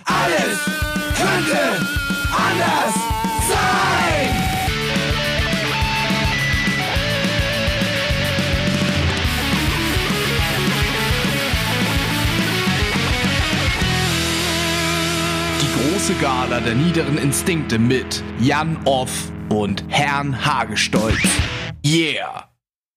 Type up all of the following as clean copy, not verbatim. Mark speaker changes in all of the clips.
Speaker 1: Alles könnte anders sein. Die große Gala der niederen Instinkte mit Jan Off und Herrn Hagestolz. Yeah!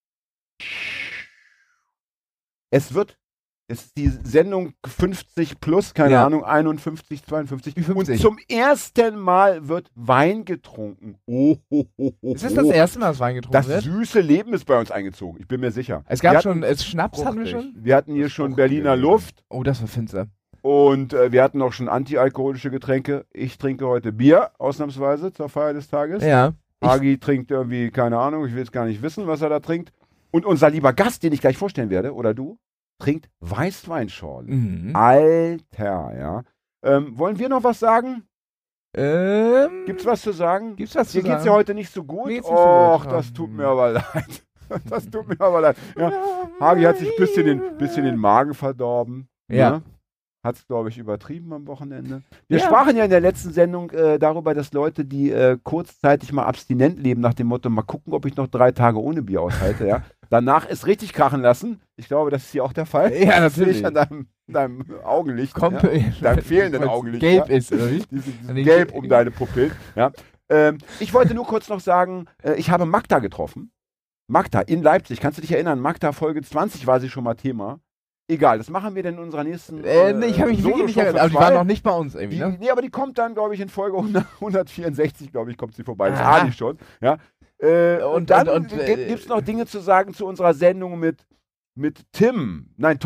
Speaker 2: Es ist die Sendung 50 plus, keine Ahnung, 51, 52. Und zum ersten Mal wird Wein getrunken.
Speaker 3: Ist das erste Mal, dass Wein getrunken wird?
Speaker 2: Das süße Leben ist bei uns eingezogen, ich bin mir sicher.
Speaker 3: Es gab schon, Schnaps hatten wir schon?
Speaker 2: Wir hatten hier schon Berliner Luft.
Speaker 3: Oh, das war finster.
Speaker 2: Und wir hatten auch schon antialkoholische Getränke. Ich trinke heute Bier, ausnahmsweise, zur Feier des Tages.
Speaker 3: Ja.
Speaker 2: Hagi trinkt irgendwie, keine Ahnung, ich will es gar nicht wissen, was er da trinkt. Und unser lieber Gast, den ich gleich vorstellen werde, oder du, trinkt Weißweinschorle.
Speaker 3: Mhm.
Speaker 2: Alter, ja. Wollen wir noch was sagen? Gibt's was zu sagen?
Speaker 3: Gibt's was zu
Speaker 2: Dir
Speaker 3: sagen?
Speaker 2: geht's ja heute nicht so gut.
Speaker 3: Mir geht's nicht so
Speaker 2: Och,
Speaker 3: gut.
Speaker 2: das tut mir aber leid. Das tut mir aber leid. Ja. Hagi hat sich ein bisschen den Magen verdorben.
Speaker 3: Ja.
Speaker 2: Ne? Hat es, glaube ich, übertrieben am Wochenende. Wir sprachen ja in der letzten Sendung darüber, dass Leute, die kurzzeitig mal abstinent leben, nach dem Motto, mal gucken, ob ich noch 3 Tage ohne Bier aushalte, ja, danach es richtig krachen lassen. Ich glaube, das ist hier auch der Fall.
Speaker 3: Ja,
Speaker 2: Das sehe ich
Speaker 3: natürlich.
Speaker 2: an deinem Augenlicht.
Speaker 3: Deinem
Speaker 2: Deinem fehlenden Augenlicht.
Speaker 3: Gelb
Speaker 2: ja.
Speaker 3: ist, oder wie?
Speaker 2: Dieses Gelb um deine Pupillen. Ja. Ich wollte nur kurz noch sagen, ich habe Magda getroffen. Magda in Leipzig. Kannst du dich erinnern? Magda Folge 20 war sie schon mal Thema. Egal, das machen wir denn in unserer nächsten
Speaker 3: Nee, ich habe mich wirklich nicht erinnert. Aber die war noch nicht bei uns irgendwie, ne?
Speaker 2: Nee, aber die kommt dann, glaube ich, in Folge 164, glaube ich, kommt sie vorbei. Das
Speaker 3: Aha.
Speaker 2: ahne ich schon. Ja. Und dann gibt es noch Dinge zu sagen zu unserer Sendung mit Tom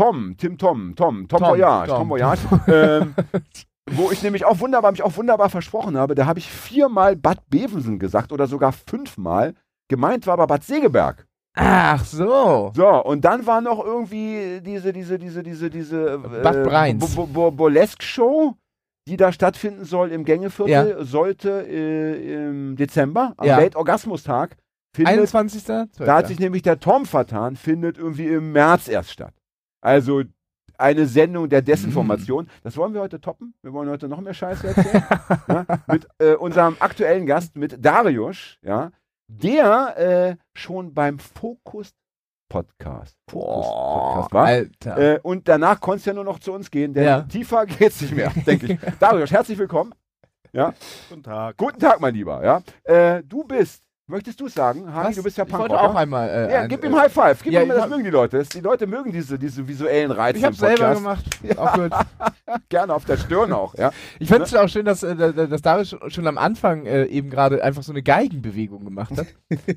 Speaker 2: Voyage. Wo ich nämlich auch wunderbar versprochen habe, da habe ich 4-mal Bad Bevensen gesagt oder sogar 5-mal. Gemeint war aber Bad Segeberg.
Speaker 3: Ach so.
Speaker 2: So, und dann war noch irgendwie diese
Speaker 3: Bad Breins.
Speaker 2: Burlesque-Show, die da stattfinden soll im Gängeviertel, sollte im Dezember, am Weltorgasmustag,
Speaker 3: 21.
Speaker 2: Da hat sich nämlich der Tom vertan, findet irgendwie im März erst statt. Also eine Sendung der Desinformation. Das wollen wir heute toppen. Wir wollen heute noch mehr Scheiße erzählen. Ja, mit unserem aktuellen Gast, mit Dariusz, ja, der schon beim Fokus-Podcast war.
Speaker 3: Alter.
Speaker 2: Und danach konnte es ja nur noch zu uns gehen, denn tiefer geht's nicht mehr, denke ich. Dariusz, herzlich willkommen. Ja.
Speaker 4: Guten Tag.
Speaker 2: Guten Tag, mein Lieber. Ja. Möchtest du es sagen? Hagi, du bist ja Punkrocker.
Speaker 3: Ich wollte auch einmal...
Speaker 2: gib ihm High Five. Gib ihm, das
Speaker 3: ich
Speaker 2: mögen die Leute. Die Leute mögen diese visuellen Reize.
Speaker 3: Ich habe selber gemacht. Auch gut.
Speaker 2: Gerne auf der Stirn auch. Ja.
Speaker 3: Ich fand es auch schön, dass Dariusz schon am Anfang eben gerade einfach so eine Geigenbewegung gemacht hat.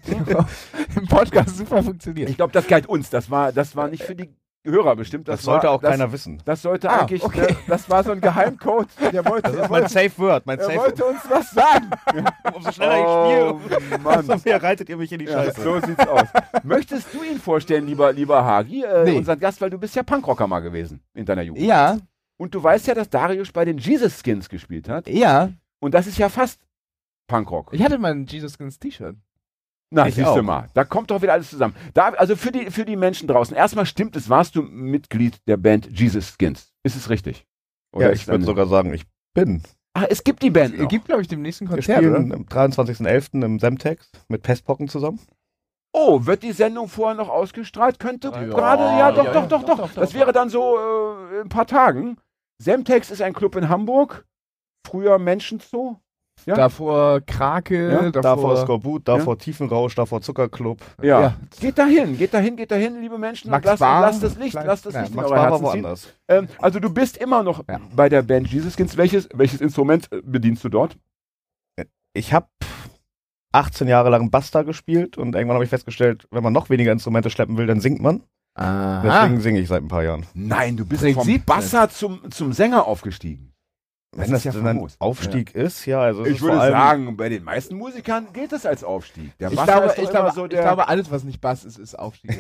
Speaker 3: Im Podcast super funktioniert.
Speaker 2: Ich glaube, das galt uns. Das war nicht für die Hörer bestimmt.
Speaker 4: Das sollte auch keiner wissen.
Speaker 2: Das sollte eigentlich, das war so ein Geheimcode.
Speaker 4: Das ist mein Safe Word.
Speaker 2: Er wollte uns was sagen.
Speaker 4: Umso schneller ich spiele, umso mehr reitet ihr mich in die Scheiße.
Speaker 2: So sieht's aus. Möchtest du ihn vorstellen, lieber Hagi, unseren Gast, weil du bist ja Punkrocker mal gewesen in deiner Jugend.
Speaker 3: Ja.
Speaker 2: Und du weißt ja, dass Dariusz bei den Jesus Skins gespielt hat.
Speaker 3: Ja.
Speaker 2: Und das ist ja fast Punkrock.
Speaker 3: Ich hatte mal ein Jesus Skins T-Shirt.
Speaker 2: Na, siehst du mal. Da kommt doch wieder alles zusammen. Also für die Menschen draußen. Erstmal stimmt es, warst du Mitglied der Band Jesus Skins. Ist es richtig?
Speaker 4: Oder ich würde sogar sagen, ich bin.
Speaker 2: Ach, es gibt die Band noch.
Speaker 3: Es gibt, glaube ich, dem nächsten
Speaker 4: Wir
Speaker 3: Konzert,
Speaker 4: spielen
Speaker 3: oder?
Speaker 4: am 23.11. im Semtex mit Pestpocken zusammen.
Speaker 2: Oh, wird die Sendung vorher noch ausgestrahlt? Könnte gerade? Ja, doch. Das wäre dann so in ein paar Tagen. Semtex ist ein Club in Hamburg. Früher Menschenzoo. Ja?
Speaker 3: Davor Krake,
Speaker 4: davor Skorbut, davor Tiefenrausch, davor Zuckerclub.
Speaker 2: Ja. Geht dahin, liebe Menschen.
Speaker 3: Max
Speaker 2: Lasst
Speaker 3: Bar,
Speaker 2: das Licht in
Speaker 4: Max
Speaker 2: eure
Speaker 4: Bar war
Speaker 2: Herzen ziehen.
Speaker 4: woanders.
Speaker 2: Also du bist immer noch bei der Band Jesus Skins. Welches Instrument bedienst du dort?
Speaker 4: Ich habe 18 Jahre lang Bass da gespielt und irgendwann habe ich festgestellt, wenn man noch weniger Instrumente schleppen will, dann singt man.
Speaker 3: Aha.
Speaker 4: Deswegen singe ich seit ein paar Jahren.
Speaker 2: Nein, du bist
Speaker 3: Singt
Speaker 2: vom
Speaker 3: 17.
Speaker 2: Basser zum Sänger aufgestiegen.
Speaker 4: Wenn das
Speaker 2: ist ja
Speaker 4: denn ein
Speaker 2: famos.
Speaker 4: Aufstieg ist, ja. Also es
Speaker 2: Ich
Speaker 4: ist
Speaker 2: würde
Speaker 4: vor allem,
Speaker 2: sagen, bei den meisten Musikern geht das als Aufstieg. Der
Speaker 3: Ich
Speaker 2: Basser ist doch immer
Speaker 3: glaube, ich glaube, alles, was nicht Bass ist Aufstieg.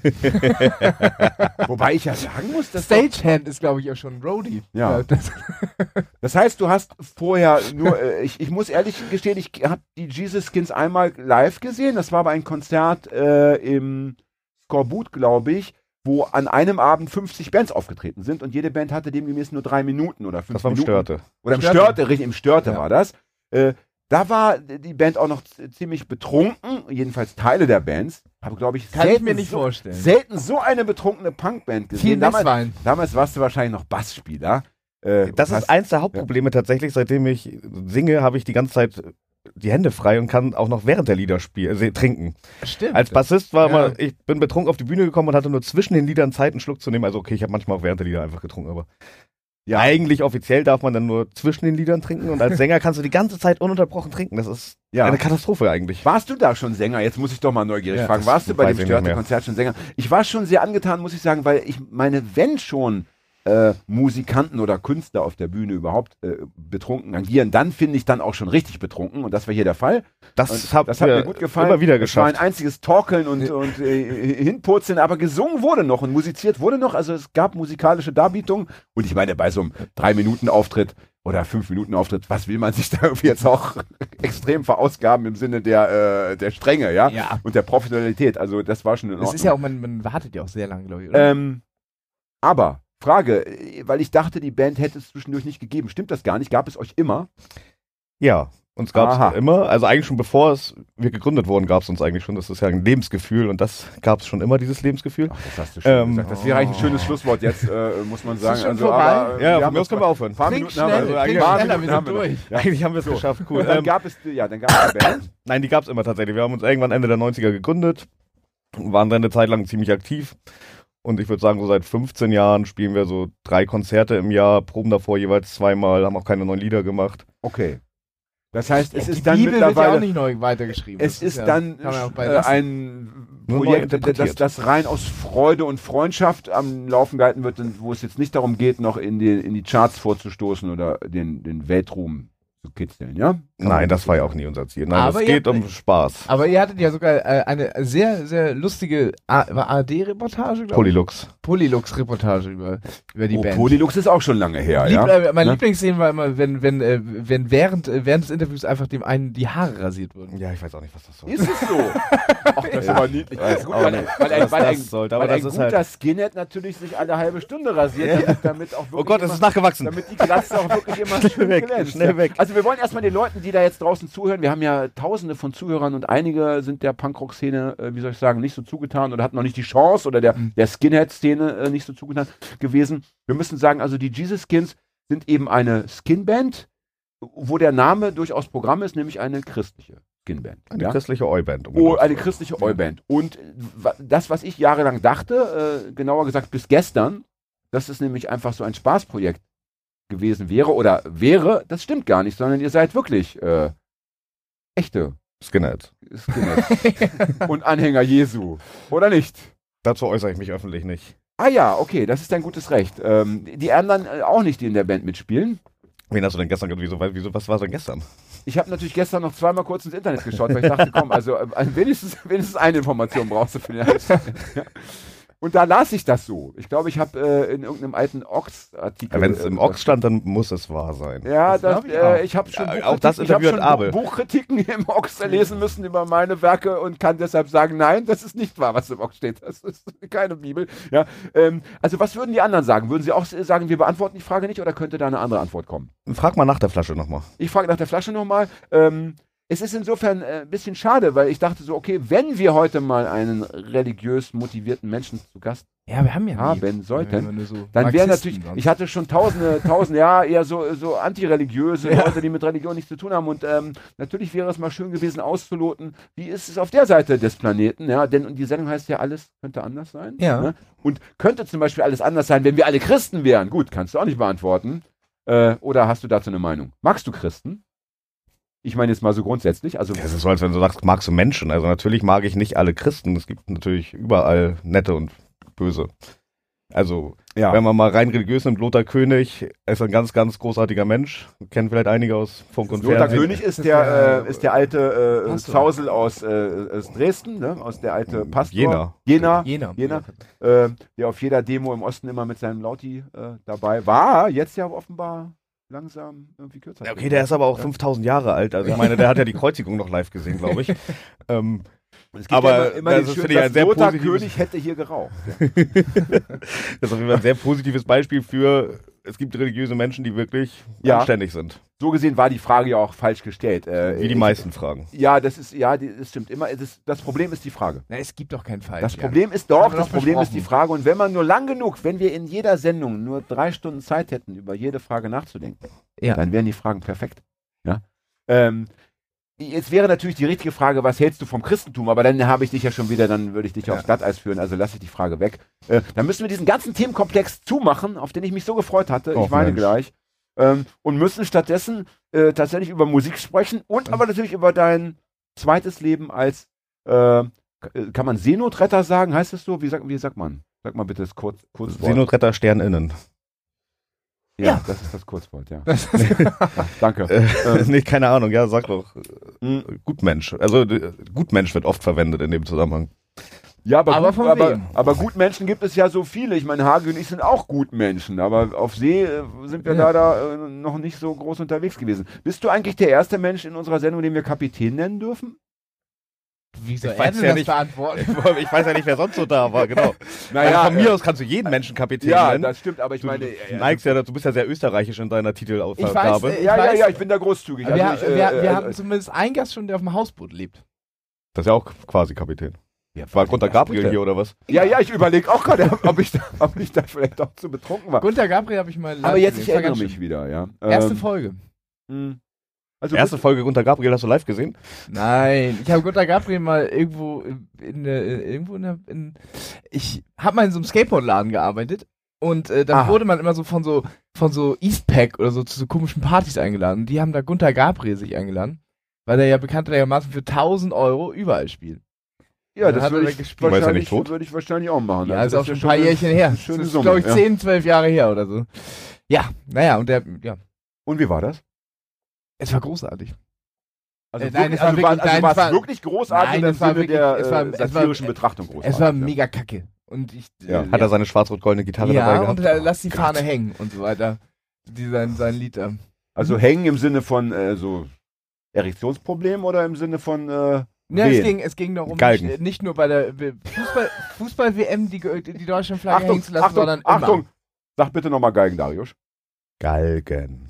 Speaker 2: Wobei ich ja sagen muss, dass
Speaker 3: Stagehand ist, glaube ich, auch schon Roadie.
Speaker 2: Ja. Das heißt, du hast vorher nur, ich muss ehrlich gestehen, ich habe die Jesus Skins einmal live gesehen. Das war bei einem Konzert im Skorbut, glaube ich. wo an einem Abend 50 Bands aufgetreten sind und jede Band hatte demgemäß nur 3 Minuten oder 5
Speaker 4: Das war im
Speaker 2: Minuten.
Speaker 4: Störte.
Speaker 2: Oder im Störte war das. Da war die Band auch noch ziemlich betrunken, jedenfalls Teile der Bands. Habe, glaube ich,
Speaker 3: Kann ich mir nicht vorstellen.
Speaker 2: selten so eine betrunkene Punkband gesehen.
Speaker 3: Viel Messwein.
Speaker 2: Damals warst du wahrscheinlich noch Bassspieler.
Speaker 4: Das ist eins der Hauptprobleme tatsächlich. Seitdem ich singe, habe ich die ganze Zeit die Hände frei und kann auch noch während der Lieder trinken.
Speaker 3: Stimmt.
Speaker 4: Als Bassist war immer, ich bin betrunken auf die Bühne gekommen und hatte nur zwischen den Liedern Zeit, einen Schluck zu nehmen. Also okay, ich habe manchmal auch während der Lieder einfach getrunken, aber eigentlich offiziell darf man dann nur zwischen den Liedern trinken und als Sänger kannst du die ganze Zeit ununterbrochen trinken. Das ist eine Katastrophe eigentlich.
Speaker 2: Warst du da schon Sänger? Jetzt muss ich doch mal neugierig fragen. Warst du bei dem Störte-Konzert schon Sänger? Ich war schon sehr angetan, muss ich sagen, weil ich meine, wenn schon Musikanten oder Künstler auf der Bühne überhaupt betrunken agieren, dann finde ich dann auch schon richtig betrunken und das war hier der Fall.
Speaker 4: Das hat
Speaker 2: mir gut gefallen.
Speaker 4: Immer wieder
Speaker 2: geschafft. Es
Speaker 4: geschafft.
Speaker 2: war ein einziges Torkeln und Hinpurzeln, aber gesungen wurde noch und musiziert wurde noch, also es gab musikalische Darbietungen und ich meine, bei so einem 3-Minuten-Auftritt oder 5-Minuten-Auftritt, was will man sich da irgendwie jetzt auch extrem verausgaben im Sinne der Strenge, ja? Und der Professionalität, also das war schon in Ordnung.
Speaker 3: Das ist ja auch, man wartet ja auch sehr lange, glaube ich, oder?
Speaker 2: Aber Frage, weil ich dachte, die Band hätte es zwischendurch nicht gegeben. Stimmt das gar nicht? Gab es euch immer?
Speaker 4: Ja, uns gab es immer. Also eigentlich schon bevor wir gegründet wurden, gab es uns eigentlich schon. Das ist ja ein Lebensgefühl und das gab es schon immer, dieses Lebensgefühl.
Speaker 2: Ach, das hast du schon gesagt. Das wäre eigentlich ein schönes Schlusswort jetzt, muss man sagen.
Speaker 3: Also, aber,
Speaker 4: von mir aus können wir aufhören.
Speaker 2: Ein paar Minuten haben wir.
Speaker 4: Eigentlich haben wir es geschafft. Cool.
Speaker 2: Dann gab es eine Band.
Speaker 4: Nein, die gab es immer tatsächlich. Wir haben uns irgendwann Ende der 90er gegründet, waren dann eine Zeit lang ziemlich aktiv. Und ich würde sagen, so seit 15 Jahren spielen wir so 3 Konzerte im Jahr, proben davor jeweils 2-mal, haben auch keine neuen Lieder gemacht.
Speaker 2: Okay. Das heißt, es ist
Speaker 3: die
Speaker 2: dann
Speaker 3: Bibel
Speaker 2: mittlerweile...
Speaker 3: wird ja auch nicht neu weitergeschrieben.
Speaker 2: Es ist dann ein
Speaker 4: Nur
Speaker 2: Projekt, das rein aus Freude und Freundschaft am Laufen gehalten wird, wo es jetzt nicht darum geht, noch in die Charts vorzustoßen oder den Weltruhm zu kitzeln, ja?
Speaker 4: Nein, das war ja auch nie unser Ziel. Nein, es geht um Spaß.
Speaker 3: Aber ihr hattet ja sogar eine sehr, sehr lustige ARD-Reportage, glaube ich. Polylux-Reportage über die Band.
Speaker 2: Polylux ist auch schon lange her, ja?
Speaker 3: Mein Lieblingsszene war immer, wenn während des Interviews einfach dem einen die Haare rasiert wurden.
Speaker 4: Ja, ich weiß auch nicht, was das soll.
Speaker 2: Ist es so? Ach, das ist aber niedlich. Weil ein guter Skinhead natürlich sich alle halbe Stunde rasiert, damit auch wirklich
Speaker 4: oh Gott, es ist nachgewachsen.
Speaker 2: Damit die Glatze auch wirklich immer schön glänzt.
Speaker 4: Schnell weg.
Speaker 2: Also wir wollen erstmal den Leuten, die da jetzt draußen zuhören, wir haben ja tausende von Zuhörern und einige sind der Punkrock-Szene, wie soll ich sagen, nicht so zugetan oder hatten noch nicht die Chance oder der Skinhead-Szene nicht so zugetan gewesen. Wir müssen sagen, also die Jesus Skins sind eben eine Skinband, wo der Name durchaus Programm ist, nämlich eine christliche Skinband.
Speaker 4: Eine christliche Oi-Band.
Speaker 2: Eine christliche Oi-Band. Und das, was ich jahrelang dachte, genauer gesagt bis gestern, dass es nämlich einfach so ein Spaßprojekt gewesen wäre, das stimmt gar nicht, sondern ihr seid wirklich echte
Speaker 4: Skinheads.
Speaker 2: Und Anhänger Jesu, oder nicht?
Speaker 4: Dazu äußere ich mich öffentlich nicht.
Speaker 2: Ah ja, okay, das ist dein gutes Recht. Die anderen auch nicht, die in der Band mitspielen.
Speaker 4: Wen hast du denn gestern was war denn gestern?
Speaker 2: Ich habe natürlich gestern noch 2-mal kurz ins Internet geschaut, weil ich dachte, komm, also wenigstens eine Information brauchst du für den Rest. Ja. Und da las ich das so. Ich glaube, ich habe in irgendeinem alten Ox-Artikel...
Speaker 4: Wenn es im Ox stand, dann muss es wahr sein.
Speaker 2: Ja, ich habe schon,
Speaker 4: auch das Interview hat Abel.
Speaker 2: Buchkritiken im Ox lesen müssen über meine Werke und kann deshalb sagen, nein, das ist nicht wahr, was im Ox steht. Das ist keine Bibel. Ja, also was würden die anderen sagen? Würden sie auch sagen, wir beantworten die Frage nicht oder könnte da eine andere Antwort kommen?
Speaker 4: Frag mal nach der Flasche nochmal.
Speaker 2: Ich frage nach der Flasche nochmal. Es ist insofern ein bisschen schade, weil ich dachte so, okay, wenn wir heute mal einen religiös motivierten Menschen zu Gast haben sollten, dann wäre natürlich, ich hatte schon tausende eher so antireligiöse Leute, die mit Religion nichts zu tun haben und natürlich wäre es mal schön gewesen auszuloten, wie ist es auf der Seite des Planeten, ja, denn die Sendung heißt ja, alles könnte anders sein.
Speaker 3: Ja.
Speaker 2: Ne? Und könnte zum Beispiel alles anders sein, wenn wir alle Christen wären? Gut, kannst du auch nicht beantworten. Oder hast du dazu eine Meinung? Magst du Christen? Ich meine jetzt mal so grundsätzlich. Also
Speaker 4: das ist so, als wenn du sagst, magst du Menschen? Also natürlich mag ich nicht alle Christen. Es gibt natürlich überall nette und böse. Also, wenn man mal rein religiös nimmt, Lothar König ist ein ganz, ganz großartiger Mensch. Kennen vielleicht einige aus Funk und Fernsehen.
Speaker 2: Lothar König ist der alte Zausel aus Dresden, ne? Aus der alte Pastor. Jena. Der auf jeder Demo im Osten immer mit seinem Lauti dabei war. Jetzt ja offenbar langsam irgendwie kürzer.
Speaker 4: Okay, der ist aber auch 5000 Jahre alt. Also ich meine, der hat ja die Kreuzigung noch live gesehen, glaube ich.
Speaker 2: Es gibt
Speaker 4: Aber
Speaker 2: immer
Speaker 4: das
Speaker 2: den
Speaker 4: finde ich ein sehr
Speaker 2: Lothar
Speaker 4: positives-
Speaker 2: König hätte hier geraucht. Ja.
Speaker 4: Das ist auf jeden Fall ein sehr positives Beispiel für, es gibt religiöse Menschen, die wirklich
Speaker 2: Ja.
Speaker 4: anständig sind.
Speaker 2: So gesehen war die Frage ja auch falsch gestellt.
Speaker 4: Wie die meisten Fragen.
Speaker 2: Ja, das stimmt immer. Das Problem ist die Frage.
Speaker 3: Na, es gibt doch kein Falsch.
Speaker 2: Das
Speaker 3: Jan.
Speaker 2: Problem ist
Speaker 3: Haben
Speaker 2: doch,
Speaker 3: wir
Speaker 2: das
Speaker 3: doch
Speaker 2: Problem ist die
Speaker 3: besprochen.
Speaker 2: Frage. Und wenn man nur lang genug, wenn wir in jeder Sendung nur 3 Stunden Zeit hätten, über jede Frage nachzudenken,
Speaker 3: Ja.
Speaker 2: dann wären die Fragen perfekt. Ja? Jetzt wäre natürlich die richtige Frage, was hältst du vom Christentum? Aber dann habe ich dich ja schon wieder, dann würde ich dich aufs Glatteis führen, also lasse ich die Frage weg. Dann müssen wir diesen ganzen Themenkomplex zumachen, auf den ich mich so gefreut hatte,
Speaker 4: Oh,
Speaker 2: ich meine
Speaker 4: Mensch.
Speaker 2: gleich, und müssen stattdessen tatsächlich über Musik sprechen und aber natürlich über dein zweites Leben als, kann man Seenotretter sagen, heißt es so? Wie sagt man? Sag mal bitte das Kurzwort.
Speaker 4: Seenotretter Stern innen.
Speaker 2: Ja, das ist das Kurzwort, ja. Danke.
Speaker 4: Nee, keine Ahnung, ja, sag doch.
Speaker 2: Hm.
Speaker 4: Gutmensch. Also Gutmensch wird oft verwendet in dem Zusammenhang.
Speaker 2: Ja,
Speaker 3: Aber von wem?
Speaker 2: aber Gutmenschen gibt es ja so viele. Ich meine, Hagi und ich sind auch Gutmenschen, aber auf See sind wir leider noch nicht so groß unterwegs gewesen. Bist du eigentlich der erste Mensch in unserer Sendung, den wir Kapitän nennen dürfen?
Speaker 3: Wie soll
Speaker 4: Ich
Speaker 3: er
Speaker 4: weiß
Speaker 3: denn
Speaker 4: ja
Speaker 3: das
Speaker 4: nicht.
Speaker 3: beantworten?
Speaker 4: Ich weiß ja nicht, wer sonst so da war, genau.
Speaker 2: Naja,
Speaker 4: Also von mir aus kannst du jeden Menschen Kapitän
Speaker 2: ja,
Speaker 4: nennen.
Speaker 2: das stimmt, aber ich
Speaker 4: Du
Speaker 2: meine...
Speaker 4: neigst ja, du bist ja sehr österreichisch in deiner Titelausgabe.
Speaker 3: Ich weiß,
Speaker 2: ja, ich bin da großzügig.
Speaker 3: Wir,
Speaker 2: Also
Speaker 3: wir hatten zumindest einen Gast schon, der auf dem Hausboot lebt.
Speaker 4: Das ist ja auch quasi Kapitän.
Speaker 2: ja,
Speaker 4: War Gunter Gabriel
Speaker 2: bitte?
Speaker 4: hier oder was?
Speaker 2: Ja, ich überlege auch gerade, ob ich da vielleicht auch zu betrunken war.
Speaker 3: Gunter Gabriel habe ich mal live
Speaker 2: Aber jetzt, ich
Speaker 3: gesehen.
Speaker 2: erinnere
Speaker 3: Das war
Speaker 2: mich wieder, ja.
Speaker 3: ganz schön. Erste Folge.
Speaker 2: Also
Speaker 4: Erste Folge Gunter Gabriel hast du live gesehen?
Speaker 3: Nein, ich habe Gunter Gabriel mal irgendwo ich habe mal in so einem Skateboardladen gearbeitet und dann wurde man immer so von so Eastpack oder so zu so komischen Partys eingeladen. Die haben da Gunter Gabriel sich eingeladen, weil der ja bekanntermaßen für 1.000 € überall spielt.
Speaker 2: Ja,
Speaker 3: Dann
Speaker 2: das
Speaker 3: hat er
Speaker 2: würde
Speaker 3: da
Speaker 2: ich,
Speaker 3: gespielt.
Speaker 4: Weiß er nicht tot?
Speaker 2: würde ich wahrscheinlich auch machen.
Speaker 3: Ja,
Speaker 2: Also
Speaker 3: ist
Speaker 2: das
Speaker 3: auch schon ein paar Jährchen her.
Speaker 2: eine
Speaker 3: Das
Speaker 2: schöne
Speaker 3: ist,
Speaker 2: Summe,
Speaker 3: glaube ich,
Speaker 2: ja.
Speaker 3: 10, 12 Jahre her oder so. Ja, naja, und
Speaker 2: Und wie war das?
Speaker 3: es war großartig.
Speaker 2: Also,
Speaker 3: Nein,
Speaker 2: wirklich,
Speaker 3: es war
Speaker 2: also,
Speaker 3: wirklich- nein,
Speaker 2: war
Speaker 3: es war-
Speaker 2: es wirklich großartig
Speaker 3: Nein,
Speaker 2: oder im
Speaker 3: es war
Speaker 2: Sinne
Speaker 3: wirklich-
Speaker 2: der
Speaker 3: es war-
Speaker 2: satirischen Betrachtung großartig?
Speaker 3: Es war
Speaker 2: ja.
Speaker 3: mega kacke. Und ich,
Speaker 2: Ja.
Speaker 4: Hat er seine schwarz-rot-goldene Gitarre dabei
Speaker 3: ja,
Speaker 4: gehabt?
Speaker 3: und lass die Fahne hängen und so weiter. Sein Lied da.
Speaker 2: Also hängen im Sinne von so Erektionsproblem oder im Sinne von
Speaker 3: Ja,
Speaker 2: Wehen?
Speaker 3: es ging darum,
Speaker 4: Galgen.
Speaker 3: nicht nur bei der Fußball-WM die Deutschlandflagge hängen zu lassen, sondern immer.
Speaker 2: Achtung! Sag bitte nochmal Geigen, Darius.
Speaker 4: Galgen.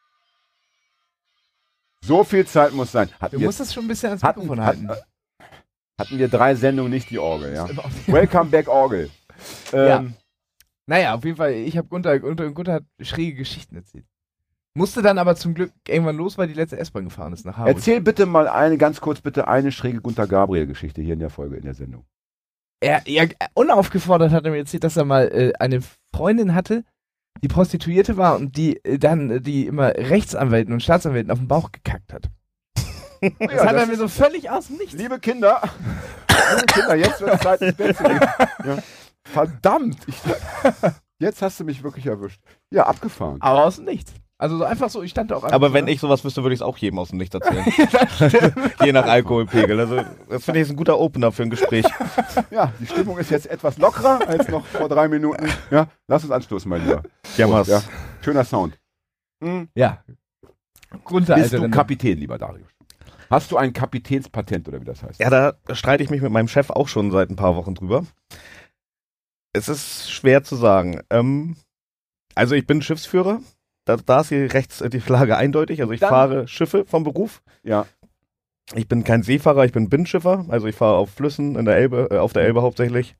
Speaker 2: So viel Zeit muss sein.
Speaker 3: Du musst das schon ein bisschen ans Mikrofon halten.
Speaker 2: Hatten wir 3 Sendungen nicht die Orgel, ja? Welcome back Orgel.
Speaker 3: Ja. Naja, auf jeden Fall, ich habe Gunter hat schräge Geschichten erzählt. Musste dann aber zum Glück irgendwann los, weil die letzte S-Bahn gefahren ist nach Hamburg.
Speaker 2: Erzähl bitte mal ganz kurz eine schräge Gunter Gabriel-Geschichte hier in der Folge, in der Sendung.
Speaker 3: Er unaufgefordert hat er mir erzählt, dass er mal eine Freundin hatte, die Prostituierte war und die immer Rechtsanwälten und Staatsanwälten auf den Bauch gekackt hat. Das hat er mir so völlig aus dem Nichts.
Speaker 2: Liebe Kinder, jetzt wird es Zeit, ins Bett zu gehen. Ja. Verdammt! Jetzt hast du mich wirklich erwischt. Ja, abgefahren.
Speaker 3: Aber aus dem Nichts. Also so einfach so, ich stand da auch einfach
Speaker 4: Aber
Speaker 3: so,
Speaker 4: wenn
Speaker 3: ne?
Speaker 4: ich sowas wüsste, würde ich es auch jedem aus dem Nichts erzählen. Je nach Alkoholpegel. Also, das finde ich ist ein guter Opener für ein Gespräch.
Speaker 2: Ja, die Stimmung ist jetzt etwas lockerer als noch vor 3 Minuten. Ja, lass uns anstoßen, mein Lieber.
Speaker 4: Jammers.
Speaker 2: Ja, schöner Sound.
Speaker 3: Ja. Grunter,
Speaker 2: Bist
Speaker 3: Alter,
Speaker 2: du Kapitän, lieber Darius? Hast du ein Kapitänspatent oder wie das heißt?
Speaker 4: Ja, da streite ich mich mit meinem Chef auch schon seit ein paar Wochen drüber. Es ist schwer zu sagen. Also ich bin Schiffsführer. Da ist hier rechts die Flagge eindeutig. Also ich fahre Schiffe vom Beruf.
Speaker 2: Ja.
Speaker 4: Ich bin kein Seefahrer, ich bin Binnenschiffer. Also ich fahre auf Flüssen in der Elbe, auf der Elbe hauptsächlich.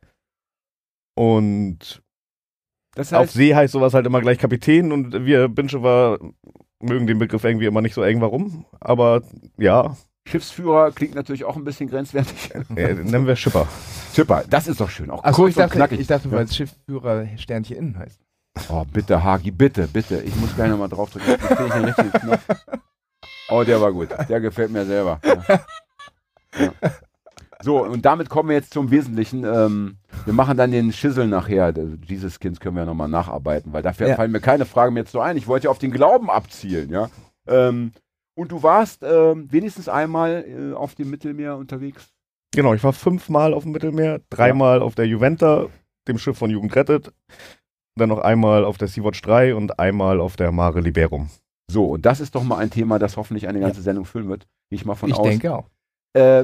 Speaker 4: Und
Speaker 2: Das
Speaker 4: auf
Speaker 2: heißt,
Speaker 4: See heißt sowas halt immer gleich Kapitän und wir Binnenschiffer mögen den Begriff irgendwie immer nicht so eng. Warum? Aber ja,
Speaker 2: Schiffsführer klingt natürlich auch ein bisschen grenzwertig.
Speaker 4: nennen wir Schipper.
Speaker 2: Schipper, das ist doch schön. Auch
Speaker 3: Achso,
Speaker 2: kurz und knackig.
Speaker 3: ich dachte, weil Schiffsführer Sternchen innen heißt.
Speaker 2: Oh, bitte, Hagi, bitte. Ich muss gleich nochmal drauf drücken. Jetzt finde ich den richtigen Knopf. Oh, der war gut. Der gefällt mir selber. Ja. Ja. So, und damit kommen wir jetzt zum Wesentlichen. Wir machen dann den Schissel nachher. Dieses Skins können wir ja nochmal nacharbeiten, weil dafür fallen mir keine Fragen mehr zu ein. Ich wollte ja auf den Glauben abzielen, ja. Und du warst wenigstens einmal auf dem Mittelmeer unterwegs.
Speaker 4: Genau, ich war 5-mal auf dem Mittelmeer, 3-mal auf der Juventa, dem Schiff von Jugend rettet, dann noch einmal auf der Sea-Watch 3 und einmal auf der Mare Liberum.
Speaker 2: So, und das ist doch mal ein Thema, das hoffentlich eine ganze Sendung füllen wird. Gehe ich mal von aus.
Speaker 3: Ich denke auch.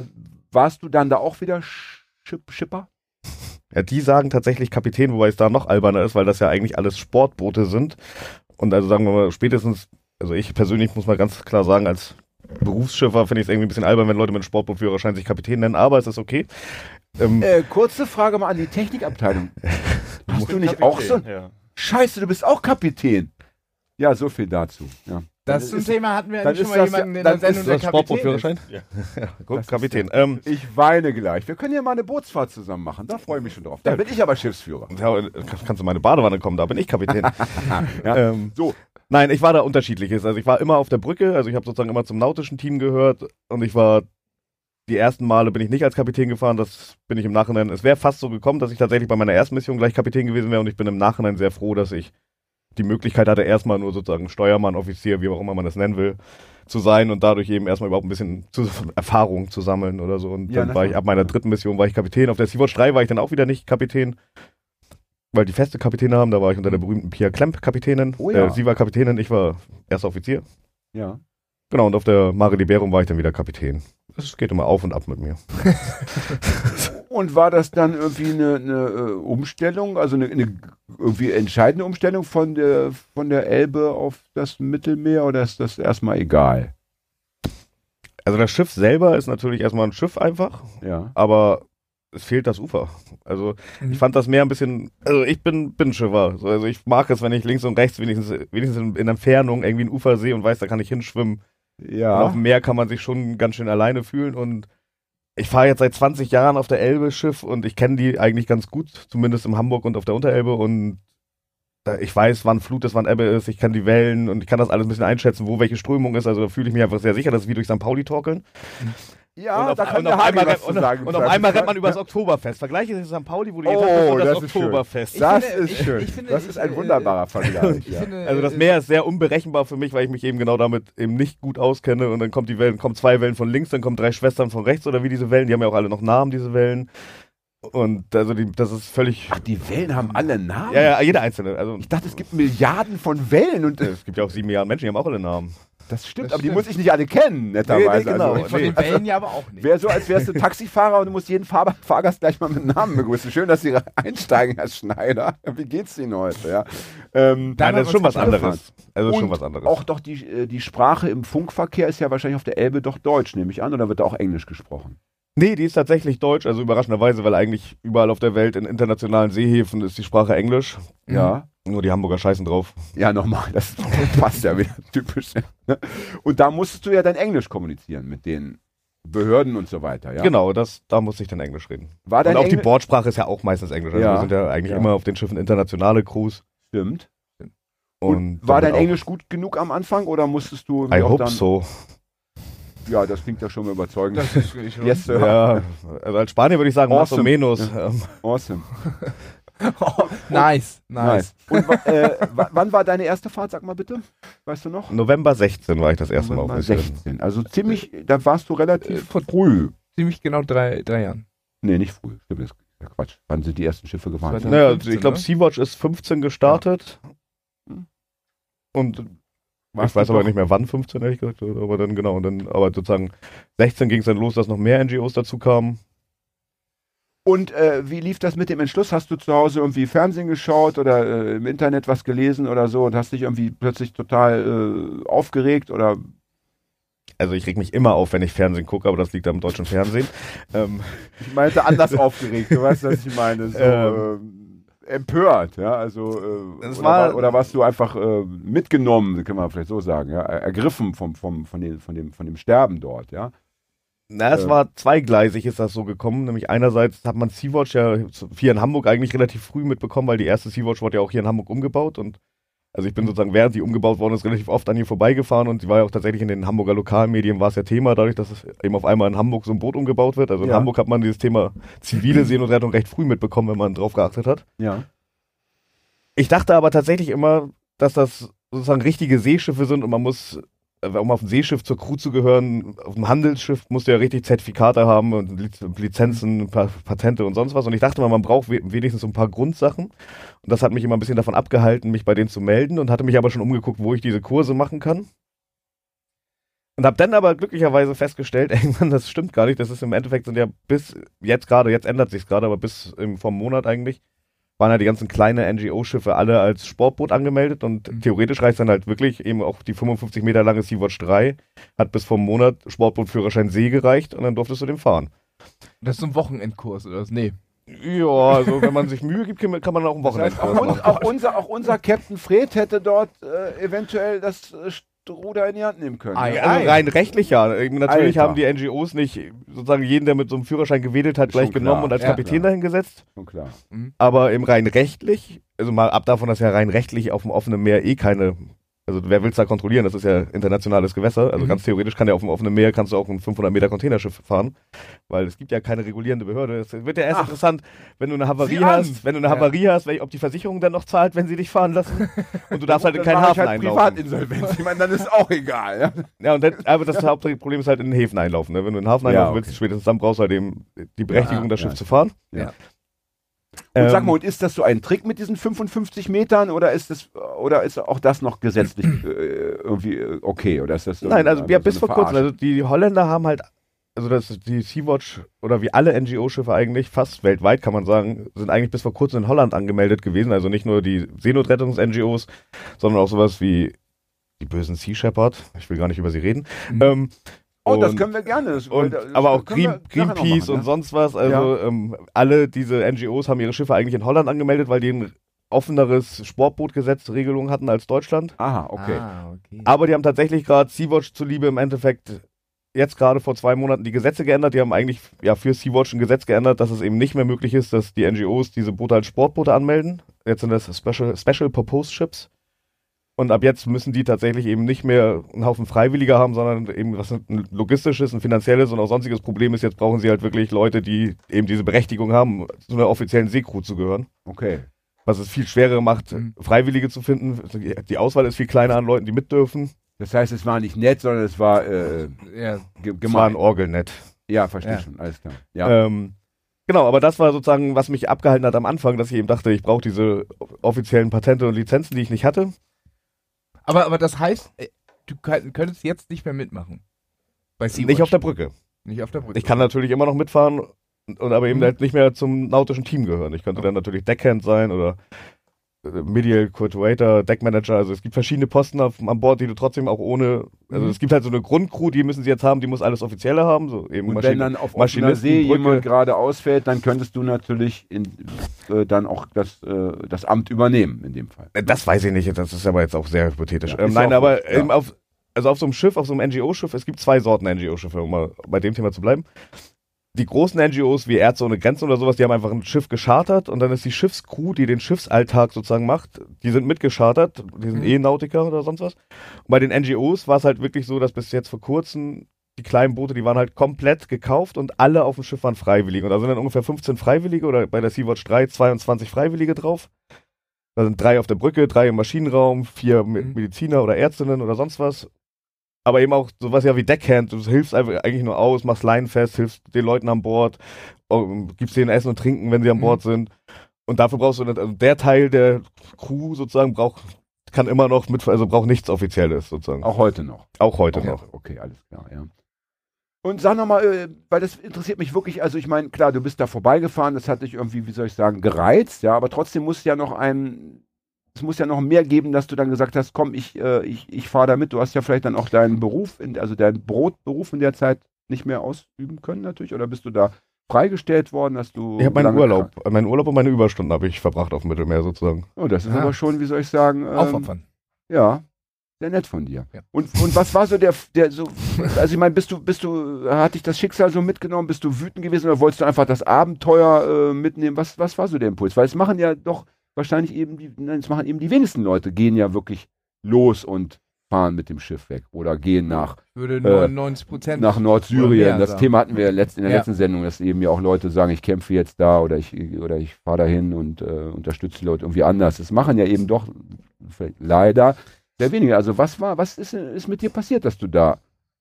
Speaker 2: warst du dann da auch wieder Schipper?
Speaker 4: Ja, die sagen tatsächlich Kapitän, wobei es da noch alberner ist, weil das ja eigentlich alles Sportboote sind. Und also sagen wir mal, spätestens, also ich persönlich muss mal ganz klar sagen, als Berufsschiffer finde ich es irgendwie ein bisschen albern, wenn Leute mit Sportbootführerschein sich Kapitän nennen, aber es ist okay.
Speaker 2: Kurze Frage mal an die Technikabteilung. Hast du nicht auch so?
Speaker 5: Ja.
Speaker 2: Scheiße, du bist auch Kapitän. Ja, so viel dazu. Ja.
Speaker 3: Das zum Thema hatten wir
Speaker 2: dann
Speaker 3: schon
Speaker 2: ist
Speaker 3: mal
Speaker 2: das
Speaker 3: jemanden
Speaker 2: ja-
Speaker 3: in der
Speaker 2: dann
Speaker 3: Sendung,
Speaker 2: ist
Speaker 3: der
Speaker 4: das
Speaker 3: Kapitän
Speaker 4: Sportbootführerschein?
Speaker 3: ist.
Speaker 4: Ja, gut,
Speaker 2: Das
Speaker 4: Kapitän.
Speaker 2: Ich weine gleich. Wir können ja mal eine Bootsfahrt zusammen machen. Da freue ich mich schon drauf. Da bin ich aber Schiffsführer.
Speaker 4: Ja, kannst du in meine Badewanne kommen, da bin ich Kapitän.
Speaker 2: Ja. So,
Speaker 4: Nein, ich war da unterschiedliches. Also ich war immer auf der Brücke, also ich habe sozusagen immer zum nautischen Team gehört und ich war, die ersten Male bin ich nicht als Kapitän gefahren, das bin ich im Nachhinein, es wäre fast so gekommen, dass ich tatsächlich bei meiner ersten Mission gleich Kapitän gewesen wäre und ich bin im Nachhinein sehr froh, dass ich die Möglichkeit hatte, erstmal nur sozusagen Steuermann, Offizier, wie auch immer man das nennen will, zu sein und dadurch eben erstmal überhaupt ein bisschen Erfahrung zu sammeln oder so. Und
Speaker 2: Ja,
Speaker 4: dann war ich ab meiner dritten Mission war ich Kapitän. Auf der Sea-Watch 3 war ich dann auch wieder nicht Kapitän, weil die feste Kapitäne haben. Da war ich unter der berühmten Pia Klemp Kapitänin.
Speaker 2: Oh ja.
Speaker 4: Sie war Kapitänin, ich war erster Offizier.
Speaker 2: ja.
Speaker 4: Genau, und auf der Mare Liberum war ich dann wieder Kapitän. Es geht immer auf und ab mit mir.
Speaker 2: Und war das dann irgendwie eine Umstellung, also eine irgendwie entscheidende Umstellung von der Elbe auf das Mittelmeer oder ist das erstmal egal?
Speaker 4: Also das Schiff selber ist natürlich erstmal ein Schiff einfach,
Speaker 2: Ja.
Speaker 4: aber es fehlt das Ufer. Also ich fand das mehr ein bisschen, also ich bin Schiffer. Also ich mag es, wenn ich links und rechts wenigstens in Entfernung irgendwie ein Ufer sehe und weiß, da kann ich hinschwimmen. Und auf
Speaker 2: Ja.
Speaker 4: dem Meer kann man sich schon ganz schön alleine fühlen und ich fahre jetzt seit 20 Jahren auf der Elbe Schiff und ich kenne die eigentlich ganz gut, zumindest in Hamburg und auf der Unterelbe und ich weiß, wann Flut ist, wann Ebbe ist, ich kann die Wellen und ich kann das alles ein bisschen einschätzen, wo welche Strömung ist, also da fühle ich mich einfach sehr sicher, das ist wie durch St. Pauli torkeln.
Speaker 2: Ja,
Speaker 4: und
Speaker 2: da
Speaker 4: auf,
Speaker 2: kann
Speaker 4: und
Speaker 2: der
Speaker 4: auf
Speaker 2: Hagi
Speaker 4: einmal,
Speaker 2: was zu sagen.
Speaker 4: und auf einmal rennt man übers Oktoberfest. Vergleiche das St. Pauli, wo du jeden Tag bist, und das
Speaker 2: das ist schön.
Speaker 4: Oktoberfest.
Speaker 2: Das
Speaker 3: finde-
Speaker 2: ist schön.
Speaker 3: ich finde-
Speaker 2: Das ist ein wunderbarer Vergleich.
Speaker 3: Ich
Speaker 2: Ja.
Speaker 3: finde,
Speaker 4: Also das Meer ist sehr unberechenbar für mich, weil ich mich eben genau damit eben nicht gut auskenne und dann kommt kommen 2 Wellen von links, dann kommen 3 Schwestern von rechts oder wie diese Wellen, die haben ja auch alle noch Namen, diese Wellen. Und also das ist völlig,
Speaker 2: Ach, die Wellen haben alle Namen?
Speaker 4: ja, jeder einzelne. Also
Speaker 2: Ich dachte, es gibt Milliarden von Wellen und
Speaker 4: es gibt ja auch 7 Milliarden Menschen, die haben auch alle Namen.
Speaker 2: das stimmt,
Speaker 3: Das
Speaker 2: aber die
Speaker 3: stimmt.
Speaker 2: muss ich nicht alle kennen, netterweise.
Speaker 4: Nee, genau.
Speaker 2: Also,
Speaker 3: von den Wellen ja aber auch nicht.
Speaker 2: wäre so, als wärst du Taxifahrer und du musst jeden Fahrgast gleich mal mit Namen begrüßen. Schön, dass Sie einsteigen, Herr Schneider. Wie geht's Ihnen heute? Ja.
Speaker 4: Nein, das ist schon was anderes. Also
Speaker 2: Und
Speaker 4: schon was anderes.
Speaker 2: auch doch die Sprache im Funkverkehr ist ja wahrscheinlich auf der Elbe doch Deutsch, nehme ich an, oder wird da auch Englisch gesprochen?
Speaker 4: Nee, die ist tatsächlich deutsch, also überraschenderweise, weil eigentlich überall auf der Welt in internationalen Seehäfen ist die Sprache Englisch.
Speaker 2: Ja.
Speaker 4: Nur die Hamburger scheißen drauf.
Speaker 2: Ja, nochmal, das passt ja wieder typisch. Ne? Und da musstest du ja dann Englisch kommunizieren mit den Behörden und so weiter, ja?
Speaker 4: Genau, da musste ich dann Englisch reden.
Speaker 2: War
Speaker 4: Und
Speaker 2: dein
Speaker 4: auch die
Speaker 2: Englisch
Speaker 4: Bordsprache ist ja auch meistens Englisch. Also
Speaker 2: Ja.
Speaker 4: wir sind ja eigentlich
Speaker 2: Ja.
Speaker 4: immer auf den Schiffen internationale Crews.
Speaker 2: stimmt.
Speaker 4: Und
Speaker 2: War dein
Speaker 4: damit auch-
Speaker 2: Englisch gut genug am Anfang oder musstest du
Speaker 4: I
Speaker 2: auch
Speaker 4: hope
Speaker 2: dann,
Speaker 4: so.
Speaker 2: Ja, das klingt ja schon mal überzeugend.
Speaker 3: Das ist wirklich
Speaker 2: Yes, sir.
Speaker 4: Ja, also als Spanier würde ich sagen, más o
Speaker 2: Awesome.
Speaker 4: menos.
Speaker 2: Awesome.
Speaker 3: nice.
Speaker 2: Und wann war deine erste Fahrt, sag mal bitte? Weißt du noch?
Speaker 4: November 16 war ich das erste Mal auf
Speaker 2: November
Speaker 4: Mission.
Speaker 2: 16. Also ziemlich, da warst du relativ
Speaker 3: Vor-
Speaker 2: früh.
Speaker 3: Ziemlich genau 3 Jahren.
Speaker 2: Nee, nicht früh. Stimmt, das ist ja Quatsch. Wann sind die ersten Schiffe gefahren?
Speaker 3: 2000.
Speaker 4: Naja,
Speaker 3: 15,
Speaker 4: ich glaube,
Speaker 3: ne?
Speaker 4: Sea-Watch ist 15 gestartet. Und
Speaker 2: Warst
Speaker 4: ich weiß
Speaker 2: du
Speaker 4: aber
Speaker 2: doch-
Speaker 4: nicht mehr wann 15, ehrlich gesagt. Aber dann genau. Und dann, aber sozusagen 16 ging es dann los, dass noch mehr NGOs dazu kamen.
Speaker 2: Und wie lief das mit dem Entschluss? Hast du zu Hause irgendwie Fernsehen geschaut oder im Internet was gelesen oder so und hast dich irgendwie plötzlich total aufgeregt oder?
Speaker 4: Also ich reg mich immer auf, wenn ich Fernsehen gucke, aber das liegt am deutschen Fernsehen.
Speaker 2: Ich meinte anders aufgeregt, du weißt, was ich meine. So, empört, ja, also
Speaker 4: Es
Speaker 2: oder warst du einfach mitgenommen, kann man vielleicht so sagen, ja, ergriffen von dem Sterben dort, ja.
Speaker 4: Na, es war zweigleisig ist das so gekommen. Nämlich einerseits hat man Sea-Watch ja hier in Hamburg eigentlich relativ früh mitbekommen, weil die erste Sea-Watch wurde ja auch hier in Hamburg umgebaut und also ich bin sozusagen, während die umgebaut worden ist, relativ oft an ihr vorbeigefahren und sie war ja auch tatsächlich in den Hamburger Lokalmedien war es ja Thema, dadurch, dass es eben auf einmal in Hamburg so ein Boot umgebaut wird. Also in
Speaker 2: Ja.
Speaker 4: Hamburg hat man dieses Thema zivile Seenotrettung recht früh mitbekommen, wenn man drauf geachtet hat.
Speaker 2: Ja.
Speaker 4: Ich dachte aber tatsächlich immer, dass das sozusagen richtige Seeschiffe sind und man muss, um auf ein Seeschiff zur Crew zu gehören, auf einem Handelsschiff musst du ja richtig Zertifikate haben und Lizenzen, Patente und sonst was. Und ich dachte mal, man braucht wenigstens so ein paar Grundsachen. Und das hat mich immer ein bisschen davon abgehalten, mich bei denen zu melden und hatte mich aber schon umgeguckt, wo ich diese Kurse machen kann. Und habe dann aber glücklicherweise festgestellt, irgendwann, das stimmt gar nicht, das ist im Endeffekt, sind ja bis jetzt gerade, jetzt ändert sich gerade, aber bis vor einem Monat eigentlich, waren ja die ganzen kleinen NGO-Schiffe alle als Sportboot angemeldet und theoretisch reicht dann halt wirklich eben auch die 55 Meter lange Sea-Watch 3, hat bis vor einem Monat Sportbootführerschein See gereicht und dann durftest du den fahren.
Speaker 3: Das ist so ein Wochenendkurs, oder was? Nee.
Speaker 4: Ja, also wenn man sich Mühe gibt, kann man auch einen Wochenendkurs machen.
Speaker 2: Auch unser Captain Fred hätte dort eventuell das Ruder in die Hand nehmen können.
Speaker 4: Also rein rechtlich ja. Natürlich haben die NGOs nicht sozusagen jeden, der mit so einem Führerschein gewedelt hat, gleich genommen und als Kapitän dahin gesetzt.
Speaker 2: Schon klar.
Speaker 4: Aber im rein rechtlich, also mal ab davon, dass ja rein rechtlich auf dem offenen Meer keine, also wer will es da kontrollieren, das ist ja internationales Gewässer, also ganz theoretisch kann ja auf dem offenen Meer, kannst du auch ein 500 Meter Containerschiff fahren, weil es gibt ja keine regulierende Behörde. Es wird ja erst interessant, wenn du eine Havarie hast, ob die Versicherung dann noch zahlt, wenn sie dich fahren lassen und du darfst halt in keinen Hafen einlaufen.
Speaker 2: Privatinsolvenz, ich meine, dann ist auch egal.
Speaker 4: Ja, und aber das Hauptproblem ist halt in den Häfen einlaufen. Ne? Wenn du in den Hafen einlaufen willst, spätestens dann brauchst du halt eben die Berechtigung, das Schiff zu fahren.
Speaker 2: Ja. Und sag mal, und ist das so ein Trick mit diesen 55 Metern oder ist auch das noch gesetzlich irgendwie okay? Oder ist das so
Speaker 4: Nein, also ja, bis vor kurzem, also die Holländer haben halt, also die Sea-Watch oder wie alle NGO-Schiffe eigentlich, fast weltweit kann man sagen, sind eigentlich bis vor kurzem in Holland angemeldet gewesen, also nicht nur die Seenotrettungs-NGOs, sondern auch sowas wie die bösen Sea Shepherd, ich will gar nicht über sie reden,
Speaker 2: das können wir gerne.
Speaker 4: Aber auch Greenpeace und sonst was. Also alle diese NGOs haben ihre Schiffe eigentlich in Holland angemeldet, weil die ein offeneres Sportbootgesetz Regelungen hatten als Deutschland.
Speaker 2: Aha, okay.
Speaker 4: Aber die haben tatsächlich gerade Sea-Watch zuliebe im Endeffekt jetzt gerade vor 2 Monaten die Gesetze geändert. Die haben eigentlich für Sea-Watch ein Gesetz geändert, dass es eben nicht mehr möglich ist, dass die NGOs diese Boote als Sportboote anmelden. Jetzt sind das Special Purpose Ships. Und ab jetzt müssen die tatsächlich eben nicht mehr einen Haufen Freiwilliger haben, sondern eben was ein logistisches, ein finanzielles und auch sonstiges Problem ist, jetzt brauchen sie halt wirklich Leute, die eben diese Berechtigung haben, zu einer offiziellen Seecrew zu gehören.
Speaker 2: Okay.
Speaker 4: Was es viel schwerer macht, Freiwillige zu finden. Die Auswahl ist viel kleiner an Leuten, die mit dürfen.
Speaker 2: Das heißt, es war nicht nett, sondern es war
Speaker 4: gemein. Es war ein Orgelnett.
Speaker 2: Ja, verstehe schon, alles klar. Ja.
Speaker 4: Genau, aber das war sozusagen, was mich abgehalten hat am Anfang, dass ich eben dachte, ich brauche diese offiziellen Patente und Lizenzen, die ich nicht hatte.
Speaker 3: Aber das heißt, du könntest jetzt nicht mehr mitmachen. Bei Sea-Watch.
Speaker 4: Nicht auf der Brücke.
Speaker 3: Nicht auf der Brücke.
Speaker 4: Ich kann natürlich immer noch mitfahren und aber eben halt nicht mehr zum nautischen Team gehören. Ich könnte dann natürlich Deckhand sein oder Medial Coordinator, Deckmanager. Also es gibt verschiedene Posten an Bord, die du trotzdem auch ohne, also es gibt halt so eine Grundcrew, die müssen sie jetzt haben, die muss alles Offizielle haben. So eben
Speaker 2: und wenn dann auf offener See jemand gerade ausfällt, dann könntest du natürlich dann auch das Amt übernehmen in dem Fall.
Speaker 4: Das weiß ich nicht, das ist aber jetzt auch sehr hypothetisch. Nein, aber eben auf so einem Schiff, auf so einem NGO-Schiff, es gibt 2 Sorten NGO-Schiffe, um mal bei dem Thema zu bleiben. Die großen NGOs wie Ärzte ohne Grenzen oder sowas, die haben einfach ein Schiff geschartert und dann ist die Schiffscrew, die den Schiffsalltag sozusagen macht, die sind mitgeschartert, die sind Nautiker oder sonst was. Und bei den NGOs war es halt wirklich so, dass bis jetzt vor kurzem die kleinen Boote, die waren halt komplett gekauft und alle auf dem Schiff waren Freiwillige. Und da sind dann ungefähr 15 Freiwillige oder bei der Sea-Watch 3 22 Freiwillige drauf. Da sind 3 auf der Brücke, 3 im Maschinenraum, 4 Mediziner oder Ärztinnen oder sonst was. Aber eben auch sowas wie Deckhand, du hilfst einfach eigentlich nur aus, machst Leinen fest, hilfst den Leuten an Bord, gibst denen Essen und Trinken, wenn sie an Bord sind. Und dafür brauchst du, also der Teil der Crew sozusagen kann immer noch braucht nichts Offizielles sozusagen.
Speaker 2: Auch heute noch.
Speaker 4: Auch heute noch.
Speaker 2: Okay, alles klar, ja. Und sag nochmal, weil das interessiert mich wirklich, also ich meine, klar, du bist da vorbeigefahren, das hat dich irgendwie, wie soll ich sagen, gereizt, ja, aber trotzdem muss ja noch es muss ja noch mehr geben, dass du dann gesagt hast, komm, ich fahre da mit. Du hast ja vielleicht dann auch deinen Beruf, deinen Brotberuf in der Zeit nicht mehr ausüben können natürlich. Oder bist du da freigestellt worden? Ich
Speaker 4: habe meinen Urlaub und meine Überstunden habe ich verbracht auf dem Mittelmeer sozusagen.
Speaker 2: Oh, das ist aber schon, wie soll ich sagen,
Speaker 3: aufopfern.
Speaker 2: Ja, sehr nett von dir.
Speaker 3: Ja.
Speaker 2: Und was war so der so, also ich meine, hat dich das Schicksal so mitgenommen? Bist du wütend gewesen oder wolltest du einfach das Abenteuer mitnehmen? Was war so der Impuls? Weil es machen ja doch wahrscheinlich eben die wenigsten Leute gehen ja wirklich los und fahren mit dem Schiff weg oder gehen nach
Speaker 3: 99%
Speaker 2: nach Nordsyrien. Das Thema hatten wir in der letzten Sendung, dass eben ja auch Leute sagen, ich kämpfe jetzt da oder ich fahre dahin und unterstütze die Leute irgendwie anders. Das machen ja eben doch leider sehr wenige. Also was ist mit dir passiert, dass du da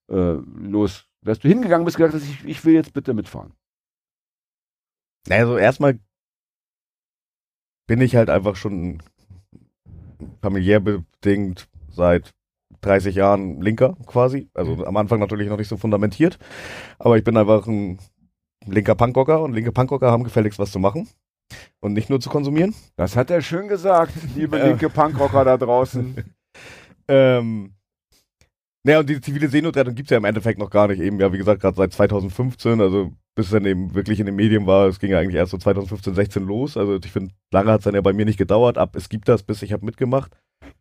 Speaker 2: dass du hingegangen bist und gesagt hast, ich will jetzt bitte mitfahren?
Speaker 4: Also erstmal bin ich halt einfach schon familiär bedingt seit 30 Jahren Linker quasi. Also am Anfang natürlich noch nicht so fundamentiert. Aber ich bin einfach ein linker Punkrocker und linke Punkrocker haben gefälligst was zu machen. Und nicht nur zu konsumieren.
Speaker 2: Das hat er schön gesagt, liebe linke Punkrocker da draußen.
Speaker 4: Naja, und die zivile Seenotrettung gibt es ja im Endeffekt noch gar nicht. Eben, ja, wie gesagt, gerade seit 2015, also bis es dann eben wirklich in den Medien war, es ging ja eigentlich erst so 2015, 16 los. Also ich finde, lange hat es dann ja bei mir nicht gedauert. Es gibt das, bis ich habe mitgemacht.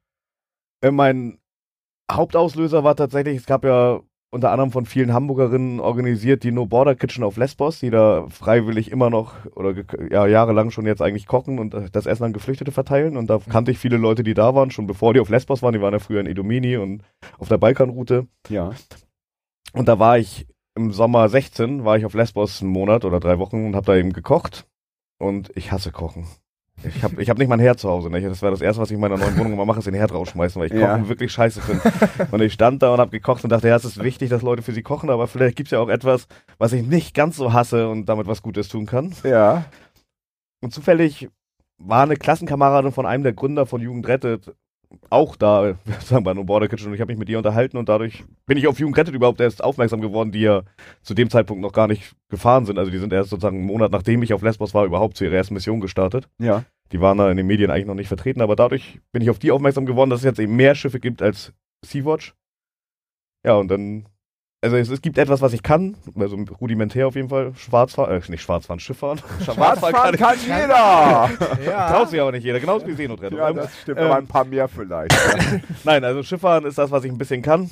Speaker 4: Mein Hauptauslöser war tatsächlich, es gab ja unter anderem von vielen Hamburgerinnen organisiert die No Border Kitchen auf Lesbos, die da freiwillig immer noch oder jahrelang schon jetzt eigentlich kochen und das Essen an Geflüchtete verteilen. Und da kannte ich viele Leute, die da waren, schon bevor die auf Lesbos waren. Die waren ja früher in Idomeni und auf der Balkanroute.
Speaker 2: Ja.
Speaker 4: Und da war ich im Sommer 16, war ich auf Lesbos einen Monat oder 3 Wochen und habe da eben gekocht. Und ich hasse Kochen. Ich hab nicht mal ein Herd zu Hause. Ne? Das war das Erste, was ich in meiner neuen Wohnung immer mache, ist den Herd rausschmeißen, weil ich Kochen wirklich scheiße finde. Und ich stand da und habe gekocht und dachte, ja, es ist wichtig, dass Leute für sie kochen, aber vielleicht gibt es ja auch etwas, was ich nicht ganz so hasse und damit was Gutes tun kann.
Speaker 2: Ja.
Speaker 4: Und zufällig war eine Klassenkameradin von einem der Gründer von Jugend rettet auch da, sagen wir, bei No Border Kitchen, und ich habe mich mit ihr unterhalten und dadurch bin ich auf Jugend rettet überhaupt erst aufmerksam geworden, die ja zu dem Zeitpunkt noch gar nicht gefahren sind. Also die sind erst sozusagen einen Monat, nachdem ich auf Lesbos war, überhaupt zu ihrer ersten Mission gestartet.
Speaker 2: Ja.
Speaker 4: Die waren da in den Medien eigentlich noch nicht vertreten, aber dadurch bin ich auf die aufmerksam geworden, dass es jetzt eben mehr Schiffe gibt als Sea-Watch. Ja, und dann, also es gibt etwas, was ich kann, also rudimentär auf jeden Fall, nicht Schwarzfahren, Schifffahren.
Speaker 2: Schwarzfahren kann jeder!
Speaker 4: Ja. Traut sich aber nicht jeder, genauso wie Seenotrettung.
Speaker 2: Ja, das stimmt, aber ein paar mehr vielleicht.
Speaker 4: Nein, also Schifffahren ist das, was ich ein bisschen kann.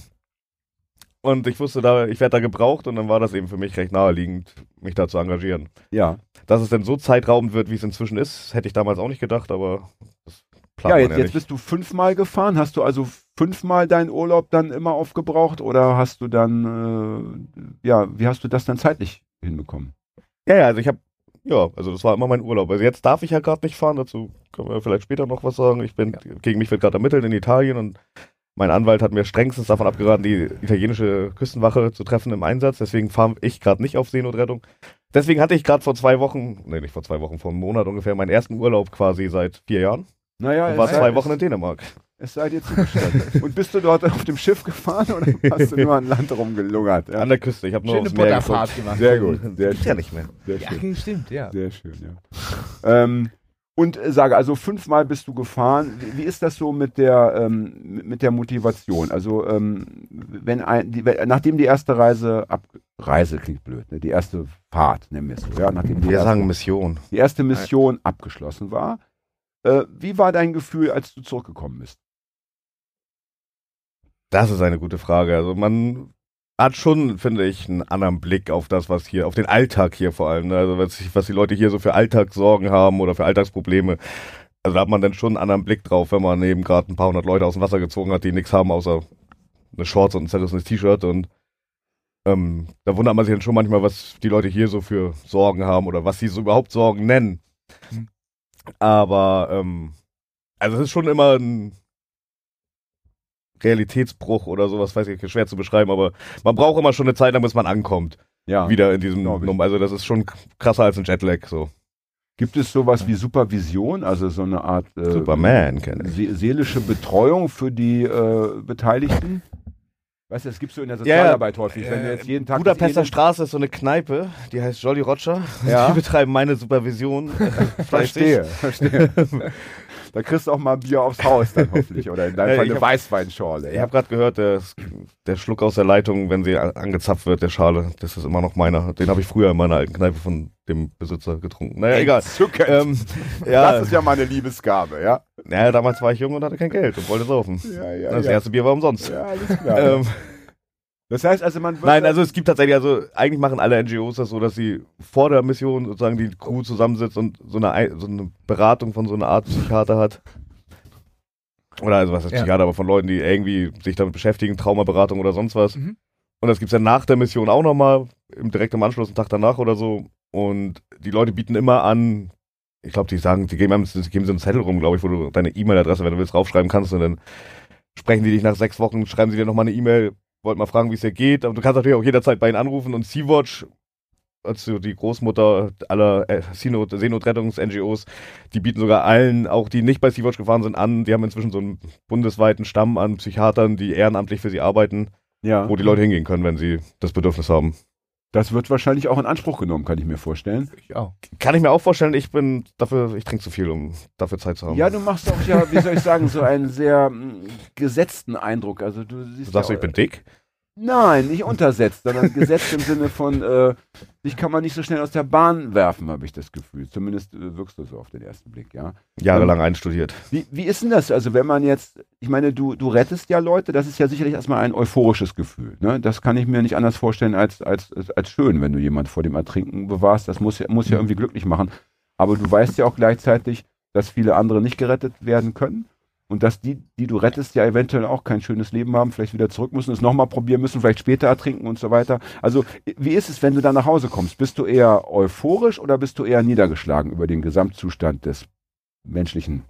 Speaker 4: Und ich wusste, ich werde da gebraucht und dann war das eben für mich recht naheliegend, mich da zu engagieren.
Speaker 2: Ja.
Speaker 4: Dass es denn so zeitraubend wird, wie es inzwischen ist, hätte ich damals auch nicht gedacht, aber das
Speaker 2: plant man ja jetzt bist du 5-mal gefahren. Hast du also 5-mal deinen Urlaub dann immer aufgebraucht oder hast du dann, wie hast du das dann zeitlich hinbekommen?
Speaker 4: Ja, also also das war immer mein Urlaub. Also jetzt darf ich ja gerade nicht fahren, dazu können wir vielleicht später noch was sagen. Gegen mich wird gerade ermittelt in Italien und mein Anwalt hat mir strengstens davon abgeraten, die italienische Küstenwache zu treffen im Einsatz. Deswegen fahre ich gerade nicht auf Seenotrettung. Deswegen hatte ich gerade vor einem Monat ungefähr, meinen ersten Urlaub quasi seit 4 Jahren.
Speaker 2: Naja,
Speaker 4: und war 2 Wochen in Dänemark.
Speaker 2: Es sei dir zugestattet. Und bist du dort auf dem Schiff gefahren oder hast du nur an Land rumgelungert? Ja?
Speaker 4: An der Küste. Ich habe nur
Speaker 3: aufs Meer gemacht.
Speaker 2: Sehr gut. Sehr schön.
Speaker 4: Ja nicht mehr.
Speaker 2: Sehr schön.
Speaker 3: Ja, stimmt, ja.
Speaker 2: Sehr schön, ja. Und sage, also 5-mal bist du gefahren. Wie ist das so mit der Motivation? Also nachdem die erste Reise klingt blöd, ne? Die erste Fahrt, nennen wir es so, ja, nachdem
Speaker 4: Mission.
Speaker 2: Die erste Mission abgeschlossen war. Wie war dein Gefühl, als du zurückgekommen bist?
Speaker 4: Das ist eine gute Frage. Also man hat schon, finde ich, einen anderen Blick auf das, was hier, auf den Alltag hier vor allem. Ne? Also was die Leute hier so für Alltagssorgen haben oder für Alltagsprobleme. Also da hat man dann schon einen anderen Blick drauf, wenn man eben gerade ein paar 100 Leute aus dem Wasser gezogen hat, die nichts haben außer eine Shorts und ein zerrissenes T-Shirt. Und da wundert man sich dann schon manchmal, was die Leute hier so für Sorgen haben oder was sie so überhaupt Sorgen nennen. Aber also es ist schon immer ein Realitätsbruch oder sowas, weiß ich, schwer zu beschreiben, aber man braucht immer schon eine Zeit lang, bis man ankommt. Ja. Wieder in diesem also das ist schon krasser als ein Jetlag, so.
Speaker 2: Gibt es sowas wie Supervision, also so eine Art
Speaker 4: Superman, kenne ich.
Speaker 2: Seelische Betreuung für die Beteiligten? Weißt du, das gibt's so in der Sozialarbeit häufig, wenn du jetzt jeden Tag...
Speaker 4: Budapester Straße ist so eine Kneipe, die heißt Jolly Roger. Ja. Die betreiben meine Supervision.
Speaker 2: Verstehe. Da kriegst du auch mal ein Bier aufs Haus dann hoffentlich oder in deinem Fall eine Weißweinschorle.
Speaker 4: Ich habe gerade gehört, der Schluck aus der Leitung, wenn sie angezapft wird, der Schale, das ist immer noch meiner. Den habe ich früher in meiner alten Kneipe von dem Besitzer getrunken. Naja, egal.
Speaker 2: Das ist ja meine Liebesgabe, ja?
Speaker 4: Naja, damals war ich jung und hatte kein Geld und wollte saufen. Das erste Bier war umsonst.
Speaker 2: Ja, alles klar. Das heißt also,
Speaker 4: Nein, also es gibt tatsächlich, eigentlich machen alle NGOs das so, dass sie vor der Mission sozusagen die Crew zusammensitzt und so eine Beratung von so einer Art Psychiater hat. Oder also was heißt Psychiater, aber von Leuten, die irgendwie sich damit beschäftigen, Traumaberatung oder sonst was. Mhm. Und das gibt's dann nach der Mission auch nochmal, direkt im Anschluss, einen Tag danach oder so. Und die Leute bieten immer an, ich glaube, die geben so einen Zettel rum, glaube ich, wo du deine E-Mail-Adresse, wenn du willst, draufschreiben kannst und dann sprechen die dich nach 6 Wochen, schreiben sie dir nochmal eine E-Mail, wollt mal fragen, wie es dir geht, aber du kannst natürlich auch jederzeit bei ihnen anrufen und Sea-Watch also die Großmutter aller Seenotrettungs-NGOs, die bieten sogar allen, auch die nicht bei Sea-Watch gefahren sind, an. Die haben inzwischen so einen bundesweiten Stamm an Psychiatern, die ehrenamtlich für sie arbeiten, wo die Leute hingehen können, wenn sie das Bedürfnis haben.
Speaker 2: Das wird wahrscheinlich auch in Anspruch genommen, kann ich mir vorstellen.
Speaker 3: Ich auch.
Speaker 4: Kann ich mir auch vorstellen, ich trinke zu viel, um dafür Zeit zu haben.
Speaker 2: Ja, du machst auch ja, wie soll ich sagen, so einen sehr gesetzten Eindruck. Also du
Speaker 4: sagst du, ich bin dick?
Speaker 2: Nein, nicht untersetzt, sondern gesetzt im Sinne von, dich kann man nicht so schnell aus der Bahn werfen, habe ich das Gefühl. Zumindest wirkst du so auf den ersten Blick, ja.
Speaker 4: Jahrelang einstudiert.
Speaker 2: Wie ist denn das? Also wenn man jetzt, ich meine, du rettest ja Leute, das ist ja sicherlich erstmal ein euphorisches Gefühl. Ne? Das kann ich mir nicht anders vorstellen als schön, wenn du jemanden vor dem Ertrinken bewahrst. Das muss ja irgendwie glücklich machen. Aber du weißt ja auch gleichzeitig, dass viele andere nicht gerettet werden können. Und dass die du rettest, ja eventuell auch kein schönes Leben haben, vielleicht wieder zurück müssen, es nochmal probieren müssen, vielleicht später ertrinken und so weiter. Also, wie ist es, wenn du dann nach Hause kommst? Bist du eher euphorisch oder bist du eher niedergeschlagen über den Gesamtzustand des menschlichen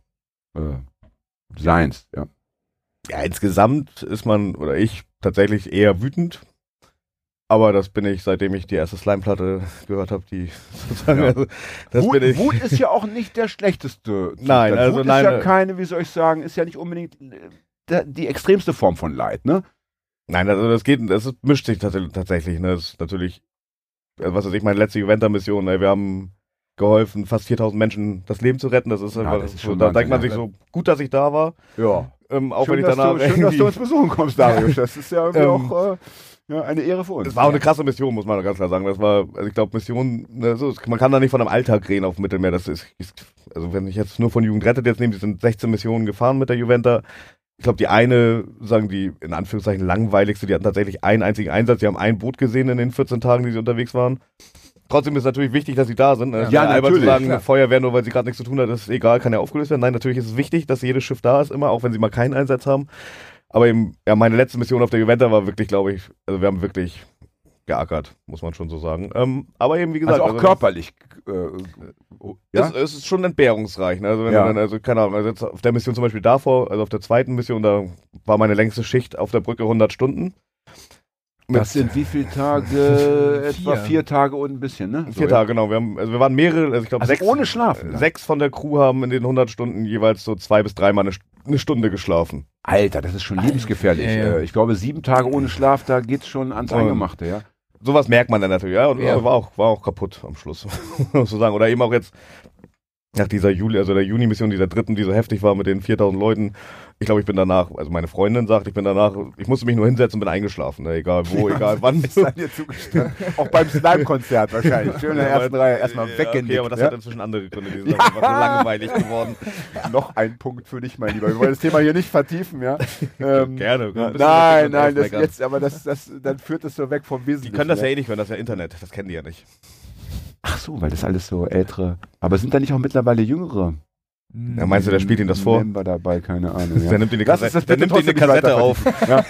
Speaker 2: Seins? Ja.
Speaker 4: Ja, insgesamt ist man, oder ich, tatsächlich eher wütend. Aber das bin ich, seitdem ich die erste Slime-Platte gehört habe, die sozusagen,
Speaker 2: Ja.
Speaker 4: also, das bin ich.
Speaker 2: Wut ist ja auch nicht der schlechteste Zustand.
Speaker 4: Nein, also
Speaker 2: Wut
Speaker 4: nein,
Speaker 2: ist ja keine, wie soll ich sagen, ist ja nicht unbedingt die extremste Form von Leid, ne?
Speaker 4: Nein, also das mischt sich tatsächlich, ne? Das ist natürlich, also was weiß ich, meine letzte Juventa-Mission, wir haben geholfen, fast 4000 Menschen das Leben zu retten. Das ist einfach,
Speaker 2: das ist schon
Speaker 4: da denkt man
Speaker 2: Wahnsinn,
Speaker 4: sich so, gut, dass ich da war.
Speaker 2: Ja.
Speaker 4: Auch wenn ich danach
Speaker 2: schön, dass du uns besuchen kommst, Darius. Das ist ja irgendwie auch eine Ehre für uns.
Speaker 4: Es war auch eine krasse Mission, muss man ganz klar sagen. Das war, also ich glaube, Mission, man kann da nicht von einem Alltag reden auf dem Mittelmeer. Das ist, also wenn ich jetzt nur von Jugend rettet jetzt nehme, die sind 16 Missionen gefahren mit der Juventa. Ich glaube, die eine, sagen die, in Anführungszeichen langweiligste, die hatten tatsächlich einen einzigen Einsatz. Die haben ein Boot gesehen in den 14 Tagen, die sie unterwegs waren. Trotzdem ist es natürlich wichtig, dass sie da sind.
Speaker 2: Ja,
Speaker 4: natürlich. Zu sagen,
Speaker 2: klar.
Speaker 4: Feuerwehr, nur weil sie gerade nichts zu tun hat, ist egal, kann ja aufgelöst werden. Nein, natürlich ist es wichtig, dass jedes Schiff da ist, immer, auch wenn sie mal keinen Einsatz haben. Aber eben, ja, meine letzte Mission auf der Juventa war wirklich, glaube ich, also wir haben wirklich geackert, muss man schon so sagen. Aber eben, wie gesagt.
Speaker 2: Also auch körperlich.
Speaker 4: Ja? Es ist schon entbehrungsreich. Ne? Also, wenn du dann, also keine Ahnung, also jetzt auf der Mission zum Beispiel davor, also auf der zweiten Mission, da war meine längste Schicht auf der Brücke 100 Stunden.
Speaker 2: Das sind wie viele Tage? Etwa 4 Tage und ein bisschen, ne?
Speaker 4: 4 Tage, genau. Wir waren mehrere, also ich glaube,
Speaker 2: also 6, ohne Schlafen.
Speaker 4: 6 von der Crew haben in den 100 Stunden jeweils so 2 bis 3 Mal eine Stunde geschlafen.
Speaker 2: Alter, das ist schon lebensgefährlich.
Speaker 3: Ja.
Speaker 2: Ich glaube, 7 Tage ohne Schlaf, da geht's schon ans Eingemachte, ja.
Speaker 4: Sowas merkt man dann natürlich, ja. Und war auch kaputt am Schluss, muss man sagen. Oder eben auch jetzt nach dieser Juni-Mission, dieser dritten, die so heftig war mit den 4000 Leuten. Ich glaube, ich bin danach, also meine Freundin sagt, ich musste mich nur hinsetzen und bin eingeschlafen, ne? Egal wo, egal wann.
Speaker 2: Ist an dir zugestanden. Auch beim Slime-Konzert wahrscheinlich. Schön in der ersten Reihe erstmal weggenickt.
Speaker 4: Okay, aber das hat inzwischen andere Gründe, die sind einfach so langweilig geworden.
Speaker 2: Noch ein Punkt für dich, mein Lieber. Wir wollen das Thema hier nicht vertiefen, ja?
Speaker 4: Gerne.
Speaker 2: Nein, das jetzt, aber dann führt es so weg vom Wesentlichen.
Speaker 4: Die können das ja eh nicht hören, das ist ja Internet, das kennen die ja nicht.
Speaker 2: Ach so, weil das alles so ältere. Aber sind da nicht auch mittlerweile jüngere?
Speaker 4: Ja, meinst du, der spielt ihm das vor?
Speaker 2: Member dabei, keine Ahnung. Ja.
Speaker 4: Der nimmt ihm eine Kassette auf.
Speaker 2: Ja.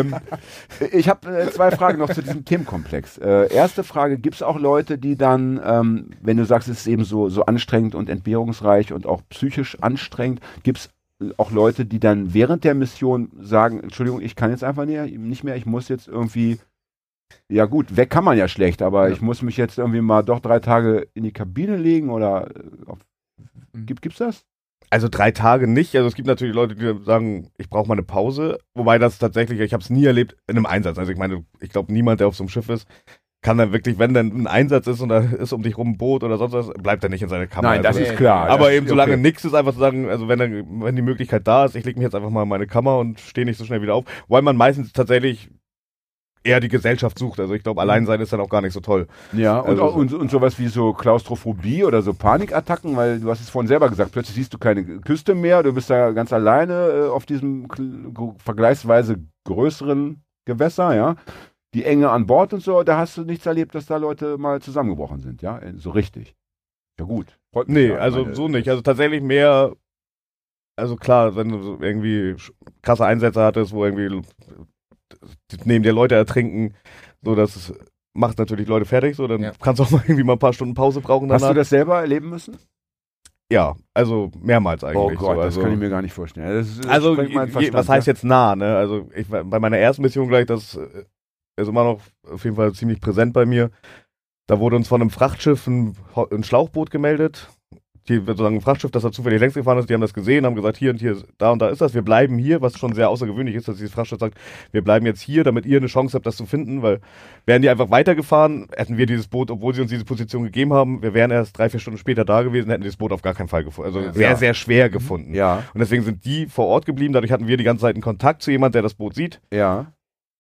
Speaker 2: Ich habe 2 Fragen noch zu diesem Themenkomplex. Erste Frage, gibt es auch Leute, die dann, wenn du sagst, es ist eben so anstrengend und entbehrungsreich und auch psychisch anstrengend, gibt es auch Leute, die dann während der Mission sagen, Entschuldigung, ich kann jetzt einfach nicht mehr, ich muss jetzt irgendwie, ja gut, weg kann man ja schlecht, aber ich muss mich jetzt irgendwie mal doch 3 Tage in die Kabine legen oder gibt's das?
Speaker 4: Also 3 Tage nicht. Also es gibt natürlich Leute, die sagen, ich brauche mal eine Pause. Wobei das tatsächlich, ich habe es nie erlebt in einem Einsatz. Also ich meine, ich glaube, niemand, der auf so einem Schiff ist, kann dann wirklich, wenn dann ein Einsatz ist und da ist um dich rum ein Boot oder sonst was, bleibt er nicht in seiner Kammer.
Speaker 2: Nein, das
Speaker 4: also,
Speaker 2: ist klar.
Speaker 4: Aber eben solange nichts ist, einfach zu sagen, also wenn die Möglichkeit da ist, ich lege mich jetzt einfach mal in meine Kammer und stehe nicht so schnell wieder auf. Weil man meistens tatsächlich eher die Gesellschaft sucht. Also ich glaube, allein sein ist dann auch gar nicht so toll.
Speaker 2: Ja, und,
Speaker 4: also,
Speaker 2: und sowas wie so Klaustrophobie oder so Panikattacken, weil du hast es vorhin selber gesagt, plötzlich siehst du keine Küste mehr, du bist da ganz alleine auf diesem vergleichsweise größeren Gewässer, ja. Die Enge an Bord und so, da hast du nichts erlebt, dass da Leute mal zusammengebrochen sind, ja, so richtig. Ja gut. Freut mich.
Speaker 4: Nee,
Speaker 2: ja,
Speaker 4: also so nicht. Also tatsächlich mehr, also klar, wenn du so irgendwie krasse Einsätze hattest, wo irgendwie neben dir Leute ertrinken, so das macht natürlich Leute fertig, so dann kannst du auch mal irgendwie mal ein paar Stunden Pause brauchen danach.
Speaker 2: Hast du das selber erleben müssen?
Speaker 4: Ja, also mehrmals eigentlich.
Speaker 2: Oh Gott,
Speaker 4: so.
Speaker 2: das kann ich mir gar nicht vorstellen.
Speaker 4: Also was heißt jetzt nah, ne? Also bei meiner ersten Mission gleich, das ist immer noch auf jeden Fall ziemlich präsent bei mir. Da wurde uns von einem Frachtschiff ein Schlauchboot gemeldet. Sozusagen ein Frachtschiff, das da zufällig längs gefahren ist, die haben das gesehen, haben gesagt, hier und hier, da und da ist das, wir bleiben hier, was schon sehr außergewöhnlich ist, dass dieses Frachtschiff sagt, wir bleiben jetzt hier, damit ihr eine Chance habt, das zu finden, weil wären die einfach weitergefahren, hätten wir dieses Boot, obwohl sie uns diese Position gegeben haben, wir wären erst 3-4 Stunden später da gewesen, hätten dieses Boot auf gar keinen Fall gefunden. Also sehr, sehr schwer gefunden.
Speaker 2: Ja.
Speaker 4: Und deswegen sind die vor Ort geblieben, dadurch hatten wir die ganze Zeit einen Kontakt zu jemandem, der das Boot sieht.
Speaker 2: Ja.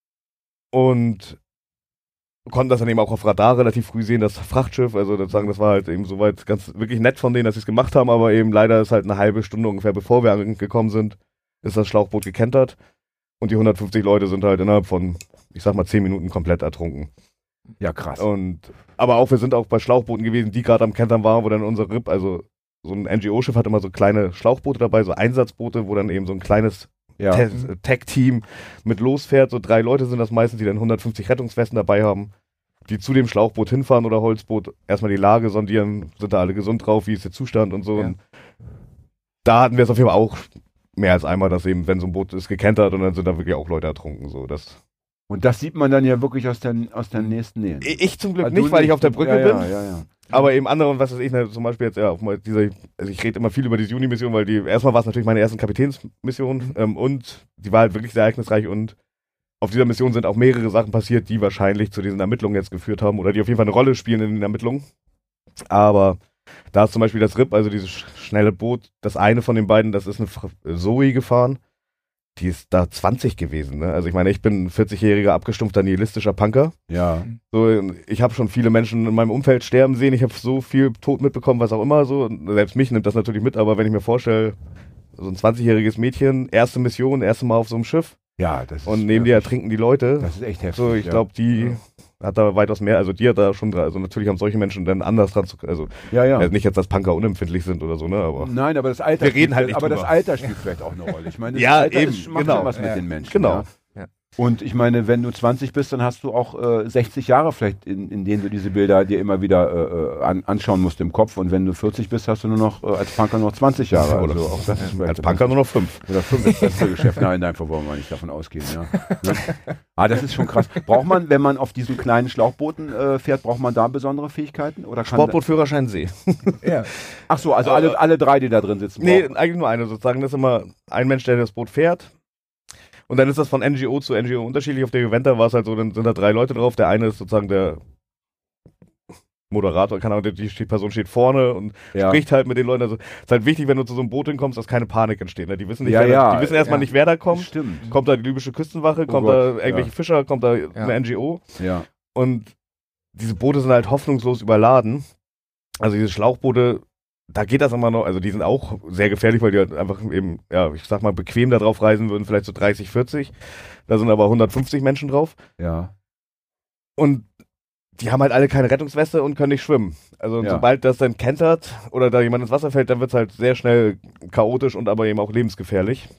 Speaker 4: Und konnten das dann eben auch auf Radar relativ früh sehen, das Frachtschiff, also sozusagen, das war halt eben soweit ganz wirklich nett von denen, dass sie es gemacht haben, aber eben leider ist halt eine halbe Stunde ungefähr, bevor wir angekommen sind, ist das Schlauchboot gekentert und die 150 Leute sind halt innerhalb von, ich sag mal, 10 Minuten komplett ertrunken.
Speaker 2: Ja, krass.
Speaker 4: Aber auch, wir sind auch bei Schlauchbooten gewesen, die gerade am Kentern waren, wo dann unser RIP, also so ein NGO-Schiff hat immer so kleine Schlauchboote dabei, so Einsatzboote, wo dann eben so ein kleines Tech-Team mit losfährt. So 3 Leute sind das meistens, die dann 150 Rettungswesten dabei haben, die zu dem Schlauchboot hinfahren oder Holzboot, erstmal die Lage sondieren, sind da alle gesund drauf, wie ist der Zustand und so. Ja. Und da hatten wir es auf jeden Fall auch mehr als einmal, dass eben, wenn so ein Boot ist gekentert und dann sind da wirklich auch Leute ertrunken. So,
Speaker 2: und das sieht man dann ja wirklich aus der nächsten Nähe.
Speaker 4: Ich zum Glück nicht, weil ich auf der Brücke bin.
Speaker 2: Ja.
Speaker 4: Aber eben andere, und was weiß ich, zum Beispiel jetzt, auf mal also ich rede immer viel über diese Juni-Mission, weil erstmal war es natürlich meine erste Kapitänsmission und die war halt wirklich sehr ereignisreich und auf dieser Mission sind auch mehrere Sachen passiert, die wahrscheinlich zu diesen Ermittlungen jetzt geführt haben oder die auf jeden Fall eine Rolle spielen in den Ermittlungen. Aber da ist zum Beispiel das RIP, also dieses schnelle Boot, das eine von den beiden, das ist eine Zoe gefahren, die ist da 20 gewesen, ne? Also ich meine, ich bin ein 40-jähriger abgestumpfter nihilistischer Punker.
Speaker 2: Ja.
Speaker 4: So, ich habe schon viele Menschen in meinem Umfeld sterben sehen, ich habe so viel Tod mitbekommen, was auch immer so. Und selbst mich nimmt das natürlich mit, aber wenn ich mir vorstelle, so ein 20-jähriges Mädchen, erste Mission, erste Mal auf so einem Schiff.
Speaker 2: Ja, das ist.
Speaker 4: Und neben dir ertrinken die Leute.
Speaker 2: Das ist echt heftig.
Speaker 4: So, ich glaube, die hat da weitaus mehr, also die hat da schon, also natürlich haben solche Menschen dann anders dran zu, also nicht jetzt, dass Punker unempfindlich sind oder so, ne, aber.
Speaker 2: Nein, aber das Alter.
Speaker 4: Wir reden halt nicht
Speaker 2: aber
Speaker 4: drüber.
Speaker 2: Das Alter spielt vielleicht auch eine Rolle. Ich meine, das
Speaker 4: ja,
Speaker 2: Alter
Speaker 4: eben,
Speaker 2: macht schon was mit den Menschen.
Speaker 4: Genau.
Speaker 2: Ja. Und ich meine, wenn du 20 bist, dann hast du auch 60 Jahre vielleicht, in denen du diese Bilder dir immer wieder anschauen musst im Kopf. Und wenn du 40 bist, hast du nur noch als Punker noch 20 Jahre.
Speaker 4: Oder
Speaker 2: also auch das ist
Speaker 4: als Punker nur noch 5.
Speaker 2: Oder 5 ist das beste Geschäft. Nein, einfach wollen wir nicht davon ausgehen. Ja. Das ist schon krass. Braucht man, wenn man auf diesen kleinen Schlauchbooten fährt, braucht man da besondere Fähigkeiten? Oder
Speaker 4: Sportbootführerschein See.
Speaker 2: Ja. Ach so, also alle 3, die da drin sitzen.
Speaker 4: Nee, eigentlich nur eine sozusagen. Das ist immer ein Mensch, der das Boot fährt. Und dann ist das von NGO zu NGO unterschiedlich. Auf der Juventa war es halt so, dann sind da 3 Leute drauf. Der eine ist sozusagen der Moderator, keine Ahnung, die Person steht vorne und spricht halt mit den Leuten. Also es ist halt wichtig, wenn du zu so einem Boot hinkommst, dass keine Panik entsteht. Ne? Die wissen nicht, die wissen erstmal nicht, wer da kommt.
Speaker 2: Stimmt.
Speaker 4: Kommt da die libysche Küstenwache, kommt da irgendwelche Fischer, kommt da eine NGO.
Speaker 2: Ja.
Speaker 4: Und diese Boote sind halt hoffnungslos überladen. Also diese Schlauchboote, da geht das immer noch, also die sind auch sehr gefährlich, weil die halt einfach eben, ich sag mal, bequem da drauf reisen würden, vielleicht so 30, 40. Da sind aber 150 Menschen drauf.
Speaker 2: Ja.
Speaker 4: Und die haben halt alle keine Rettungsweste und können nicht schwimmen. Also sobald das dann kentert oder da jemand ins Wasser fällt, dann wird es halt sehr schnell chaotisch und aber eben auch lebensgefährlich.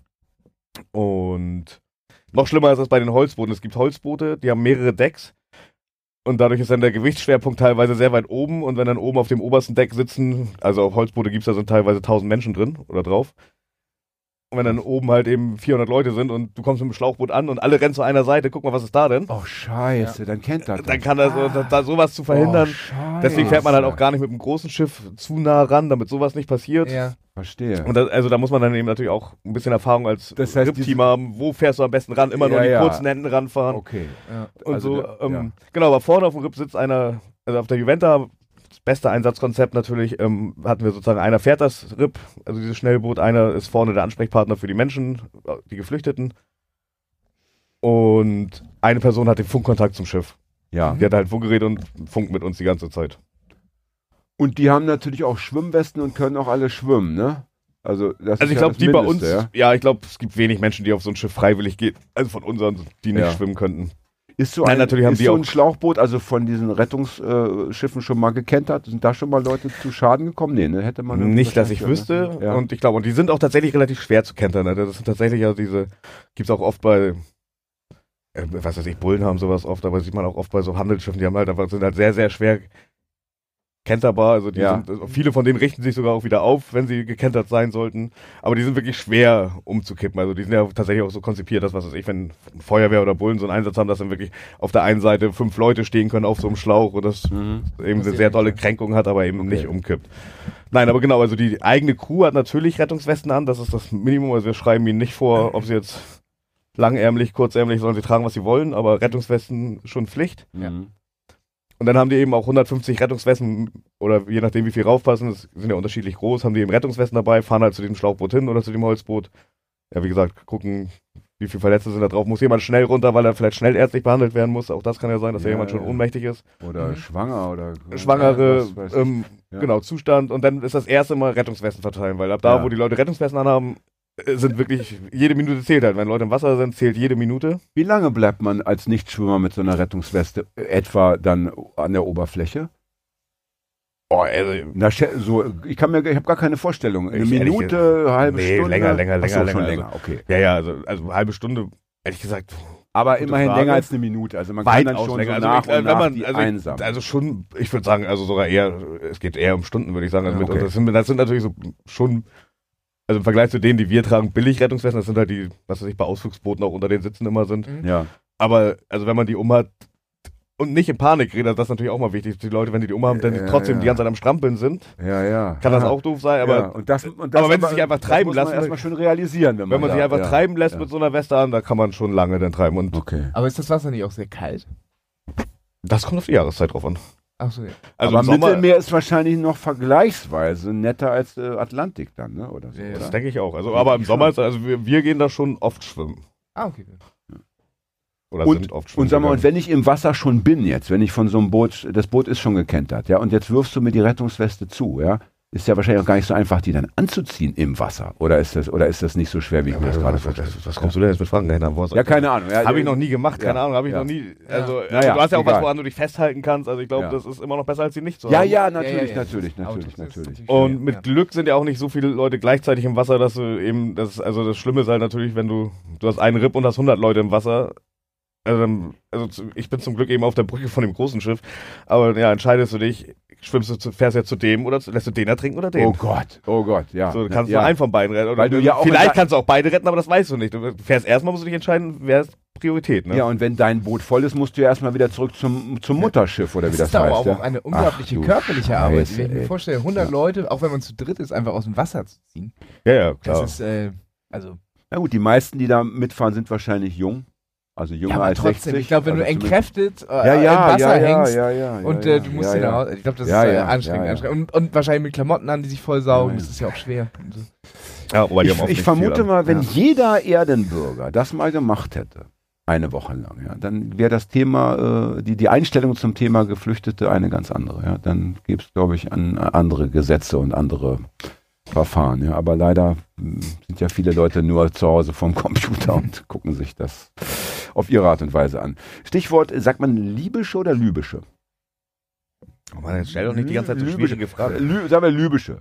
Speaker 4: Und noch schlimmer ist das bei den Holzbooten. Es gibt Holzboote, die haben mehrere Decks. Und dadurch ist dann der Gewichtsschwerpunkt teilweise sehr weit oben. Und wenn dann oben auf dem obersten Deck sitzen, also auf Holzboote gibt es da sind teilweise 1000 Menschen drin oder drauf. Und wenn dann oben halt eben 400 Leute sind und du kommst mit dem Schlauchboot an und alle rennen zu einer Seite, guck mal, was ist da denn?
Speaker 2: Oh, scheiße, dann kennt er das.
Speaker 4: Dann kann da sowas zu verhindern. Deswegen fährt man halt auch gar nicht mit einem großen Schiff zu nah ran, damit sowas nicht passiert.
Speaker 2: Ja, verstehe.
Speaker 4: Und da muss man dann eben natürlich auch ein bisschen Erfahrung als RIP-Team haben. Wo fährst du am besten ran? Immer nur an die kurzen Händen ranfahren.
Speaker 2: Okay.
Speaker 4: Ja. Und also so, genau, aber vorne auf dem RIP sitzt einer, also auf der Juventa, das beste Einsatzkonzept natürlich, hatten wir sozusagen, einer fährt das RIP, also dieses Schnellboot, einer ist vorne der Ansprechpartner für die Menschen, die Geflüchteten. Und eine Person hat den Funkkontakt zum Schiff.
Speaker 2: Ja.
Speaker 4: Die hat halt Funkgerät und funkt mit uns die ganze Zeit.
Speaker 2: Und die haben natürlich auch Schwimmwesten und können auch alle schwimmen, ne? Also
Speaker 4: ich glaube, die bei uns, ich glaube, es gibt wenig Menschen, die auf so ein Schiff freiwillig gehen, also von unseren, die nicht schwimmen könnten.
Speaker 2: Ist so ein Schlauchboot, also von diesen Rettungsschiffen schon mal gekentert? Sind da schon mal Leute zu Schaden gekommen? Nee, ne? Hätte man
Speaker 4: nicht, dass ich wüsste. Ne? Ja. Und ich glaube, und die sind auch tatsächlich relativ schwer zu kentern. Ne? Das sind tatsächlich gibt's auch oft bei, was weiß ich, Bullen haben sowas oft, aber sieht man auch oft bei so Handelsschiffen, die haben halt einfach, sind halt sehr, sehr schwer kenterbar, also viele von denen richten sich sogar auch wieder auf, wenn sie gekentert sein sollten, aber die sind wirklich schwer umzukippen, also die sind ja tatsächlich auch so konzipiert, dass, was weiß ich, wenn Feuerwehr oder Bullen so einen Einsatz haben, dass dann wirklich auf der einen Seite 5 Leute stehen können auf so einem Schlauch und das eben eine sehr tolle Kränkung hat, aber eben nicht umkippt. Nein, aber genau, also die eigene Crew hat natürlich Rettungswesten an, das ist das Minimum, also wir schreiben ihnen nicht vor, ob sie jetzt langärmlich, kurzärmlich, sollen sie tragen, was sie wollen, aber Rettungswesten schon Pflicht.
Speaker 2: Ja.
Speaker 4: Und dann haben die eben auch 150 Rettungswesten oder je nachdem wie viel raufpassen, das sind ja unterschiedlich groß, haben die eben Rettungswesten dabei, fahren halt zu dem Schlauchboot hin oder zu dem Holzboot. Ja, wie gesagt, gucken, wie viele Verletzte sind da drauf. Muss jemand schnell runter, weil er vielleicht schnell ärztlich behandelt werden muss. Auch das kann ja sein, dass jemand schon ohnmächtig ist.
Speaker 2: Oder schwanger oder...
Speaker 4: Schwangere, genau, Zustand. Und dann ist das erste Mal Rettungswesten verteilen, weil ab da, wo die Leute Rettungswesten anhaben, sind wirklich, jede Minute zählt halt. Wenn Leute im Wasser sind, zählt jede Minute.
Speaker 2: Wie lange bleibt man als Nichtschwimmer mit so einer Rettungsweste etwa dann an der Oberfläche?
Speaker 4: Oh, also,
Speaker 2: ich habe gar keine Vorstellung. Eine Minute, eine halbe Stunde?
Speaker 4: Länger.
Speaker 2: Schon
Speaker 4: länger.
Speaker 2: länger, okay.
Speaker 4: Ja, also eine halbe Stunde, ehrlich gesagt.
Speaker 2: Aber immerhin länger als eine Minute. Also man kann dann schon
Speaker 4: länger.
Speaker 2: So nach und nach die einsammeln.
Speaker 4: Also schon, ich würde sagen, also sogar eher, es geht eher um Stunden, würde ich sagen. Also das sind natürlich so schon, also im Vergleich zu denen, die wir tragen, billig Rettungswesten, das sind halt die, was weiß ich, bei Ausflugsbooten auch unter den Sitzen immer sind.
Speaker 2: Ja.
Speaker 4: Aber, also wenn man die umhat und nicht in Panik redet, das ist natürlich auch mal wichtig. Die Leute, wenn die umhaben, dann trotzdem die ganze Zeit am Strampeln sind.
Speaker 2: Ja.
Speaker 4: Kann das auch doof sein, aber, aber wenn sie sich einfach treiben lassen.
Speaker 2: Erstmal schön realisieren,
Speaker 4: wenn man sich einfach treiben lässt mit so einer Weste an, da kann man schon lange dann treiben. Und
Speaker 3: Aber ist das Wasser nicht auch sehr kalt?
Speaker 4: Das kommt auf die Jahreszeit drauf an.
Speaker 3: Ach so, ja.
Speaker 2: Also aber Mittelmeer ist wahrscheinlich noch vergleichsweise netter als Atlantik dann, ne? Oder so,
Speaker 4: das denke ich auch. Also, aber im Sommer, also wir gehen da schon oft schwimmen.
Speaker 3: Ah, okay.
Speaker 4: Oder sind oft schwimmen.
Speaker 2: Und sag mal, und wenn ich im Wasser schon bin jetzt, wenn ich von so einem Boot, das Boot ist schon gekentert, ja, und jetzt wirfst du mir die Rettungsweste zu, ja, ist ja wahrscheinlich auch gar nicht so einfach, die dann anzuziehen im Wasser. Oder ist das nicht so schwer, wie ich mir das gerade vorstelle?
Speaker 4: Was kommst du denn jetzt mit Fragen?
Speaker 2: Ja, keine Ahnung. Ja,
Speaker 4: habe ich noch nie gemacht, keine Ahnung, habe ich noch nie. Also, du hast ja auch was, woran du dich festhalten kannst. Also ich glaube, das ist immer noch besser, als sie nicht zu haben.
Speaker 2: Ja, natürlich.
Speaker 4: Und mit Glück sind ja auch nicht so viele Leute gleichzeitig im Wasser, dass du eben, das Schlimme ist halt natürlich, wenn du hast einen Ripp und hast 100 Leute im Wasser. Also ich bin zum Glück eben auf der Brücke von dem großen Schiff, aber ja, entscheidest du dich, fährst du zu dem oder lässt du den ertrinken oder den?
Speaker 2: Oh Gott, ja.
Speaker 4: So, du kannst nur einen von beiden retten. Oder
Speaker 2: weil du ja auch
Speaker 4: vielleicht kannst du auch beide retten, aber das weißt du nicht. Du fährst erstmal, musst du dich entscheiden, wer ist Priorität. Ne?
Speaker 2: Ja, und wenn dein Boot voll ist, musst du ja erstmal wieder zurück zum Mutterschiff oder wie das heißt.
Speaker 3: Das ist aber auch eine unglaubliche körperliche Arbeit. Wenn ich mir vorstelle, 100 Leute, auch wenn man zu dritt ist, einfach aus dem Wasser zu ziehen.
Speaker 4: Ja, klar.
Speaker 3: Das ist,
Speaker 2: na gut, die meisten, die da mitfahren, sind wahrscheinlich jung. Also jünger als
Speaker 3: trotzdem.
Speaker 2: 60.
Speaker 3: Ich glaube, wenn du entkräftet im
Speaker 2: Wasser
Speaker 3: hängst und du musst ihn raus. Ich glaube, das ist anstrengend. Und wahrscheinlich mit Klamotten an, die sich voll saugen, das ist ja auch schwer.
Speaker 4: Ja, aber
Speaker 2: ich vermute mal, wenn jeder Erdenbürger das mal gemacht hätte, eine Woche lang, ja, dann wäre das Thema, die Einstellung zum Thema Geflüchtete eine ganz andere. Ja. Dann gäbe es, glaube ich, andere Gesetze und andere Verfahren, ja, aber leider sind ja viele Leute nur zu Hause vorm Computer und gucken sich das auf ihre Art und Weise an. Stichwort, sagt man libysche oder lübische?
Speaker 4: Oh Mann, jetzt stell doch nicht die ganze Zeit so schwierige Fragen.
Speaker 2: Sagen wir lübische.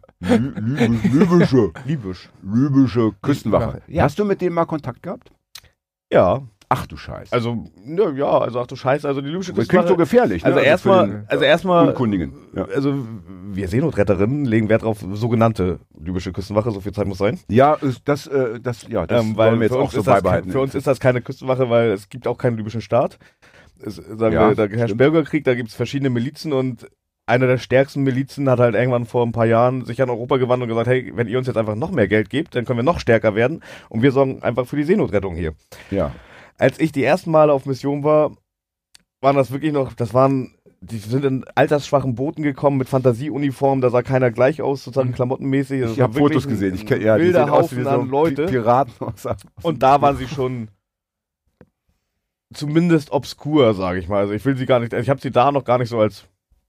Speaker 2: Lübische Küstenwache. Ja. Hast du mit dem mal Kontakt gehabt?
Speaker 4: Ja.
Speaker 2: Ach du Scheiße.
Speaker 4: Also die libysche Küstenwache.
Speaker 2: Klingt so gefährlich, ne?
Speaker 4: Also erstmal,
Speaker 2: Unkundigen. Ja.
Speaker 4: Also wir Seenotretterinnen legen Wert auf sogenannte libysche Küstenwache, so viel Zeit muss sein.
Speaker 2: Ja, das wollen wir jetzt auch so beibehalten.
Speaker 4: Für uns ist das keine Küstenwache, weil es gibt auch keinen libyschen Staat. Da herrscht Bürgerkrieg, da gibt es verschiedene Milizen und einer der stärksten Milizen hat halt irgendwann vor ein paar Jahren sich an Europa gewandt und gesagt, hey, wenn ihr uns jetzt einfach noch mehr Geld gebt, dann können wir noch stärker werden und wir sorgen einfach für die Seenotrettung hier.
Speaker 2: Ja.
Speaker 4: Als ich die ersten Male auf Mission war, waren das wirklich noch, die sind in altersschwachen Booten gekommen mit Fantasieuniformen, da sah keiner gleich aus, sozusagen klamottenmäßig.
Speaker 2: Ich habe Fotos gesehen,
Speaker 4: die sehen aus wie so Leute.
Speaker 2: Piraten.
Speaker 4: Und da waren sie schon zumindest obskur, sage ich mal. Also ich will sie gar nicht, ich habe sie da noch gar nicht so als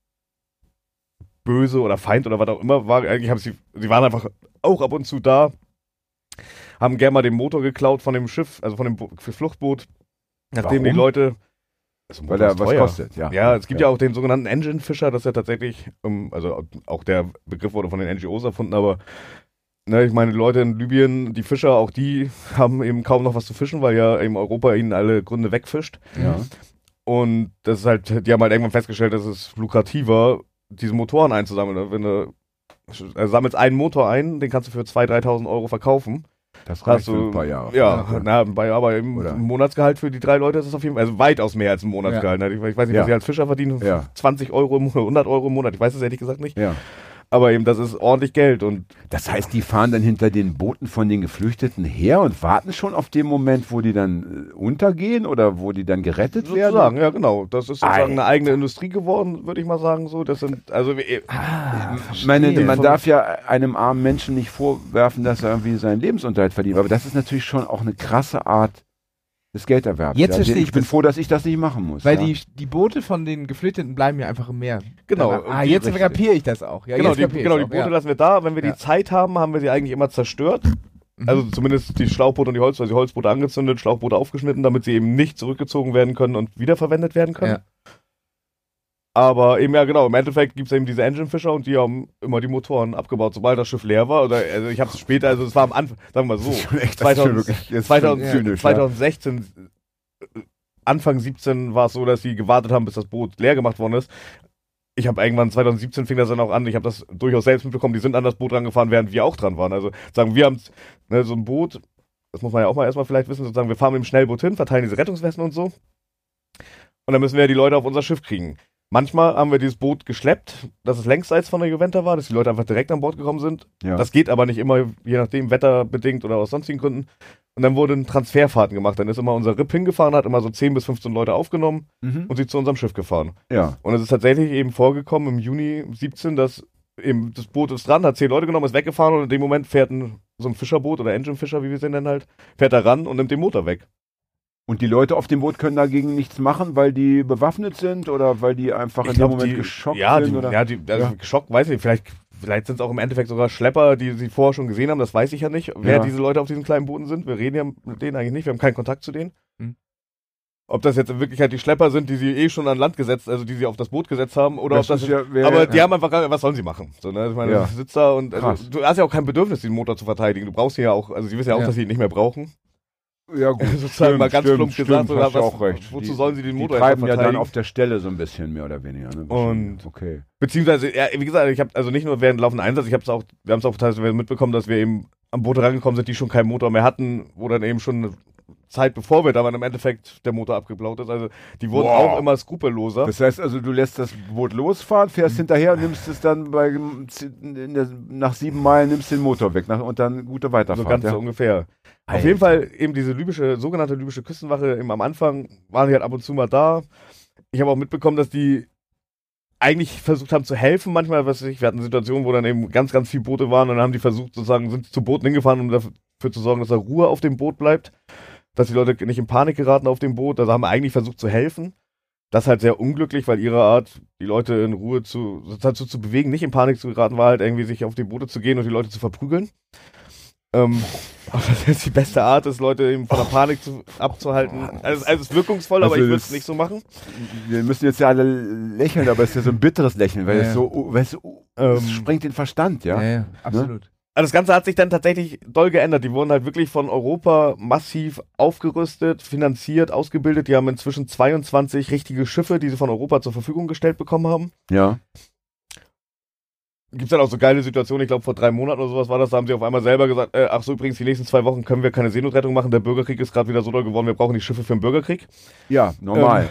Speaker 4: böse oder Feind oder was auch immer war. Eigentlich sie waren einfach auch ab und zu da, haben gerne mal den Motor geklaut von dem Schiff, also von dem Fluchtboot, nachdem die Leute...
Speaker 2: Weil er was kostet, ja.
Speaker 4: Ja, es gibt ja auch den sogenannten Engine Fisher, das ist ja tatsächlich, also auch der Begriff wurde von den NGOs erfunden, aber ich meine, die Leute in Libyen, die Fischer, auch die haben eben kaum noch was zu fischen, weil ja eben Europa ihnen alle Gründe wegfischt.
Speaker 2: Ja.
Speaker 4: Und das ist halt, die haben halt irgendwann festgestellt, dass es lukrativer diese Motoren einzusammeln. Wenn du sammelst einen Motor ein, den kannst du für 2.000, 3.000 Euro verkaufen.
Speaker 2: Das reicht für ein paar Jahre.
Speaker 4: Ja, ein paar Jahre, aber im Monatsgehalt für die 3 Leute ist es auf jeden Fall, also weitaus mehr als ein Monatsgehalt. Ja. Ich weiß nicht, was sie als Fischer verdienen, 20 Euro im Monat, 100 Euro im Monat, ich weiß es ehrlich gesagt nicht.
Speaker 2: Ja.
Speaker 4: Aber eben, das ist ordentlich Geld. Und
Speaker 2: das heißt, die fahren dann hinter den Booten von den Geflüchteten her und warten schon auf den Moment, wo die dann untergehen oder wo die dann gerettet werden?
Speaker 4: Sozusagen, ja genau. Das ist sozusagen eine eigene Industrie geworden, würde ich mal sagen. So, das sind, also
Speaker 2: man darf ja einem armen Menschen nicht vorwerfen, dass er irgendwie seinen Lebensunterhalt verdient. Aber das ist natürlich schon auch eine krasse Art des Gelderwerbs.
Speaker 3: Jetzt verstehe
Speaker 2: ich bin froh, dass ich das nicht machen muss.
Speaker 3: Weil die Boote von den Geflüchteten bleiben ja einfach im Meer.
Speaker 4: Genau.
Speaker 3: Jetzt kapiere ich das auch. Ja,
Speaker 4: genau, die Boote lassen wir da. Wenn wir die Zeit haben, haben wir sie eigentlich immer zerstört. Also zumindest die Schlauchboote und die Holzboote angezündet, Schlauchboote aufgeschnitten, damit sie eben nicht zurückgezogen werden können und wiederverwendet werden können. Ja. Aber eben, ja genau, im Endeffekt gibt es eben diese Engine-Fischer und die haben immer die Motoren abgebaut, sobald das Schiff leer war. Also ich habe es später, also es war am Anfang, sagen wir mal so, 2016, Anfang 17 war es so, dass sie gewartet haben, bis das Boot leer gemacht worden ist. Ich habe irgendwann 2017 fing das dann auch an, ich habe das durchaus selbst mitbekommen, die sind an das Boot rangefahren, während wir auch dran waren. Also sagen wir haben so ein Boot, das muss man ja auch mal erstmal vielleicht wissen, sozusagen, wir fahren mit dem Schnellboot hin, verteilen diese Rettungswesten und so. Und dann müssen wir ja die Leute auf unser Schiff kriegen. Manchmal haben wir dieses Boot geschleppt, dass es längsseits von der Juventa war, dass die Leute einfach direkt an Bord gekommen sind. Ja. Das geht aber nicht immer, je nachdem, wetterbedingt oder aus sonstigen Gründen. Und dann wurden Transferfahrten gemacht. Dann ist immer unser RIP hingefahren, hat immer so 10 bis 15 Leute aufgenommen und sie zu unserem Schiff gefahren.
Speaker 2: Ja. Und
Speaker 4: es ist tatsächlich eben vorgekommen im Juni 17, dass eben das Boot ist dran, hat 10 Leute genommen, ist weggefahren und in dem Moment fährt so ein Fischerboot oder Engine-Fischer, wie wir sie nennen halt, fährt da ran und nimmt den Motor weg.
Speaker 2: Und die Leute auf dem Boot können dagegen nichts machen, weil die bewaffnet sind oder weil die einfach in dem Moment geschockt sind?
Speaker 4: Geschockt, weiß ich nicht. Vielleicht sind es auch im Endeffekt sogar Schlepper, die sie vorher schon gesehen haben, das weiß ich ja nicht, wer diese Leute auf diesen kleinen Booten sind. Wir reden ja mit denen eigentlich nicht, wir haben keinen Kontakt zu denen. Ob das jetzt in Wirklichkeit die Schlepper sind, die sie schon an Land gesetzt, also die sie auf das Boot gesetzt haben, oder
Speaker 2: das
Speaker 4: ob das aber die haben einfach, was sollen sie machen? So, ne? Ich meine, du sitzt da und du hast ja auch kein Bedürfnis, den Motor zu verteidigen. Du brauchst ihn ja auch, also sie wissen ja auch, dass sie ihn nicht mehr brauchen.
Speaker 2: Ja gut,
Speaker 4: sozusagen mal ganz plump gesagt, oder
Speaker 2: was, auch recht.
Speaker 4: Wozu sollen sie den Motor
Speaker 2: die treiben ja dann auf der Stelle so ein bisschen, mehr oder weniger. Ne?
Speaker 4: Und beziehungsweise, wie gesagt, ich habe also nicht nur während laufenden Einsatz, wir haben es auch teilweise mitbekommen, dass wir eben am Boot rangekommen sind, die schon keinen Motor mehr hatten, wo dann eben schon eine Zeit bevor wir da waren, im Endeffekt der Motor abgeblaut ist. Also die wurden auch immer skrupelloser.
Speaker 2: Das heißt also, du lässt das Boot losfahren, fährst hinterher und nimmst es dann nach 7 Meilen nimmst den Motor weg und dann gute Weiterfahrt.
Speaker 4: So ganz so ungefähr. Alter. Auf jeden Fall eben diese sogenannte libysche Küstenwache, eben am Anfang waren die halt ab und zu mal da. Ich habe auch mitbekommen, dass die eigentlich versucht haben zu helfen manchmal, wir hatten Situationen, wo dann eben ganz, ganz viele Boote waren und dann haben die versucht sozusagen, sind zu Booten hingefahren, um dafür zu sorgen, dass da Ruhe auf dem Boot bleibt, dass die Leute nicht in Panik geraten auf dem Boot, also haben wir eigentlich versucht zu helfen. Das ist halt sehr unglücklich, weil ihre Art, die Leute in Ruhe dazu zu bewegen, nicht in Panik zu geraten, war halt irgendwie sich auf die Boote zu gehen und die Leute zu verprügeln. Aber das ist die beste Art, ist Leute eben von der Panik abzuhalten. Also es ist wirkungsvoll, aber ich würde es nicht so machen.
Speaker 2: Wir müssen jetzt ja alle lächeln, aber es ist ja so ein bitteres Lächeln, weil es so, es sprengt den Verstand, ja.
Speaker 3: Ja, absolut.
Speaker 4: Ne? Also das Ganze hat sich dann tatsächlich doll geändert. Die wurden halt wirklich von Europa massiv aufgerüstet, finanziert, ausgebildet. Die haben inzwischen 22 richtige Schiffe, die sie von Europa zur Verfügung gestellt bekommen haben.
Speaker 2: Ja.
Speaker 4: Gibt's dann auch so geile Situationen, ich glaube vor 3 Monaten oder sowas war das, da haben sie auf einmal selber gesagt, ach so, übrigens, die nächsten 2 Wochen können wir keine Seenotrettung machen, der Bürgerkrieg ist gerade wieder so doll geworden, wir brauchen die Schiffe für den Bürgerkrieg.
Speaker 2: Ja, normal.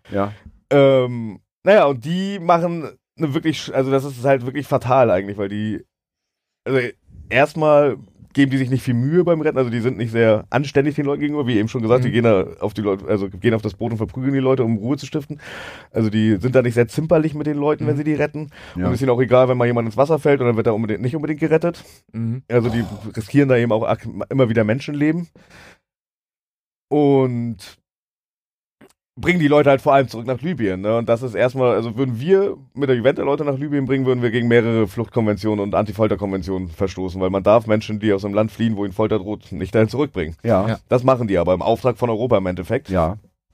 Speaker 4: Naja, und die machen eine wirklich, also das ist halt wirklich fatal eigentlich, weil die, also erstmal geben die sich nicht viel Mühe beim Retten, also die sind nicht sehr anständig den Leuten gegenüber, wie eben schon gesagt, die gehen da auf die Leute, also gehen auf das Boot und verprügeln die Leute, um Ruhe zu stiften. Also die sind da nicht sehr zimperlich mit den Leuten, wenn sie die retten. Ja. Und es ist ihnen auch egal, wenn mal jemand ins Wasser fällt und dann wird er nicht unbedingt gerettet. Also die riskieren da eben auch immer wieder Menschenleben. Und bringen die Leute halt vor allem zurück nach Libyen. Ne? Und das ist erstmal, also würden wir mit der Juventa Leute nach Libyen bringen, würden wir gegen mehrere Fluchtkonventionen und Anti-Folter-Konventionen verstoßen, weil man darf Menschen, die aus einem Land fliehen, wo ihnen Folter droht, nicht dahin zurückbringen.
Speaker 2: Ja.
Speaker 4: Das machen die aber im Auftrag von Europa im Endeffekt.
Speaker 2: Ja.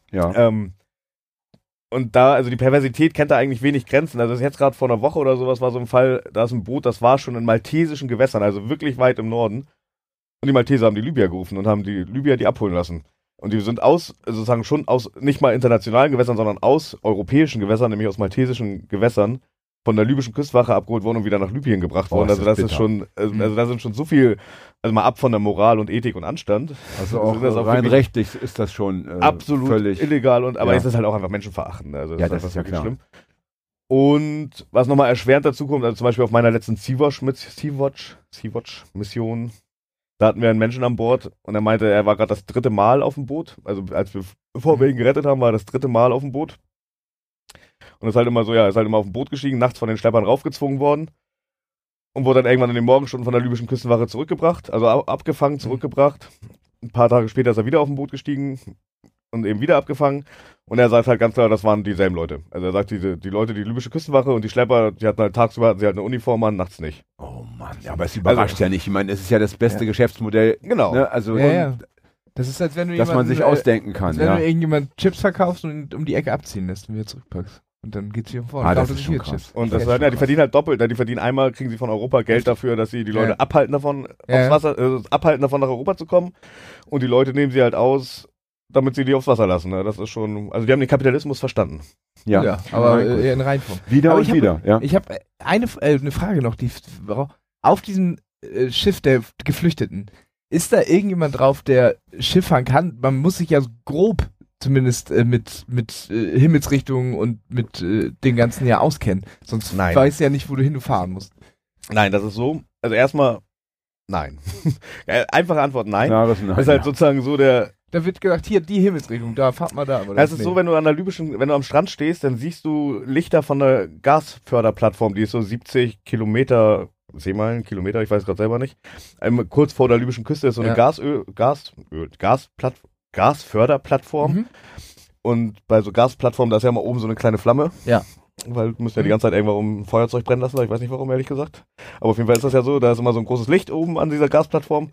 Speaker 4: Und da, also die Perversität kennt da eigentlich wenig Grenzen. Also jetzt gerade vor einer Woche oder sowas war so ein Fall, da ist ein Boot, das war schon in maltesischen Gewässern, also wirklich weit im Norden. Und die Malteser haben die Libyer gerufen und haben die Libyer die abholen lassen. Und die sind sozusagen schon aus, nicht mal internationalen Gewässern, sondern aus europäischen Gewässern, nämlich aus maltesischen Gewässern, von der libyschen Küstenwache abgeholt worden und wieder nach Libyen gebracht worden. Also das ist schon, also da sind schon so viel, also mal ab von der Moral und Ethik und Anstand.
Speaker 2: Also auch rein rechtlich ist das schon
Speaker 4: absolut
Speaker 2: völlig
Speaker 4: illegal aber es ist halt auch einfach menschenverachtend. Also
Speaker 2: das ist ja
Speaker 4: wirklich
Speaker 2: klar.
Speaker 4: schlimm. Und was nochmal erschwerend dazu kommt, also zum Beispiel auf meiner letzten Sea-Watch-Mission, da hatten wir einen Menschen an Bord und er meinte, er war gerade das 3. Mal auf dem Boot. Also bevor wir ihn gerettet haben, war er das 3. Mal auf dem Boot. Und ist halt immer so, ist halt immer auf dem Boot gestiegen, nachts von den Schleppern raufgezwungen worden und wurde dann irgendwann in den Morgenstunden von der libyschen Küstenwache zurückgebracht, also abgefangen, zurückgebracht. Ein paar Tage später ist er wieder auf dem Boot gestiegen und eben wieder abgefangen. Und er sagt halt ganz klar, das waren dieselben Leute. Also er sagt, die Leute, die libysche Küstenwache und die Schlepper, die hatten halt tagsüber hatten sie halt eine Uniform an, nachts nicht.
Speaker 2: Oh Mann, ja, aber es überrascht ja nicht. Ich meine, es ist ja das beste Geschäftsmodell.
Speaker 4: Genau.
Speaker 2: Ne? Also,
Speaker 3: Das ist, als wenn du
Speaker 2: dass man sich ausdenken kann.
Speaker 3: Als wenn du irgendjemand Chips verkaufst und um die Ecke abziehen lässt und wieder zurückpackst. Und dann geht's hier vorne.
Speaker 2: Das ist schon krass.
Speaker 4: Und das die verdienen halt doppelt. Die verdienen einmal, kriegen sie von Europa Geld dafür, dass sie die Leute abhalten davon, aufs Wasser, abhalten davon nach Europa zu kommen. Und die Leute nehmen sie halt aus, damit sie die aufs Wasser lassen. Ne? Das ist schon, also die haben den Kapitalismus verstanden.
Speaker 3: Ja, aber in Reinform.
Speaker 2: Wieder
Speaker 3: aber
Speaker 2: und wieder.
Speaker 3: Ich habe eine Frage noch, die auf diesem Schiff der Geflüchteten, ist da irgendjemand drauf, der Schiff fahren kann? Man muss sich ja grob zumindest mit Himmelsrichtungen und mit dem ganzen Jahr auskennen. Sonst weißt du ja nicht, wo du fahren musst.
Speaker 4: Nein, das ist so. Also erstmal, nein. Einfache Antwort, nein.
Speaker 2: Klares
Speaker 4: Das ist halt sozusagen so der...
Speaker 3: Da wird gesagt, hier, die Himmelsrichtung, da fahrt mal da. Aber
Speaker 4: es ist so, wenn du wenn du am Strand stehst, dann siehst du Lichter von der Gasförderplattform, die ist so 70 Kilometer, Seemeilen, Kilometer, ich weiß gerade selber nicht. Kurz vor der libyschen Küste ist so eine Gasförderplattform. Und bei so Gasplattformen, da ist ja immer oben so eine kleine Flamme.
Speaker 3: Ja.
Speaker 4: Weil du musst ja die ganze Zeit irgendwann ein Feuerzeug brennen lassen, ich weiß nicht warum, ehrlich gesagt. Aber auf jeden Fall ist das ja so, da ist immer so ein großes Licht oben an dieser Gasplattform.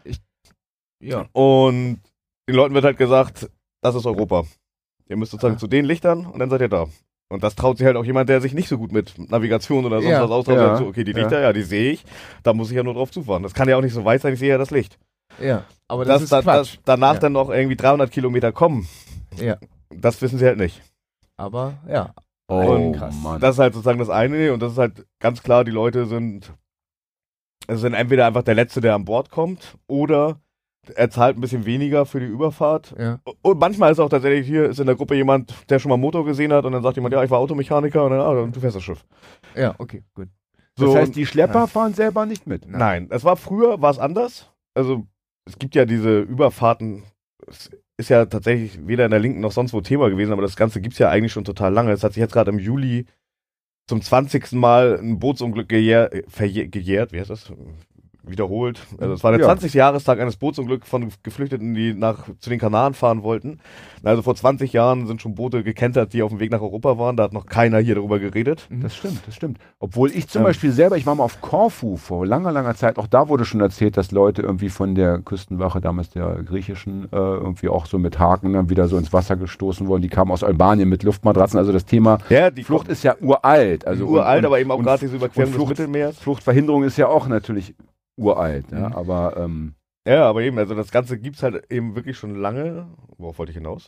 Speaker 4: Und den Leuten wird halt gesagt, das ist Europa. Ihr müsst sozusagen zu den Lichtern und dann seid ihr da. Und das traut sich halt auch jemand, der sich nicht so gut mit Navigation oder sonst was austraut. Ja. So, okay, die Lichter, die sehe ich, da muss ich ja nur drauf zufahren. Das kann ja auch nicht so weit sein, ich sehe ja das Licht.
Speaker 3: Ja, aber das ist Quatsch.
Speaker 4: Danach dann noch irgendwie 300 Kilometer kommen, das wissen sie halt nicht.
Speaker 3: Aber,
Speaker 2: krass.
Speaker 4: Mann. Das ist halt sozusagen das eine und das ist halt ganz klar, die Leute sind entweder einfach der Letzte, der an Bord kommt oder er zahlt ein bisschen weniger für die Überfahrt.
Speaker 3: Ja.
Speaker 4: Und manchmal ist auch tatsächlich, hier ist in der Gruppe jemand, der schon mal einen Motor gesehen hat und dann sagt jemand, ich war Automechaniker und dann, du fährst das Schiff.
Speaker 3: Ja, okay, gut.
Speaker 2: So, das heißt, die Schlepper fahren selber nicht mit?
Speaker 4: Nein, früher war es anders. Also es gibt ja diese Überfahrten, es ist ja tatsächlich weder in der Linken noch sonst wo Thema gewesen, aber das Ganze gibt es ja eigentlich schon total lange. Es hat sich jetzt gerade im Juli zum 20. Mal ein Bootsunglück gejährt, wie heißt das? Wiederholt. Also es war der 20. Jahrestag eines Bootsunglücks von Geflüchteten, die zu den Kanaren fahren wollten. Also vor 20 Jahren sind schon Boote gekentert, die auf dem Weg nach Europa waren. Da hat noch keiner hier darüber geredet.
Speaker 2: Das stimmt. Obwohl ich zum Beispiel selber, ich war mal auf Korfu vor langer Zeit, auch da wurde schon erzählt, dass Leute irgendwie von der Küstenwache, damals der griechischen, irgendwie auch so mit Haken dann wieder so ins Wasser gestoßen wurden. Die kamen aus Albanien mit Luftmatratzen. Also das Thema
Speaker 4: die
Speaker 2: Flucht ist ja uralt. Also
Speaker 4: uralt, aber eben auch gerade diese Überquerung des Mittelmeers.
Speaker 2: Fluchtverhinderung ist ja auch natürlich uralt, aber
Speaker 4: aber eben, also das Ganze gibt's halt eben wirklich schon lange. Worauf wollte ich hinaus?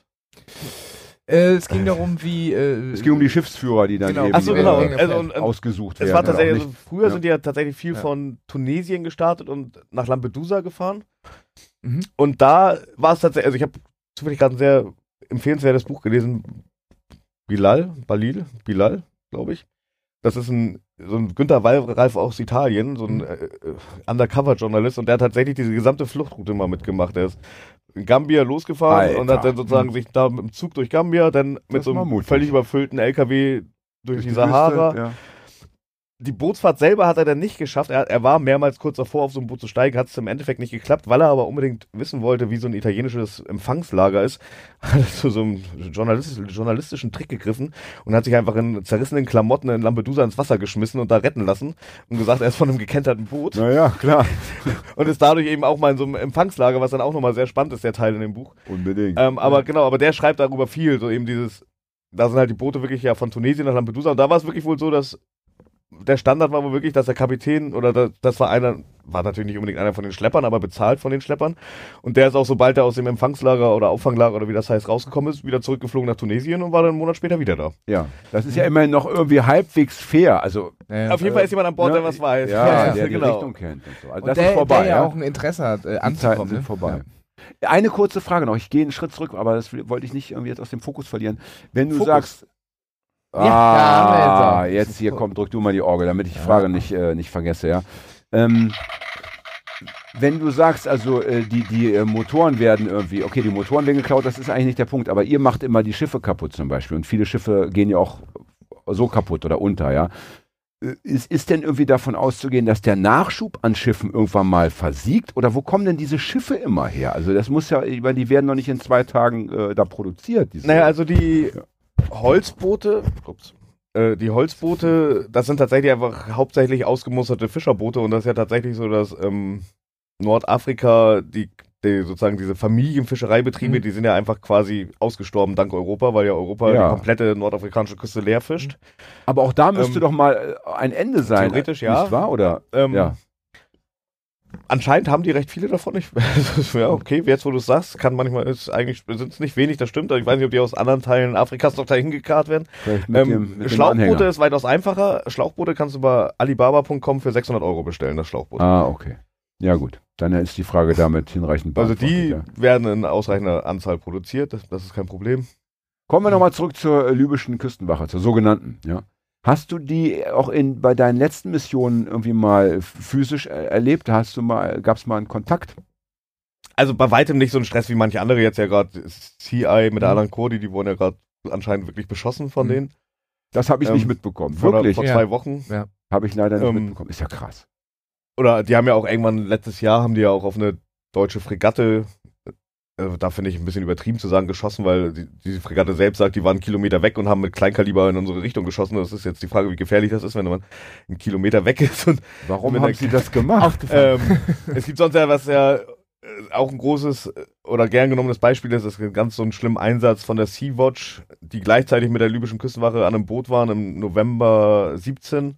Speaker 3: Es ging darum, wie
Speaker 2: es ging um die Schiffsführer, die dann eben ausgesucht werden.
Speaker 4: Es war tatsächlich, also früher sind die ja tatsächlich viel von Tunesien gestartet und nach Lampedusa gefahren. Und da war es tatsächlich, also ich habe zufällig gerade ein sehr empfehlenswertes Buch gelesen, Bilal, glaube ich. Das ist so ein Günter Wallraff aus Italien, so ein Undercover-Journalist und der hat tatsächlich diese gesamte Fluchtroute mal mitgemacht. Der ist in Gambia losgefahren und hat dann sozusagen sich da mit dem Zug durch Gambia, dann mit so einem völlig überfüllten LKW durch die Sahara. Ja. Die Bootsfahrt selber hat er dann nicht geschafft. Er war mehrmals kurz davor, auf so ein Boot zu steigen, hat es im Endeffekt nicht geklappt, weil er aber unbedingt wissen wollte, wie so ein italienisches Empfangslager ist. Hat er zu so einem journalistischen Trick gegriffen und hat sich einfach in zerrissenen Klamotten in Lampedusa ins Wasser geschmissen und da retten lassen und gesagt, er ist von einem gekenterten Boot.
Speaker 2: Naja, klar.
Speaker 4: Und ist dadurch eben auch mal in so einem Empfangslager, was dann auch nochmal sehr spannend ist, der Teil in dem Buch.
Speaker 2: Unbedingt.
Speaker 4: Aber der schreibt darüber viel, so eben da sind halt die Boote wirklich ja von Tunesien nach Lampedusa und da war es wirklich wohl so, dass der Standard war wohl wirklich, dass der Kapitän oder das war einer war natürlich nicht unbedingt einer von den Schleppern, aber bezahlt von den Schleppern. Und der ist auch, sobald er aus dem Empfangslager oder Auffanglager oder wie das heißt, rausgekommen ist, wieder zurückgeflogen nach Tunesien und war dann einen Monat später wieder da.
Speaker 2: Ja, das ist ja immerhin noch irgendwie halbwegs fair. Also
Speaker 4: auf jeden Fall ist jemand an Bord, der was weiß.
Speaker 2: Ja, der die Richtung kennt und so. Also
Speaker 3: und
Speaker 2: das
Speaker 3: ist
Speaker 2: vorbei.
Speaker 3: Der ja auch ein Interesse hat,
Speaker 2: die Zeiten sind vorbei. Ja. Eine kurze Frage noch. Ich gehe einen Schritt zurück, aber das wollte ich nicht irgendwie jetzt aus dem Fokus verlieren. Wenn du sagst, jetzt hier komm, drück du mal die Orgel, damit ich die Frage nicht vergesse, ja. Wenn du sagst, also die Motoren werden irgendwie, okay, die Motoren werden geklaut, das ist eigentlich nicht der Punkt, aber ihr macht immer die Schiffe kaputt zum Beispiel und viele Schiffe gehen ja auch so kaputt oder unter, ja. Ist denn irgendwie davon auszugehen, dass der Nachschub an Schiffen irgendwann mal versiegt? Oder wo kommen denn diese Schiffe immer her? Also das muss ja, weil die werden noch nicht in 2 Tagen da produziert.
Speaker 4: Naja, also die Holzboote, das sind tatsächlich einfach hauptsächlich ausgemusterte Fischerboote und das ist ja tatsächlich so, dass Nordafrika, sozusagen diese Familienfischereibetriebe, die sind ja einfach quasi ausgestorben dank Europa, weil ja Europa die komplette nordafrikanische Küste leer fischt.
Speaker 2: Aber auch da müsste doch mal ein Ende sein.
Speaker 4: Theoretisch ja.
Speaker 2: Nicht wahr? Oder? Ja.
Speaker 4: Anscheinend haben die recht viele davon. Ja, okay, jetzt wo du es sagst, sind es nicht wenig, das stimmt. Aber ich weiß nicht, ob die aus anderen Teilen Afrikas noch dahin gekarrt werden.
Speaker 2: Mit
Speaker 4: Schlauchboote ist weitaus einfacher. Schlauchboote kannst du bei Alibaba.com für 600 € bestellen, das Schlauchboot.
Speaker 2: Ah, okay. Ja gut, dann ist die Frage damit hinreichend
Speaker 4: beantwortet. Also die werden in ausreichender Anzahl produziert, das ist kein Problem.
Speaker 2: Kommen wir nochmal zurück zur libyschen Küstenwache, zur sogenannten, ja. Hast du die auch bei deinen letzten Missionen irgendwie mal physisch erlebt? Gab es mal einen Kontakt?
Speaker 4: Also bei weitem nicht so ein Stress wie manche andere jetzt ja gerade. CI mit der Alan Kurdi, die wurden ja gerade anscheinend wirklich beschossen von denen.
Speaker 2: Das habe ich nicht mitbekommen.
Speaker 4: Wirklich? Vor 2 Wochen.
Speaker 2: Ja. Habe ich leider nicht mitbekommen. Ist ja krass.
Speaker 4: Oder die haben ja auch irgendwann letztes Jahr haben die ja auch auf eine deutsche Fregatte, da finde ich ein bisschen übertrieben zu sagen, geschossen, weil diese Fregatte selbst sagt, die waren 1 Kilometer weg und haben mit Kleinkaliber in unsere Richtung geschossen. Das ist jetzt die Frage, wie gefährlich das ist, wenn man 1 Kilometer weg ist. Und
Speaker 2: warum haben sie das gemacht?
Speaker 4: Es gibt sonst ja was auch ein großes oder gern genommenes Beispiel ist ganz so ein schlimmer Einsatz von der Sea-Watch, die gleichzeitig mit der libyschen Küstenwache an einem Boot waren im November 17,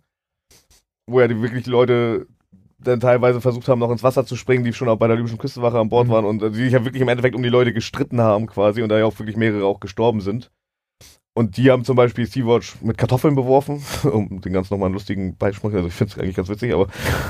Speaker 4: wo ja wirklich die Leute dann teilweise versucht haben, noch ins Wasser zu springen, die schon auch bei der libyschen Küstenwache an Bord waren und die sich ja wirklich im Endeffekt um die Leute gestritten haben quasi und da ja auch wirklich mehrere auch gestorben sind. Und die haben zum Beispiel Sea-Watch mit Kartoffeln beworfen, um den ganz nochmal einen lustigen Beispiel, also ich finde es eigentlich ganz witzig, aber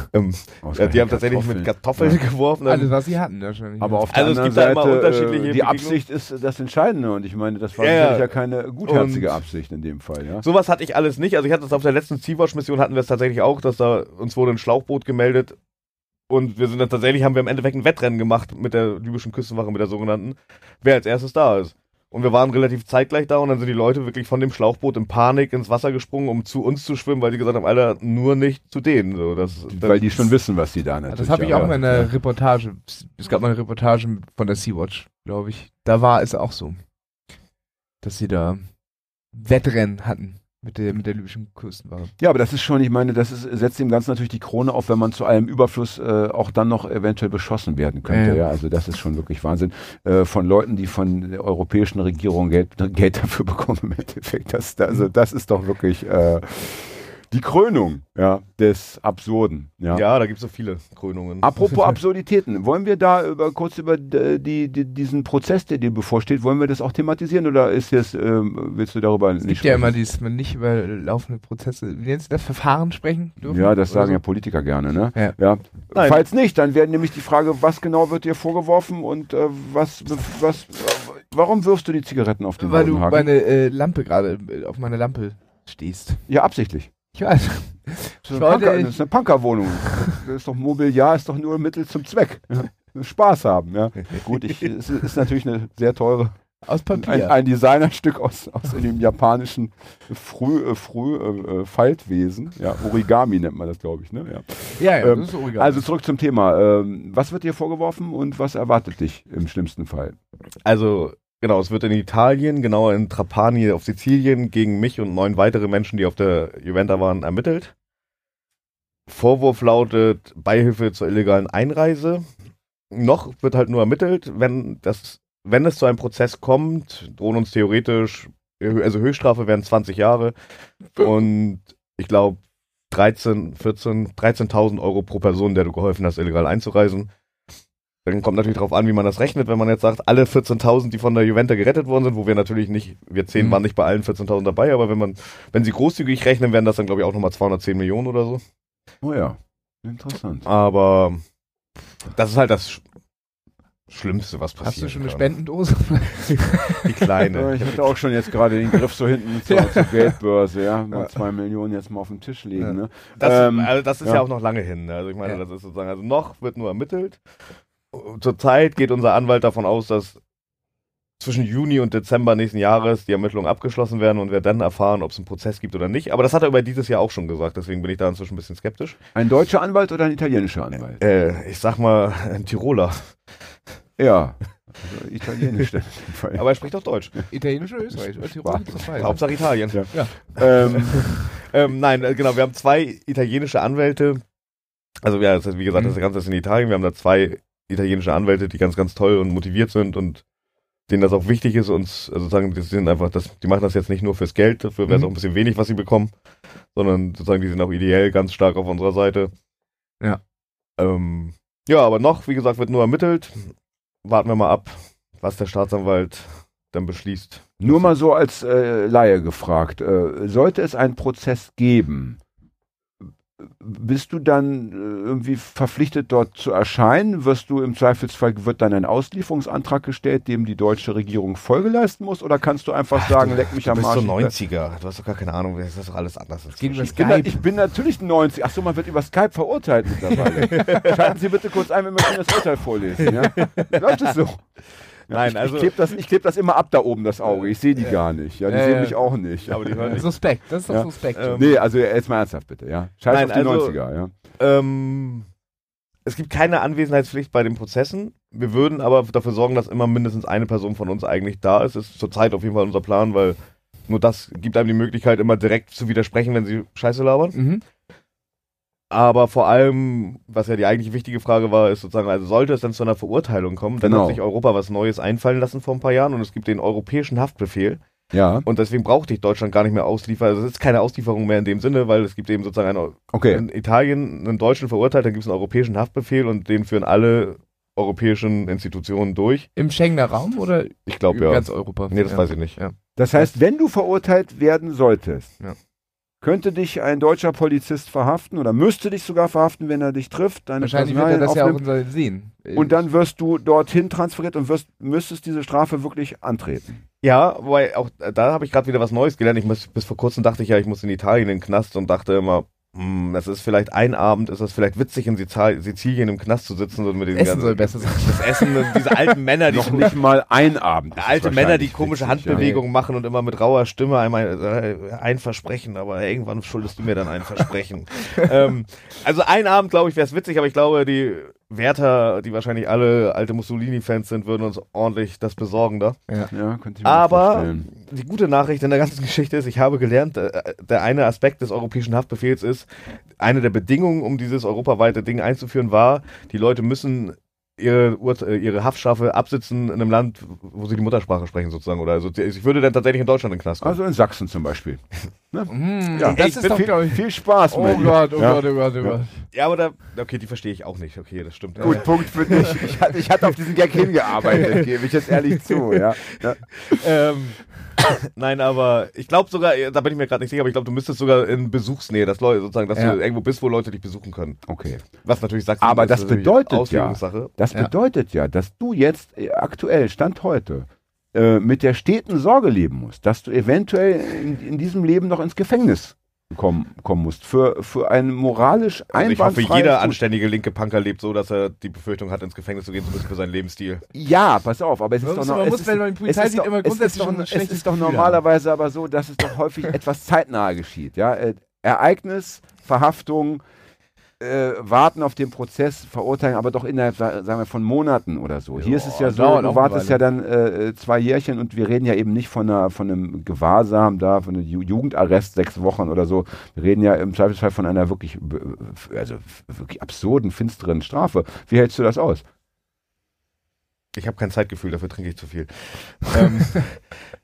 Speaker 4: die haben tatsächlich mit Kartoffeln geworfen.
Speaker 3: Alles, was sie hatten wahrscheinlich.
Speaker 2: Aber auf der anderen Seite, die Absicht ist das Entscheidende und ich meine, das war sicherlich ja keine gutherzige Absicht in dem Fall. Ja?
Speaker 4: Sowas hatte ich alles nicht, also ich hatte es auf der letzten Sea-Watch-Mission hatten wir es tatsächlich auch, dass da uns wurde ein Schlauchboot gemeldet und wir sind dann tatsächlich, haben wir im Endeffekt ein Wettrennen gemacht mit der libyschen Küstenwache, mit der sogenannten, wer als erstes da ist. Und wir waren relativ zeitgleich da und dann sind die Leute wirklich von dem Schlauchboot in Panik ins Wasser gesprungen, um zu uns zu schwimmen, weil die gesagt haben, Alter, nur nicht zu denen. So,
Speaker 2: weil die schon wissen, was die da natürlich
Speaker 3: das habe ich auch mal in einer Reportage. Es gab mal eine Reportage von der Sea-Watch, glaube ich. Da war es auch so, dass sie da Wettrennen hatten mit der libyschen Küstenwache.
Speaker 2: Ja, aber das ist schon, ich meine, setzt dem Ganzen natürlich die Krone auf, wenn man zu allem Überfluss auch dann noch eventuell beschossen werden könnte. Ja. Also das ist schon wirklich Wahnsinn. Von Leuten, die von der europäischen Regierung Geld dafür bekommen im Endeffekt. Das ist doch wirklich die Krönung des Absurden.
Speaker 4: Ja, da gibt es so viele Krönungen.
Speaker 2: Apropos Absurditäten, wollen wir da kurz über diesen Prozess, der dir bevorsteht, wollen wir das auch thematisieren oder willst du darüber nicht sprechen?
Speaker 3: Es gibt ja immer dieses, man nicht über laufende Prozesse, wie nennt sich das, Verfahren sprechen dürfen?
Speaker 2: Ja, das sagen ja Politiker gerne, ne? Ja. Falls nicht, dann wäre nämlich die Frage, was genau wird dir vorgeworfen und warum wirfst du die Zigaretten auf den Boden?
Speaker 3: Weil du meine Lampe gerade auf meine Lampe stehst.
Speaker 2: Ja, absichtlich.
Speaker 3: Ich weiß.
Speaker 2: Das ist eine Punkerwohnung. Das ist doch Mobiliar, ist doch nur Mittel zum Zweck. Spaß haben, ja. Gut, es ist natürlich eine sehr teure.
Speaker 3: Aus Papier.
Speaker 2: Ein Designerstück aus dem japanischen Faltwesen. Ja, Origami nennt man das, glaube ich. Ne?
Speaker 3: Ja, das ist Origami.
Speaker 2: Also zurück zum Thema. Was wird dir vorgeworfen und was erwartet dich im schlimmsten Fall?
Speaker 4: Also genau, es wird in Italien, genauer in Trapani auf Sizilien, gegen mich und 9 weitere Menschen, die auf der Juventa waren, ermittelt. Vorwurf lautet Beihilfe zur illegalen Einreise. Noch wird halt nur ermittelt, wenn es zu einem Prozess kommt, drohen uns theoretisch, also Höchststrafe wären 20 Jahre und ich glaube 13.000 Euro pro Person, der du geholfen hast, illegal einzureisen. Dann kommt natürlich drauf an, wie man das rechnet, wenn man jetzt sagt, alle 14.000, die von der Juventa gerettet worden sind, wo wir natürlich nicht, wir 10 waren nicht bei allen 14.000 dabei, aber wenn sie großzügig rechnen, wären das dann glaube ich auch nochmal 210 Millionen oder so.
Speaker 2: Oh ja, interessant.
Speaker 4: Aber das ist halt das Schlimmste, was passiert.
Speaker 3: Hast du schon eine Spendendose?
Speaker 4: Die kleine.
Speaker 2: Ich hatte auch schon jetzt gerade den Griff so hinten zur Geldbörse, ja. Mal 2 Millionen jetzt mal auf dem Tisch legen, ne?
Speaker 4: Das ist ja auch noch lange hin. Ne? Also ich meine, das ist sozusagen, also noch wird nur ermittelt. Zurzeit geht unser Anwalt davon aus, dass zwischen Juni und Dezember nächsten Jahres die Ermittlungen abgeschlossen werden und wir dann erfahren, ob es einen Prozess gibt oder nicht. Aber das hat er über dieses Jahr auch schon gesagt, deswegen bin ich da inzwischen ein bisschen skeptisch.
Speaker 2: Ein deutscher Anwalt oder ein italienischer Anwalt?
Speaker 4: Ich sag mal, ein Tiroler.
Speaker 2: Ja, also italienisch.
Speaker 4: Aber er spricht auch Deutsch.
Speaker 3: Italienisch oder Österreich?
Speaker 4: Hauptsache Italien.
Speaker 2: Ja.
Speaker 4: Nein, genau, wir haben 2 italienische Anwälte. Also ja, das heißt, wie gesagt, das Ganze ist in Italien. Wir haben da 2 italienische Anwälte, die ganz, ganz toll und motiviert sind und denen das auch wichtig ist, uns, also sozusagen, die machen das jetzt nicht nur fürs Geld, dafür wäre es auch ein bisschen wenig, was sie bekommen, sondern sozusagen, die sind auch ideell ganz stark auf unserer Seite.
Speaker 3: Ja.
Speaker 4: Ja, aber noch, wie gesagt, wird nur ermittelt. Warten wir mal ab, was der Staatsanwalt dann beschließt.
Speaker 2: Nur mal so als Laie gefragt, sollte es einen Prozess geben, bist du dann irgendwie verpflichtet, dort zu erscheinen? Wirst du im Zweifelsfall, wird dann ein Auslieferungsantrag gestellt, dem die deutsche Regierung Folge leisten muss? Oder kannst du einfach sagen, leck mich am Arsch?
Speaker 4: Du bist so 90er, du hast doch gar keine Ahnung, das ist doch alles anders.
Speaker 2: Ich bin natürlich 90. Achso, man wird über Skype verurteilt mittlerweile. Schalten Sie bitte kurz ein, wenn wir das Urteil vorlesen. Ja? Läuft es so? Ja,
Speaker 4: Nein, also
Speaker 2: ich klebe das immer ab da oben, das Auge. Ich sehe die gar nicht. Ja, die sehen mich auch nicht.
Speaker 4: Aber die hören nicht.
Speaker 3: Suspekt, das ist doch suspekt.
Speaker 2: Nee, also jetzt mal ernsthaft bitte, ja. Scheiß auf die 90er, ja.
Speaker 4: Es gibt keine Anwesenheitspflicht bei den Prozessen. Wir würden aber dafür sorgen, dass immer mindestens eine Person von uns eigentlich da ist. Das ist zurzeit auf jeden Fall unser Plan, weil nur das gibt einem die Möglichkeit, immer direkt zu widersprechen, wenn sie Scheiße labern. Aber vor allem, was ja die eigentlich wichtige Frage war, ist sozusagen, also sollte es dann zu einer Verurteilung kommen, dann hat sich Europa was Neues einfallen lassen vor ein paar Jahren und es gibt den europäischen Haftbefehl.
Speaker 2: Ja.
Speaker 4: Und deswegen brauchte ich Deutschland gar nicht mehr ausliefern. Also es ist keine Auslieferung mehr in dem Sinne, weil es gibt eben sozusagen in Italien einen Deutschen verurteilt, dann gibt es einen europäischen Haftbefehl und den führen alle europäischen Institutionen durch.
Speaker 3: Im Schengener Raum oder
Speaker 4: ich glaube ja.
Speaker 3: Ganz Europa?
Speaker 4: Nee, das weiß ich nicht.
Speaker 3: Ja.
Speaker 2: Das heißt, wenn du verurteilt werden solltest, könnte dich ein deutscher Polizist verhaften oder müsste dich sogar verhaften, wenn er dich trifft.
Speaker 3: Wahrscheinlich wird er das ja auch sehen.
Speaker 2: Und dann wirst du dorthin transferiert und müsstest diese Strafe wirklich antreten.
Speaker 4: Ja, wobei auch da habe ich gerade wieder was Neues gelernt. Bis vor kurzem dachte ich ja, ich muss in Italien in den Knast und dachte immer, das ist vielleicht ein Abend, ist das vielleicht witzig, in Sizilien im Knast zu sitzen und mit den
Speaker 3: Essen soll besser sein.
Speaker 4: Das Essen, diese alten Männer, die
Speaker 2: noch nicht mal ein Abend.
Speaker 4: Alte Männer, die komische Handbewegungen machen und immer mit rauer Stimme einmal ein Versprechen, aber irgendwann schuldest du mir dann ein Versprechen. Also ein Abend, glaube ich, wäre es witzig, aber ich glaube, die Wärter, die wahrscheinlich alle alte Mussolini-Fans sind, würden uns ordentlich das besorgen da.
Speaker 2: Ja, könnte ich mir
Speaker 4: aber
Speaker 2: vorstellen.
Speaker 4: Die gute Nachricht in der ganzen Geschichte ist, ich habe gelernt, der eine Aspekt des europäischen Haftbefehls ist, eine der Bedingungen, um dieses europaweite Ding einzuführen, war, die Leute müssen ihre Haftstrafe absitzen in einem Land, wo sie die Muttersprache sprechen sozusagen. Oder also ich würde dann tatsächlich in Deutschland in den Knast kommen.
Speaker 2: Also in Sachsen zum Beispiel. Ne?
Speaker 3: Ja, das ist doch
Speaker 2: viel Spaß.
Speaker 3: Oh Gott, oh Gott.
Speaker 4: Ja, aber okay, die verstehe ich auch nicht. Okay, das stimmt.
Speaker 2: Gut, Punkt für dich. Ich hatte auf diesen Gag hingearbeitet, gebe ich jetzt ehrlich zu. Ja.
Speaker 4: Nein, aber ich glaube sogar, da bin ich mir gerade nicht sicher, aber ich glaube, du müsstest sogar in Besuchsnähe, dass du irgendwo bist, wo Leute dich besuchen können.
Speaker 2: Okay.
Speaker 4: Was natürlich sagt,
Speaker 2: aber das bedeutet ja, dass du jetzt aktuell, Stand heute, mit der steten Sorge leben musst, dass du eventuell in diesem Leben noch ins Gefängnis kommen musst. Für einen moralisch einwandfreien
Speaker 4: Ich hoffe, jeder anständige linke Punker lebt so, dass er die Befürchtung hat, ins Gefängnis zu gehen, so ein bisschen für seinen Lebensstil.
Speaker 2: Ja, pass auf, aber es ist doch noch... Es ist doch normalerweise aber so, dass es doch häufig etwas zeitnah geschieht. Ja? Ereignis, Verhaftung, warten auf den Prozess, verurteilen, aber doch innerhalb, sagen wir, von Monaten oder so. Hier ist es ja so, du wartest ja dann 2 Jährchen und wir reden ja eben nicht von einem Gewahrsam da, von einem Jugendarrest 6 Wochen oder so. Wir reden ja im Zweifelsfall von einer wirklich absurden, finsteren Strafe. Wie hältst du das aus?
Speaker 4: Ich habe kein Zeitgefühl, dafür trinke ich zu viel.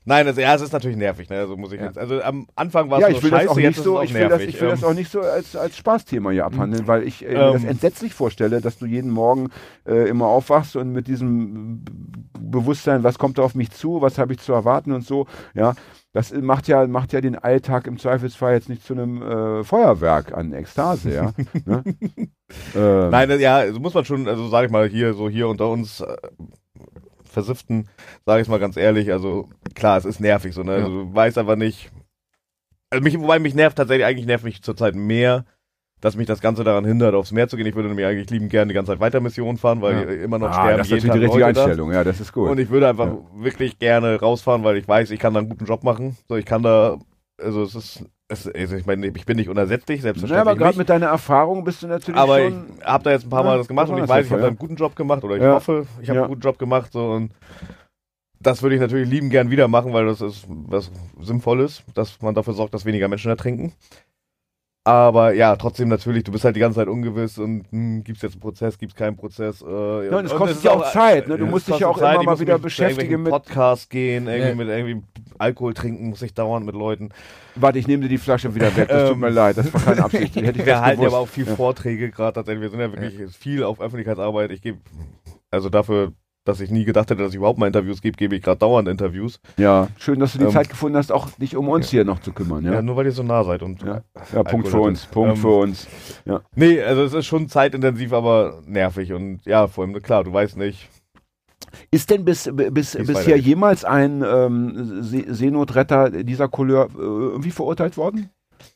Speaker 4: Nein, also, ja, es ist natürlich nervig, ne? Also muss ich jetzt. Also am Anfang war es
Speaker 2: ich will
Speaker 4: scheiße,
Speaker 2: das auch nicht so,
Speaker 4: jetzt ist es auch nervig.
Speaker 2: Ich will das auch nicht so als Spaßthema hier abhandeln, weil ich mir das entsetzlich vorstelle, dass du jeden Morgen immer aufwachst und mit diesem Bewusstsein, was kommt da auf mich zu, was habe ich zu erwarten und so, ja. Das macht ja den Alltag im Zweifelsfall jetzt nicht zu einem Feuerwerk an Ekstase, ja. Ne?
Speaker 4: Nein, ja, also muss man schon, also sag ich mal, hier unter uns Versifften, sage ich mal ganz ehrlich, also klar, es ist nervig so, ne? Also, du weißt aber nicht, also wobei mich nervt tatsächlich, eigentlich nervt mich zurzeit mehr, dass mich das Ganze daran hindert, aufs Meer zu gehen. Ich würde nämlich eigentlich lieben gerne die ganze Zeit weiter Missionen fahren, weil immer noch sterben.
Speaker 2: Das ist natürlich die richtige Einstellung, ja, das ist gut.
Speaker 4: Und ich würde einfach wirklich gerne rausfahren, weil ich weiß, ich kann da einen guten Job machen. So, ich kann da, also ich meine, ich bin nicht unersetzlich, selbstverständlich.
Speaker 2: Ja, aber gerade mit deiner Erfahrung bist du natürlich
Speaker 4: aber
Speaker 2: schon...
Speaker 4: Aber ich habe da jetzt ein paar Mal das gemacht und ich weiß, ich habe da einen guten Job gemacht oder ich hoffe, ich habe einen guten Job gemacht so, und das würde ich natürlich lieben gern wieder machen, weil das ist was Sinnvolles, dass man dafür sorgt, dass weniger Menschen ertrinken. Aber ja, trotzdem natürlich, du bist halt die ganze Zeit ungewiss und gibt es jetzt einen Prozess, gibt es keinen Prozess.
Speaker 2: Ja, und es kostet ja auch Zeit, ne? Du musst dich ja auch immer mal wieder beschäftigen
Speaker 4: mit Podcast gehen, mit irgendwie Alkohol trinken, muss ich dauernd mit Leuten.
Speaker 2: Warte, ich nehme dir die Flasche wieder weg, das tut mir leid, das war keine Absicht.
Speaker 4: Wir halten ja aber auch viel Vorträge gerade tatsächlich, wir sind ja wirklich viel auf Öffentlichkeitsarbeit. Ich gebe, also dafür, dass ich nie gedacht hätte, dass ich überhaupt mal Interviews gebe ich gerade dauernd Interviews.
Speaker 2: Ja, schön, dass du die Zeit gefunden hast, auch dich um uns hier noch zu kümmern. Ja,
Speaker 4: nur weil ihr so nah seid. Und
Speaker 2: Punkt für uns, Punkt für uns. Ja.
Speaker 4: Nee, also es ist schon zeitintensiv, aber nervig und ja, vor allem, klar, du weißt nicht.
Speaker 2: Ist denn bisher jemals ein Seenotretter dieser Couleur irgendwie verurteilt worden?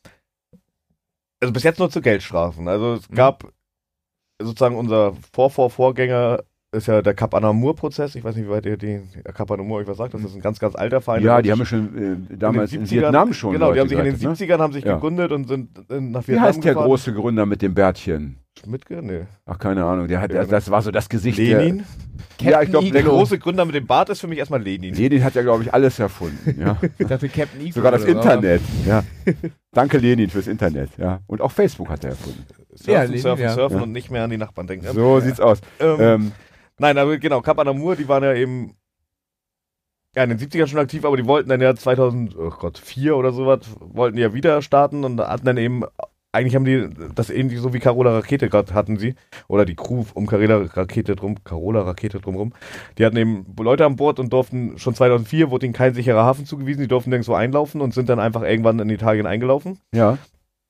Speaker 4: Also bis jetzt nur zu Geldstrafen. Also es gab sozusagen unser Vorgänger ist ja der Cap Anamur-Prozess. Ich weiß nicht, wie weit ihr der Cap Anamur euch was sagt. Das ist ein ganz, ganz alter Verein.
Speaker 2: Ja, die haben ja schon damals in Vietnam schon.
Speaker 4: Genau, die haben sich in den 70ern haben sich gegründet und sind nach Vietnam
Speaker 2: Wie heißt der große Gründer mit dem Bärtchen?
Speaker 4: Schmidtke? Nee.
Speaker 2: Ach, keine Ahnung. Der hat, das war so das Gesicht.
Speaker 4: Lenin?
Speaker 2: Ja, ich glaube,
Speaker 4: der große Gründer mit dem Bart ist für mich erstmal Lenin.
Speaker 2: Lenin hat ja, glaube ich, alles erfunden. Ja.
Speaker 3: Ich dachte, Captain Iglo.
Speaker 2: Sogar das Internet. Ja. Danke, Lenin, fürs Internet. Ja. Und auch Facebook hat er erfunden.
Speaker 4: Surfen und nicht mehr an die Nachbarn denken.
Speaker 2: So sieht's aus.
Speaker 4: Nein, aber genau, Cap Anamur, die waren ja eben in den 70ern schon aktiv, aber die wollten dann ja 2004 oder sowas, wollten die ja wieder starten und hatten dann eben, eigentlich haben die das ähnlich so wie Carola Rakete gerade hatten sie, oder die Crew um Carola Rakete drumrum, die hatten eben Leute an Bord und durften, schon 2004 wurde ihnen kein sicherer Hafen zugewiesen, die durften nirgendwo einlaufen und sind dann einfach irgendwann in Italien eingelaufen.
Speaker 2: Ja.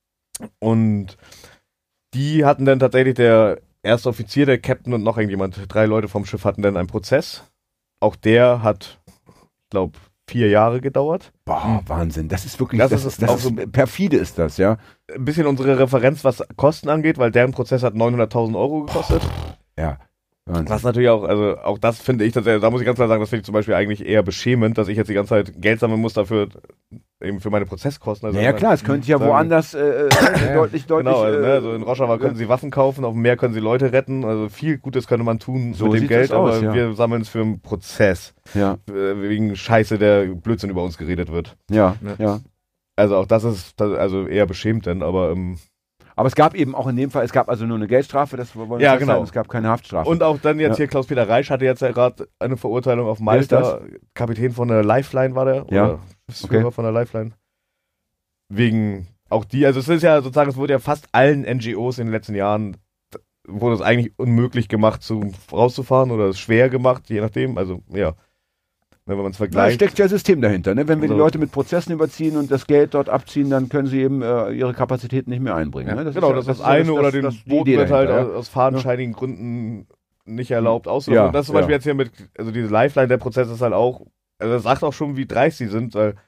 Speaker 4: Und die hatten dann tatsächlich der erste Offizier, der Captain und noch irgendjemand, 3 Leute vom Schiff hatten dann einen Prozess. Auch der hat, ich glaube, 4 Jahre gedauert.
Speaker 2: Boah, Wahnsinn. Das ist wirklich, das ist auch so perfide ist das, ja.
Speaker 4: Ein bisschen unsere Referenz, was Kosten angeht, weil deren Prozess hat 900.000 Euro gekostet.
Speaker 2: Ja. Wahnsinn.
Speaker 4: Was natürlich auch, also auch das finde ich, da muss ich ganz klar sagen, das finde ich zum Beispiel eigentlich eher beschämend, dass ich jetzt die ganze Zeit Geld sammeln muss dafür, eben für meine Prozesskosten. Also
Speaker 2: ja, klar, es könnte ja woanders deutlich.
Speaker 4: Genau, also in Rojava können sie Waffen kaufen, auf dem Meer können sie Leute retten, also viel Gutes könnte man tun
Speaker 2: so
Speaker 4: mit dem Geld,
Speaker 2: aus,
Speaker 4: aber wir sammeln es für einen Prozess.
Speaker 2: Ja.
Speaker 4: Wegen Scheiße, der Blödsinn über uns geredet wird.
Speaker 2: Ja.
Speaker 4: Also auch das ist also eher beschämend, aber
Speaker 2: es gab eben auch in dem Fall, es gab also nur eine Geldstrafe, das wollen wir
Speaker 4: genau.
Speaker 2: Es gab keine Haftstrafe.
Speaker 4: Und auch dann jetzt hier Klaus-Peter Reisch hatte jetzt ja gerade eine Verurteilung auf Malta. Kapitän von der Lifeline war der.
Speaker 2: Ja.
Speaker 4: Oder von der Lifeline. Wegen auch die, also es ist ja sozusagen, es wurde ja fast allen NGOs in den letzten Jahren, wurde es eigentlich unmöglich gemacht, rauszufahren oder es schwer gemacht, je nachdem, also ja. Wenn man es vergleicht.
Speaker 2: Da steckt ja System dahinter. Ne? Wenn wir die Leute mit Prozessen überziehen und das Geld dort abziehen, dann können sie eben ihre Kapazitäten nicht mehr einbringen.
Speaker 4: Ja.
Speaker 2: Ne?
Speaker 4: Das eine oder den Boot wird halt aus fadenscheinigen Gründen nicht erlaubt auszulaufen. Das zum Beispiel jetzt hier mit, also diese Lifeline, der Prozess ist halt auch, also das sagt auch schon, wie dreist sie sind, weil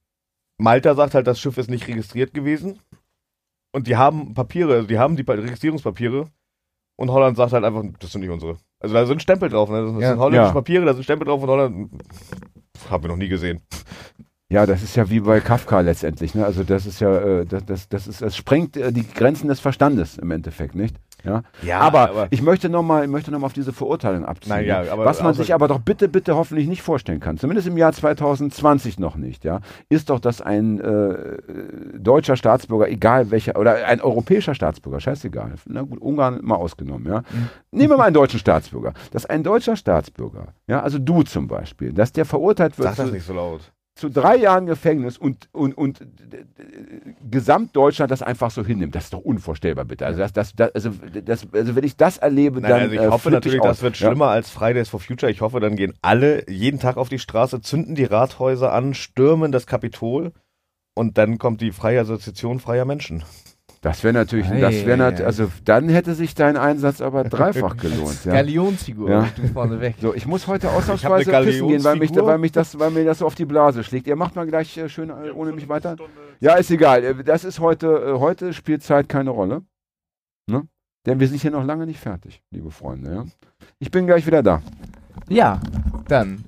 Speaker 4: Malta sagt halt, das Schiff ist nicht registriert gewesen und die haben Papiere, also die haben die Registrierungspapiere und Holland sagt halt einfach, das sind nicht unsere. Also da sind Stempel drauf, ne? Das sind holländische Papiere, da sind Stempel drauf und Holland, haben wir noch nie gesehen.
Speaker 2: Ja, das ist ja wie bei Kafka letztendlich, ne? Also das ist ja, das sprengt die Grenzen des Verstandes im Endeffekt, nicht? Ja, aber ich möchte noch mal auf diese Verurteilung abziehen. Was man sich aber doch bitte hoffentlich nicht vorstellen kann, zumindest im Jahr 2020 noch nicht, ja, ist doch, dass ein deutscher Staatsbürger, egal welcher, oder ein europäischer Staatsbürger, scheißegal, na gut, Ungarn mal ausgenommen, ja. Nehmen wir mal einen deutschen Staatsbürger. Dass ein deutscher Staatsbürger, ja, also du zum Beispiel, dass der verurteilt wird.
Speaker 4: Sag das nicht so laut.
Speaker 2: zu 3 Jahren Gefängnis und Gesamtdeutschland das einfach so hinnimmt. Das ist doch unvorstellbar, bitte. Also, also wenn ich das erlebe, dann.
Speaker 4: Also ich hoffe natürlich, das wird schlimmer als Fridays for Future. Ich hoffe, dann gehen alle jeden Tag auf die Straße, zünden die Rathäuser an, stürmen das Kapitol und dann kommt die Freie Assoziation freier Menschen.
Speaker 2: Das wäre natürlich, also dann hätte sich dein Einsatz aber dreifach gelohnt. Ja.
Speaker 3: Galionsfigur, du vorne weg.
Speaker 2: So, ich muss heute ausnahmsweise pissen gehen, weil mir das so auf die Blase schlägt. Ihr macht mal gleich schön ohne mich weiter. Ja, ist egal. Das ist heute spielt Zeit keine Rolle. Ne? Denn wir sind hier noch lange nicht fertig, liebe Freunde. Ja? Ich bin gleich wieder da.
Speaker 3: Ja, dann,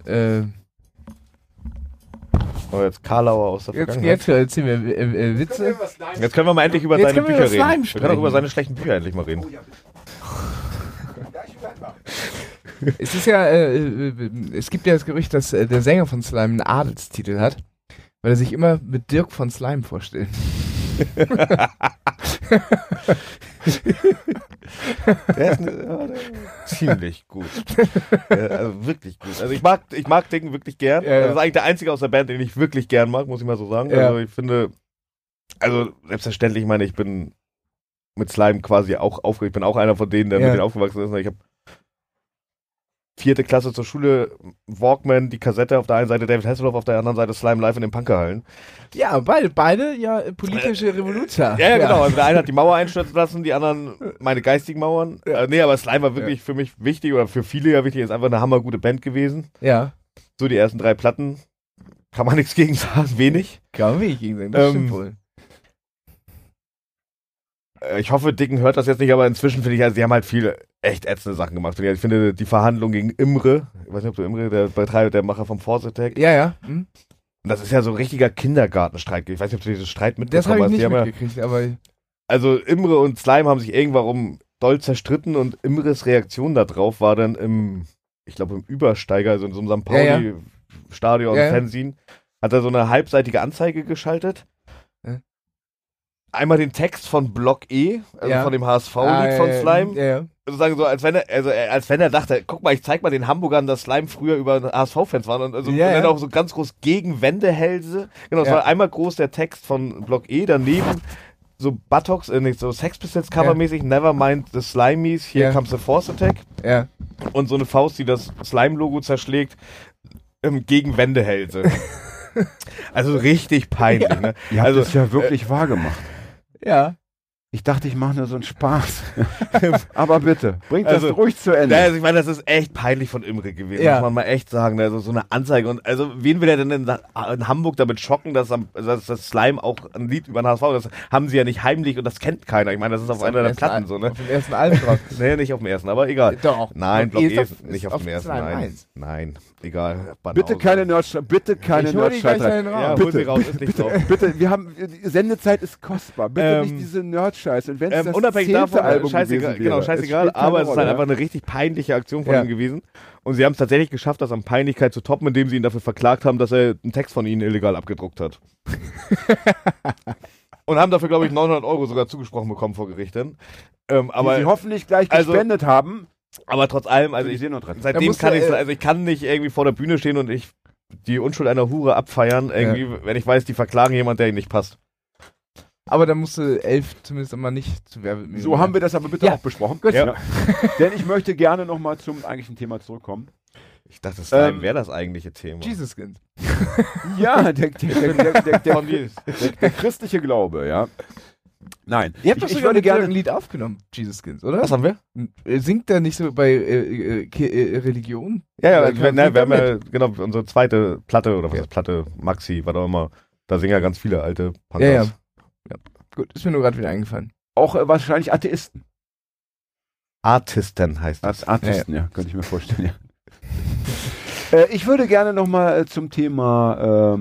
Speaker 4: jetzt Karlauer aus der Vergangenheit.
Speaker 3: Jetzt erzählen wir Witze.
Speaker 4: Jetzt können wir mal endlich über seine Bücher reden. Wir können auch über seine schlechten Bücher endlich mal reden.
Speaker 3: Es ist ja, es gibt ja das Gerücht, dass der Sänger von Slime einen Adelstitel hat, weil er sich immer mit Dirk von Slime vorstellt.
Speaker 4: Der ist ziemlich gut. Also wirklich gut. Also ich mag Dicken wirklich gern.
Speaker 3: Ja.
Speaker 4: Das ist eigentlich der einzige aus der Band, den ich wirklich gern mag, muss ich mal so sagen.
Speaker 3: Ja.
Speaker 4: Also ich finde, selbstverständlich, ich meine, ich bin mit Slime quasi auch aufgewachsen. Ich bin auch einer von denen, der mit denen aufgewachsen ist. Ich habe 4. Klasse zur Schule, Walkman, die Kassette auf der einen Seite, David Hasselhoff auf der anderen Seite, Slime live in den Punkerhallen.
Speaker 3: Ja, beide ja politische Revoluzer.
Speaker 4: Ja, genau. Also der eine hat die Mauer einstürzen lassen, die anderen meine geistigen Mauern. Nee, aber Slime war wirklich für mich wichtig oder für viele ja wichtig. Ist einfach eine hammergute Band gewesen.
Speaker 3: Ja.
Speaker 4: So die ersten 3 Platten. Kann man nichts gegen sagen, wenig.
Speaker 3: Kann man wenig gegen sagen, das stimmt wohl.
Speaker 4: Ich hoffe, Dicken hört das jetzt nicht, aber inzwischen finde ich, also die haben halt viele echt ätzende Sachen gemacht. Ich finde die Verhandlung gegen Imre, ich weiß nicht, ob du Imre, der Macher vom Force Attack.
Speaker 3: Ja.
Speaker 4: Das ist ja so ein richtiger Kindergartenstreit. Ich weiß nicht, ob du diesen Streit mitbekommen hast.
Speaker 3: Das habe ich nicht mitgekriegt, aber...
Speaker 4: Also Imre und Slime haben sich irgendwann doll zerstritten und Imres Reaktion darauf war dann im Übersteiger, also in so einem St. Pauli-Stadion, Fernsehen, hat er so eine halbseitige Anzeige geschaltet. Einmal den Text von Block E, also von dem HSV-Lied von Slime.
Speaker 3: Ja.
Speaker 4: Sozusagen so, als wenn er dachte, guck mal, ich zeig mal den Hamburgern, dass Slime früher über HSV-Fans waren. Und, und dann auch so ganz groß gegen Wendehälse. Genau, es war einmal groß der Text von Block E, daneben so Buttocks, so Sex Pistols covermäßig, Never mind the Slimies, here comes the Force Attack.
Speaker 3: Ja.
Speaker 4: Und so eine Faust, die das Slime-Logo zerschlägt, gegen Wendehälse. Also richtig peinlich, ne?
Speaker 2: Ihr habt es ja wirklich wahr gemacht.
Speaker 3: Ja.
Speaker 2: Ich dachte, ich mache nur so einen Spaß. Aber bitte, bringt das ruhig zu Ende.
Speaker 4: Also ich meine, das ist echt peinlich von Imre gewesen, muss man mal echt sagen. Also so eine Anzeige. Und also wen will er denn in Hamburg damit schocken, dass das Slime auch ein Lied über den HSV, das haben sie ja nicht heimlich und das kennt keiner. Ich meine, das ist auf einer der Platten so, ne?
Speaker 3: Auf dem ersten Album drauf.
Speaker 4: Nee, nicht auf dem ersten, aber egal.
Speaker 3: Doch.
Speaker 4: Nein, Block E ist nicht auf dem ersten. Nein, egal.
Speaker 2: Bitte keine Nerdscheiße. Bitte keine Nerdscheiße.
Speaker 4: Ja, hol sie raus, ist nicht drauf.
Speaker 2: Bitte, wir haben, Sendezeit ist kostbar. Bitte nicht diese Nerdscheiße. Und wenn es das
Speaker 4: unabhängig davon,
Speaker 2: Album
Speaker 4: scheißegal, aber es ist halt einfach eine richtig peinliche Aktion von ihm gewesen. Und sie haben es tatsächlich geschafft, das an Peinlichkeit zu toppen, indem sie ihn dafür verklagt haben, dass er einen Text von ihnen illegal abgedruckt hat. Und haben dafür, glaube ich, 900 € sogar zugesprochen bekommen vor Gericht. Aber
Speaker 2: die sie hoffentlich gleich gespendet haben.
Speaker 4: Aber trotz allem, also seitdem kann ich kann nicht irgendwie vor der Bühne stehen und die Unschuld einer Hure abfeiern, irgendwie, wenn ich weiß, die verklagen jemanden, der ihnen nicht passt.
Speaker 3: Aber da musste 11 zumindest mal nicht zu Werbemitteln.
Speaker 2: So haben wir das aber bitte auch besprochen. Gut. Ja. Denn ich möchte gerne nochmal zum eigentlichen Thema zurückkommen.
Speaker 4: Ich dachte, Slime wäre das eigentliche Thema.
Speaker 3: Jesus Kind.
Speaker 2: Ja, der christliche Glaube, ja. Nein.
Speaker 3: Ihr habt doch sogar ein Lied aufgenommen, Jesus Kind, oder?
Speaker 4: Was haben wir?
Speaker 3: Singt der nicht so bei Religion?
Speaker 4: Ja, wir haben ja genau unsere zweite Platte, oder was ist Platte, Maxi, was auch immer. Da singen ja ganz viele alte Punkers.
Speaker 3: Ja. Gut, ist mir nur gerade wieder eingefallen.
Speaker 2: Auch wahrscheinlich Atheisten.
Speaker 4: Artisten heißt das.
Speaker 2: Artisten, ja, könnte ich mir vorstellen, ja. Ich würde gerne nochmal zum Thema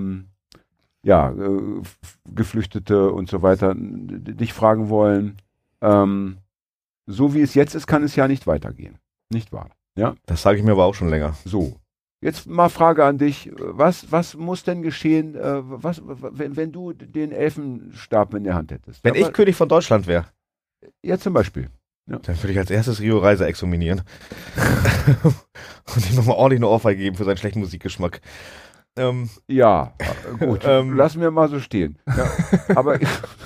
Speaker 2: Geflüchtete und so weiter dich fragen wollen. So wie es jetzt ist, kann es ja nicht weitergehen. Nicht wahr? Ja?
Speaker 4: Das sage ich mir aber auch schon länger.
Speaker 2: So. Jetzt mal Frage an dich. Was muss denn geschehen, wenn du den Elfenstab in der Hand hättest?
Speaker 4: Wenn ich König von Deutschland wäre?
Speaker 2: Ja, zum Beispiel. Ja.
Speaker 4: Dann würde ich als erstes Rio Reiser exominieren. Und ihm nochmal ordentlich eine Ohrfeige geben für seinen schlechten Musikgeschmack.
Speaker 2: Ja, gut. Lassen wir mal so stehen. Ja, aber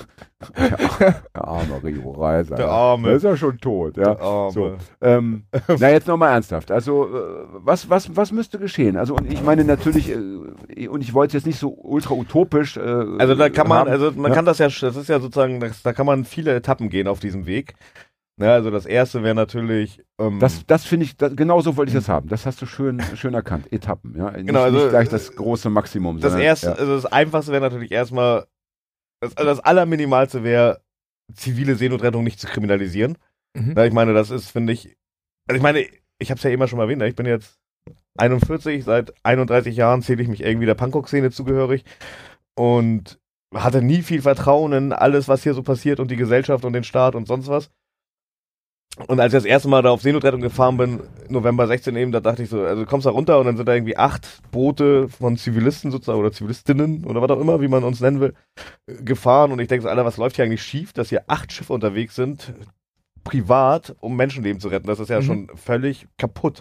Speaker 2: der arme Rio Reiser. Der
Speaker 4: Arme.
Speaker 2: Der ist ja schon tot. Ja.
Speaker 4: Der Arme.
Speaker 2: So, na, jetzt nochmal ernsthaft. Also, was müsste geschehen? Also, und ich meine natürlich, und ich wollte es jetzt nicht so ultra utopisch.
Speaker 4: Also, da kann man, kann das ja, das ist ja sozusagen, da kann man viele Etappen gehen auf diesem Weg. Ja, also das erste wäre natürlich.
Speaker 2: Das finde ich, genau so wollte ich das haben. Das hast du schön erkannt. Etappen, ja.
Speaker 4: Genau, also
Speaker 2: nicht gleich das große Maximum.
Speaker 4: Das erste, also das Einfachste wäre natürlich erstmal, das Allerminimalste wäre, zivile Seenotrettung nicht zu kriminalisieren. Ja, ich meine, das ist, finde ich, also ich meine, ich habe es ja immer schon mal erwähnt, ich bin jetzt 41, seit 31 Jahren zähle ich mich irgendwie der Punkrock-Szene zugehörig und hatte nie viel Vertrauen in alles, was hier so passiert und die Gesellschaft und den Staat und sonst was. Und als ich das erste Mal da auf Seenotrettung gefahren bin, November 16 eben, da dachte ich so, also du kommst da runter und dann sind da irgendwie 8 Boote von Zivilisten sozusagen oder Zivilistinnen oder was auch immer, wie man uns nennen will, gefahren und ich denke so, Alter, was läuft hier eigentlich schief, dass hier 8 Schiffe unterwegs sind, privat, um Menschenleben zu retten. Das ist ja schon völlig kaputt.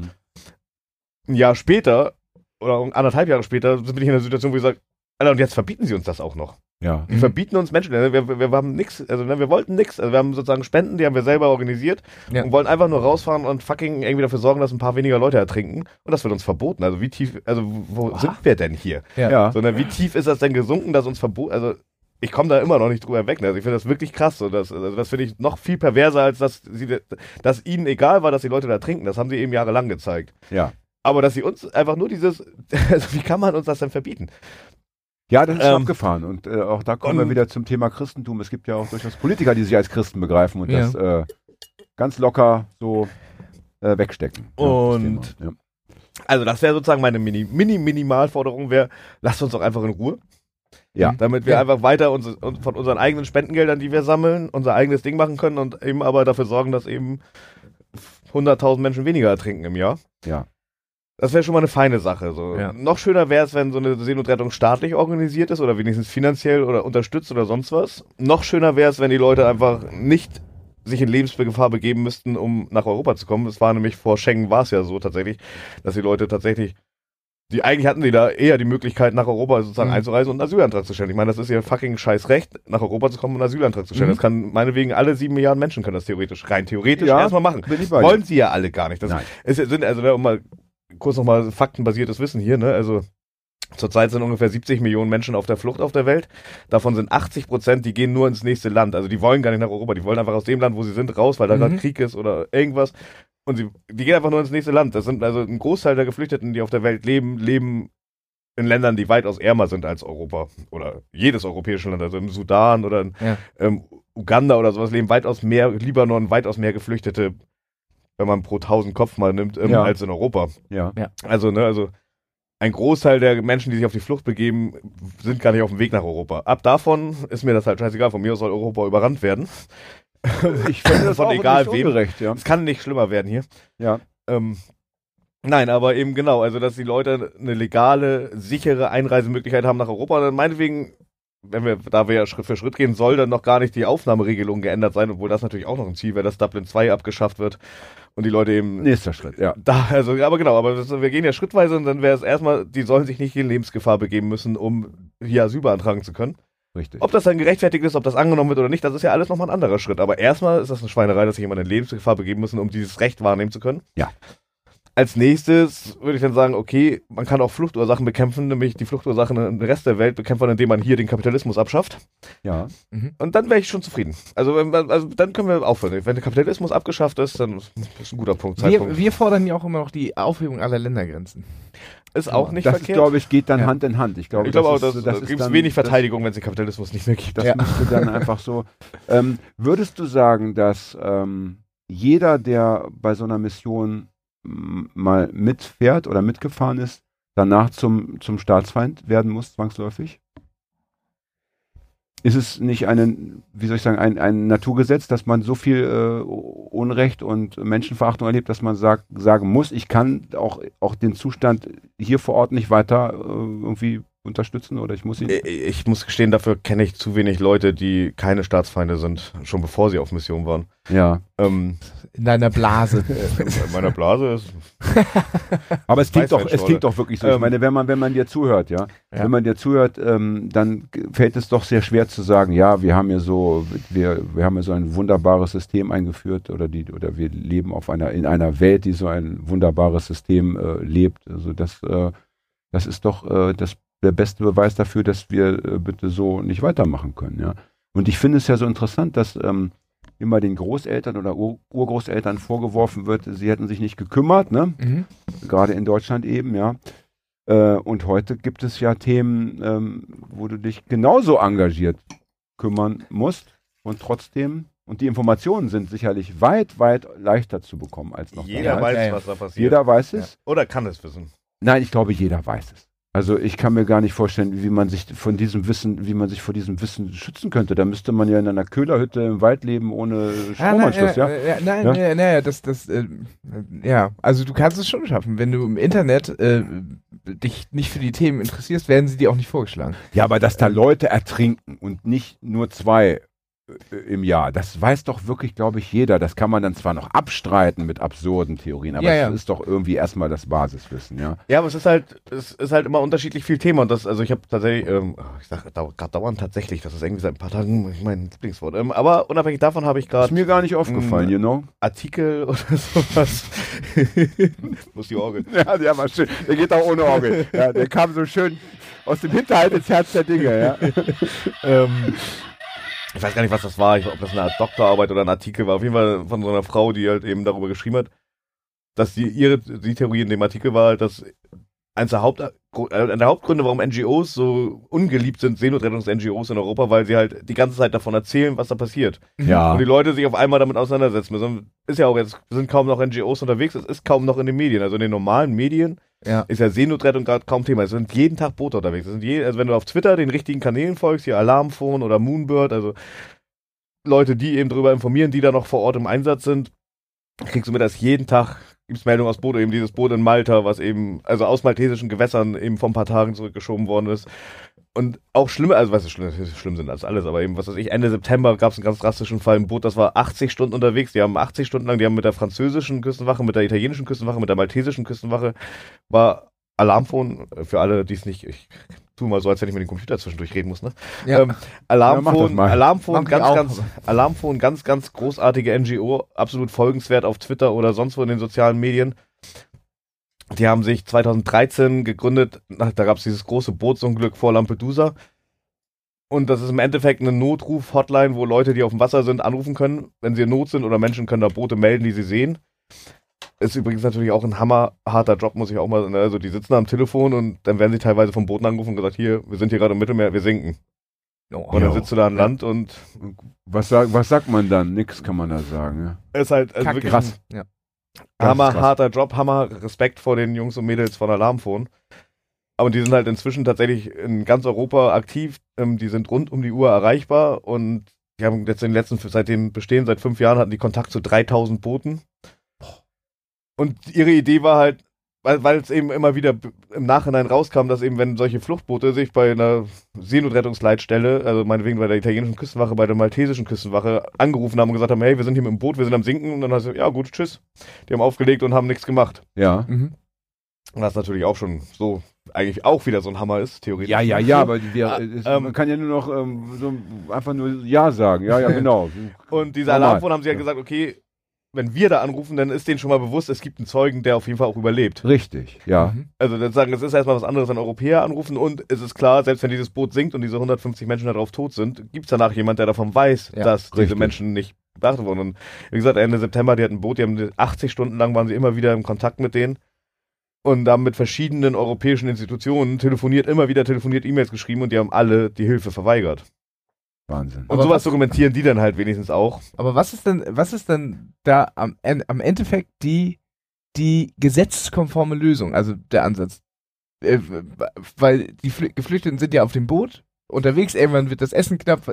Speaker 4: Ein Jahr später oder 1,5 Jahre später bin ich in einer Situation, wo ich sage, Alter, und jetzt verbieten sie uns das auch noch.
Speaker 2: Ja.
Speaker 4: Die verbieten uns Menschen. Wir haben nichts, also wir wollten nichts. Also wir haben sozusagen Spenden, die haben wir selber organisiert und wollen einfach nur rausfahren und fucking irgendwie dafür sorgen, dass ein paar weniger Leute ertrinken. Und das wird uns verboten. Also wie tief, also wo sind wir denn hier?
Speaker 2: Ja.
Speaker 4: Sondern wie tief ist das denn gesunken, dass uns verboten, also ich komme da immer noch nicht drüber weg. Ne? Also ich finde das wirklich krass. So, das finde ich noch viel perverser, als dass ihnen egal war, dass die Leute da trinken. Das haben sie eben jahrelang gezeigt.
Speaker 2: Ja.
Speaker 4: Aber dass sie uns einfach nur also wie kann man uns das denn verbieten?
Speaker 2: Ja, das ist abgefahren. Und auch da kommen wir wieder zum Thema Christentum. Es gibt ja auch durchaus Politiker, die sich als Christen begreifen und das ganz locker so wegstecken.
Speaker 4: Und also das wäre sozusagen meine Minimalforderung wäre, lasst uns doch einfach in Ruhe.
Speaker 2: Ja.
Speaker 4: Damit wir einfach weiter von unseren eigenen Spendengeldern, die wir sammeln, unser eigenes Ding machen können und eben aber dafür sorgen, dass eben 100.000 Menschen weniger ertrinken im Jahr.
Speaker 2: Ja.
Speaker 4: Das wäre schon mal eine feine Sache. So. Ja. Noch schöner wäre es, wenn so eine Seenotrettung staatlich organisiert ist oder wenigstens finanziell oder unterstützt oder sonst was. Noch schöner wäre es, wenn die Leute einfach nicht sich in Lebensgefahr begeben müssten, um nach Europa zu kommen. Es war nämlich vor Schengen war es ja so tatsächlich, dass die Leute tatsächlich, eigentlich hatten die da eher die Möglichkeit, nach Europa sozusagen einzureisen und einen Asylantrag zu stellen. Ich meine, das ist ja fucking scheiß Recht, nach Europa zu kommen und einen Asylantrag zu stellen. Das kann meinetwegen alle 7 Milliarden Menschen können das rein theoretisch erstmal machen. Wollen sie ja alle gar nicht. Um mal kurz nochmal faktenbasiertes Wissen hier, ne? Also zurzeit sind ungefähr 70 Millionen Menschen auf der Flucht auf der Welt. Davon sind 80%, die gehen nur ins nächste Land. Also die wollen gar nicht nach Europa, die wollen einfach aus dem Land, wo sie sind, raus, weil da gerade Krieg ist oder irgendwas. Und die gehen einfach nur ins nächste Land. Das sind also ein Großteil der Geflüchteten, die auf der Welt leben in Ländern, die weitaus ärmer sind als Europa. Oder jedes europäische Land. Also im Sudan oder in Uganda oder sowas leben weitaus mehr, Libanon, weitaus mehr Geflüchtete, wenn man pro 1000 Kopf mal nimmt, als in Europa.
Speaker 2: Ja.
Speaker 4: Also ein Großteil der Menschen, die sich auf die Flucht begeben, sind gar nicht auf dem Weg nach Europa. Ab davon ist mir das halt scheißegal. Von mir aus soll Europa überrannt werden.
Speaker 2: Ich finde das
Speaker 4: von
Speaker 2: auch
Speaker 4: egal
Speaker 2: nicht
Speaker 4: wem.
Speaker 2: ungerecht, ja.
Speaker 4: Es kann nicht schlimmer werden hier.
Speaker 2: Ja.
Speaker 4: Nein, aber eben genau, also dass die Leute eine legale, sichere Einreisemöglichkeit haben nach Europa. Und dann meinetwegen, da wir ja Schritt für Schritt gehen, soll dann noch gar nicht die Aufnahmeregelung geändert sein, obwohl das natürlich auch noch ein Ziel wäre, dass Dublin 2 abgeschafft wird und die Leute eben...
Speaker 2: Nächster Schritt, ja.
Speaker 4: Wir gehen ja schrittweise und dann wäre es erstmal, die sollen sich nicht in Lebensgefahr begeben müssen, um hier Asyl beantragen zu können.
Speaker 2: Richtig.
Speaker 4: Ob das dann gerechtfertigt ist, ob das angenommen wird oder nicht, das ist ja alles nochmal ein anderer Schritt. Aber erstmal ist das eine Schweinerei, dass sich jemand in Lebensgefahr begeben müssen, um dieses Recht wahrnehmen zu können.
Speaker 2: Ja.
Speaker 4: Als nächstes würde ich dann sagen, okay, man kann auch Fluchtursachen bekämpfen, nämlich die Fluchtursachen im Rest der Welt bekämpfen, indem man hier den Kapitalismus abschafft.
Speaker 2: Ja.
Speaker 4: Und dann wäre ich schon zufrieden. Also dann können wir aufhören. Wenn der Kapitalismus abgeschafft ist, dann ist ein guter Zeitpunkt.
Speaker 3: Wir fordern ja auch immer noch die Aufhebung aller Ländergrenzen.
Speaker 4: Ist auch nicht
Speaker 2: das
Speaker 4: verkehrt.
Speaker 2: Das, glaube ich, geht dann Hand in Hand. Ich glaube auch,
Speaker 4: da gibt es wenig Verteidigung, wenn es den Kapitalismus nicht mehr gibt.
Speaker 2: Das müsste dann einfach so... würdest du sagen, dass jeder, der bei so einer Mission mal mitfährt oder mitgefahren ist, danach zum Staatsfeind werden muss, zwangsläufig? Ist es nicht ein Naturgesetz, dass man so viel Unrecht und Menschenverachtung erlebt, dass man sagen muss, ich kann auch den Zustand hier vor Ort nicht weiter irgendwie unterstützen oder ich muss ihn...
Speaker 4: Ich muss gestehen, dafür kenne ich zu wenig Leute, die keine Staatsfeinde sind, schon bevor sie auf Mission waren.
Speaker 2: Ja.
Speaker 3: In deiner Blase.
Speaker 4: In meiner Blase ist...
Speaker 2: Aber es klingt doch wirklich so. Ich meine, wenn man dir zuhört, ja, wenn man dir zuhört, dann fällt es doch sehr schwer zu sagen, ja, wir haben ja so ein wunderbares System eingeführt oder wir leben in einer Welt, die so ein wunderbares System lebt. Also das ist doch der beste Beweis dafür, dass wir bitte so nicht weitermachen können, ja. Und ich finde es ja so interessant, dass immer den Großeltern oder Urgroßeltern vorgeworfen wird, sie hätten sich nicht gekümmert, ne? Mhm. Gerade in Deutschland eben, ja. Und heute gibt es ja Themen, wo du dich genauso engagiert kümmern musst und trotzdem, und die Informationen sind sicherlich weit, weit leichter zu bekommen als noch
Speaker 4: jeder
Speaker 2: damals.
Speaker 4: Weiß, was da passiert.
Speaker 2: Jeder weiß es.
Speaker 4: Ja. Oder kann es wissen.
Speaker 2: Nein, ich glaube, jeder weiß es. Also ich kann mir gar nicht vorstellen, wie man sich vor diesem Wissen schützen könnte. Da müsste man ja in einer Köhlerhütte im Wald leben ohne Stromanschluss, ja?
Speaker 3: Also du kannst es schon schaffen. Wenn du im Internet dich nicht für die Themen interessierst, werden sie dir auch nicht vorgeschlagen.
Speaker 2: Ja, aber dass da Leute ertrinken und nicht nur 2 im Jahr, das weiß doch wirklich, glaube ich, jeder. Das kann man dann zwar noch abstreiten mit absurden Theorien, aber es ist doch irgendwie erstmal das Basiswissen, ja.
Speaker 4: Ja, aber es ist halt immer unterschiedlich viel Thema und also ich habe tatsächlich, ich sage gerade dauernd tatsächlich, das ist irgendwie seit ein paar Tagen mein Lieblingswort, aber unabhängig davon habe ich gerade...
Speaker 2: Ist mir gar nicht aufgefallen, you know?
Speaker 4: Artikel oder sowas. Muss die Orgel.
Speaker 2: Ja, der war schön. Der geht auch ohne Orgel. Ja, der kam so schön aus dem Hinterhalt ins Herz der Dinge, ja.
Speaker 4: Ich weiß gar nicht, was das war, ob das eine Doktorarbeit oder ein Artikel war. Auf jeden Fall von so einer Frau, die halt eben darüber geschrieben hat, dass die Theorie in dem Artikel war, dass einer der Hauptgründe, warum NGOs so ungeliebt sind, Seenotrettungs-NGOs in Europa, weil sie halt die ganze Zeit davon erzählen, was da passiert.
Speaker 2: Ja.
Speaker 4: Und die Leute sich auf einmal damit auseinandersetzen müssen. Ist ja auch jetzt, sind kaum noch NGOs unterwegs, es ist kaum noch in den Medien. Also in den normalen Medien ist ja Seenotrettung gerade kaum Thema. Es sind jeden Tag Boote unterwegs. Also wenn du auf Twitter den richtigen Kanälen folgst, hier Alarmphone oder Moonbird, also Leute, die eben darüber informieren, die da noch vor Ort im Einsatz sind, kriegst du mit, dass jeden Tag gibt's Meldungen aus Boot, eben dieses Boot in Malta, was eben, also aus maltesischen Gewässern eben vor ein paar Tagen zurückgeschoben worden ist. Und auch schlimme, also was schlimm sind als alles, aber eben, was weiß ich, Ende September gab es einen ganz drastischen Fall, ein Boot, das war 80 Stunden unterwegs, die haben 80 Stunden lang, die haben mit der französischen Küstenwache, mit der italienischen Küstenwache, mit der maltesischen Küstenwache, war Alarmphone, für alle, die es nicht, ich tu mal so, als wenn ich mit dem Computer zwischendurch reden muss, ne? Ja. Alarmphone, ganz, ganz großartige NGO, absolut folgenswert auf Twitter oder sonst wo in den sozialen Medien. Die haben sich 2013 gegründet, da gab es dieses große Bootsunglück vor Lampedusa. Und das ist im Endeffekt eine Notruf-Hotline, wo Leute, die auf dem Wasser sind, anrufen können, wenn sie in Not sind, oder Menschen können da Boote melden, die sie sehen. Ist übrigens natürlich auch ein hammerharter Job, muss ich auch mal, also die sitzen am Telefon und dann werden sie teilweise vom Booten angerufen und gesagt, hier, wir sind hier gerade im Mittelmeer, wir sinken. Und dann sitzt du da an Land und...
Speaker 2: Was sagt man dann? Nix kann man da sagen, ja.
Speaker 4: Ist halt also wirklich
Speaker 2: krass.
Speaker 4: Hammerharter Job, Hammer Respekt vor den Jungs und Mädels von Alarmphone. Aber die sind halt inzwischen tatsächlich in ganz Europa aktiv, die sind rund um die Uhr erreichbar und die haben jetzt seit dem Bestehen, seit 5 Jahren hatten die Kontakt zu 3000 Booten. Und ihre Idee war halt, weil es eben immer wieder im Nachhinein rauskam, dass eben, wenn solche Fluchtboote sich bei einer Seenotrettungsleitstelle, also meinetwegen bei der italienischen Küstenwache, bei der maltesischen Küstenwache, angerufen haben und gesagt haben, hey, wir sind hier mit dem Boot, wir sind am Sinken. Und dann heißt es, ja gut, tschüss. Die haben aufgelegt und haben nichts gemacht.
Speaker 2: Ja.
Speaker 4: Mhm. Und das natürlich auch schon so, eigentlich auch wieder so ein Hammer ist, theoretisch.
Speaker 2: Ja, aber man kann ja nur noch einfach nur Ja sagen. Ja, genau.
Speaker 4: Und diese Alarmphone haben sie halt gesagt, okay, wenn wir da anrufen, dann ist denen schon mal bewusst, es gibt einen Zeugen, der auf jeden Fall auch überlebt.
Speaker 2: Richtig, ja.
Speaker 4: Also dann sagen, es ist erstmal was anderes, wenn Europäer anrufen und es ist klar, selbst wenn dieses Boot sinkt und diese 150 Menschen darauf tot sind, gibt es danach jemand, der davon weiß, dass diese Menschen nicht beachtet wurden. Und wie gesagt, Ende September, die hatten ein Boot, die haben 80 Stunden lang waren sie immer wieder im Kontakt mit denen und haben mit verschiedenen europäischen Institutionen telefoniert, E-Mails geschrieben und die haben alle die Hilfe verweigert.
Speaker 2: Wahnsinn.
Speaker 4: Und aber sowas dokumentieren die dann halt wenigstens auch.
Speaker 3: Aber was ist denn da am Endeffekt die gesetzeskonforme Lösung, also der Ansatz? Weil die Geflüchteten sind ja auf dem Boot unterwegs, irgendwann wird das Essen knapp,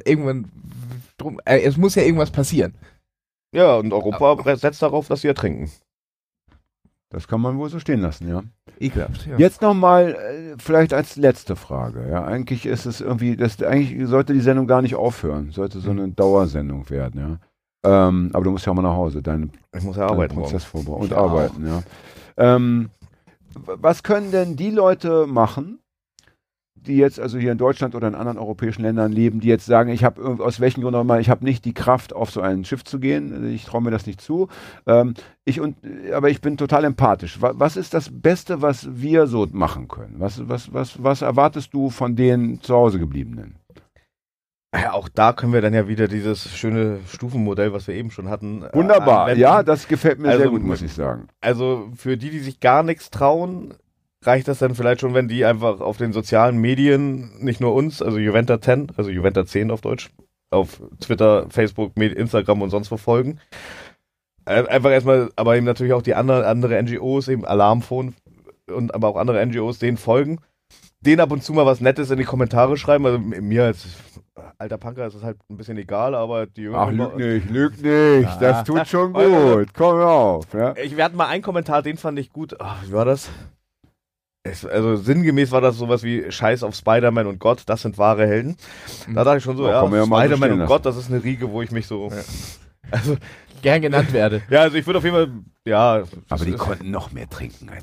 Speaker 3: es muss ja irgendwas passieren.
Speaker 4: Ja, und Europa setzt darauf, dass sie ertrinken.
Speaker 2: Das kann man wohl so stehen lassen, ja.
Speaker 3: Ekelhaft, ja.
Speaker 2: Jetzt nochmal, vielleicht als letzte Frage. Ja, eigentlich ist es irgendwie, eigentlich sollte die Sendung gar nicht aufhören. Sollte so eine Dauersendung werden, ja. Aber du musst ja auch mal nach Hause,
Speaker 4: Ich muss ja arbeiten.
Speaker 2: Prozess vorbereiten und arbeiten, ja. Was können denn die Leute machen, die jetzt also hier in Deutschland oder in anderen europäischen Ländern leben, die jetzt sagen, ich habe aus welchen Gründen auch immer, ich habe nicht die Kraft, auf so ein Schiff zu gehen, ich traue mir das nicht zu, aber ich bin total empathisch. Was ist das Beste, was wir so machen können? Was erwartest du von den zu Hause gebliebenen?
Speaker 4: Ja, auch da können wir dann ja wieder dieses schöne Stufenmodell, was wir eben schon hatten.
Speaker 2: Wunderbar,
Speaker 4: anwenden.
Speaker 2: Ja, das gefällt mir sehr gut, muss ich sagen.
Speaker 4: Also für die sich gar nichts trauen, reicht das dann vielleicht schon, wenn die einfach auf den sozialen Medien, nicht nur uns, also Juventa 10, also Juventa 10 auf Deutsch, auf Twitter, Facebook, Instagram und sonst wo folgen. Einfach erstmal, aber eben natürlich auch die andere NGOs, eben Alarmphone und aber auch andere NGOs, denen folgen. Denen ab und zu mal was Nettes in die Kommentare schreiben. Also mir als alter Punker ist es halt ein bisschen egal, aber die Jüngeren...
Speaker 2: Ach, lüg nicht, das tut schon gut. Komm auf. Ja.
Speaker 4: Wir hatten mal einen Kommentar, den fand ich gut. Wie war das? Also sinngemäß war das sowas wie Scheiß auf Spider-Man und Gott, das sind wahre Helden. Da dachte ich schon so, Spider-Man und Gott, das ist eine Riege, wo ich mich so... Also,
Speaker 3: gern genannt werde.
Speaker 4: Ja, also ich würde auf jeden Fall... Ja,
Speaker 2: aber die konnten noch mehr trinken als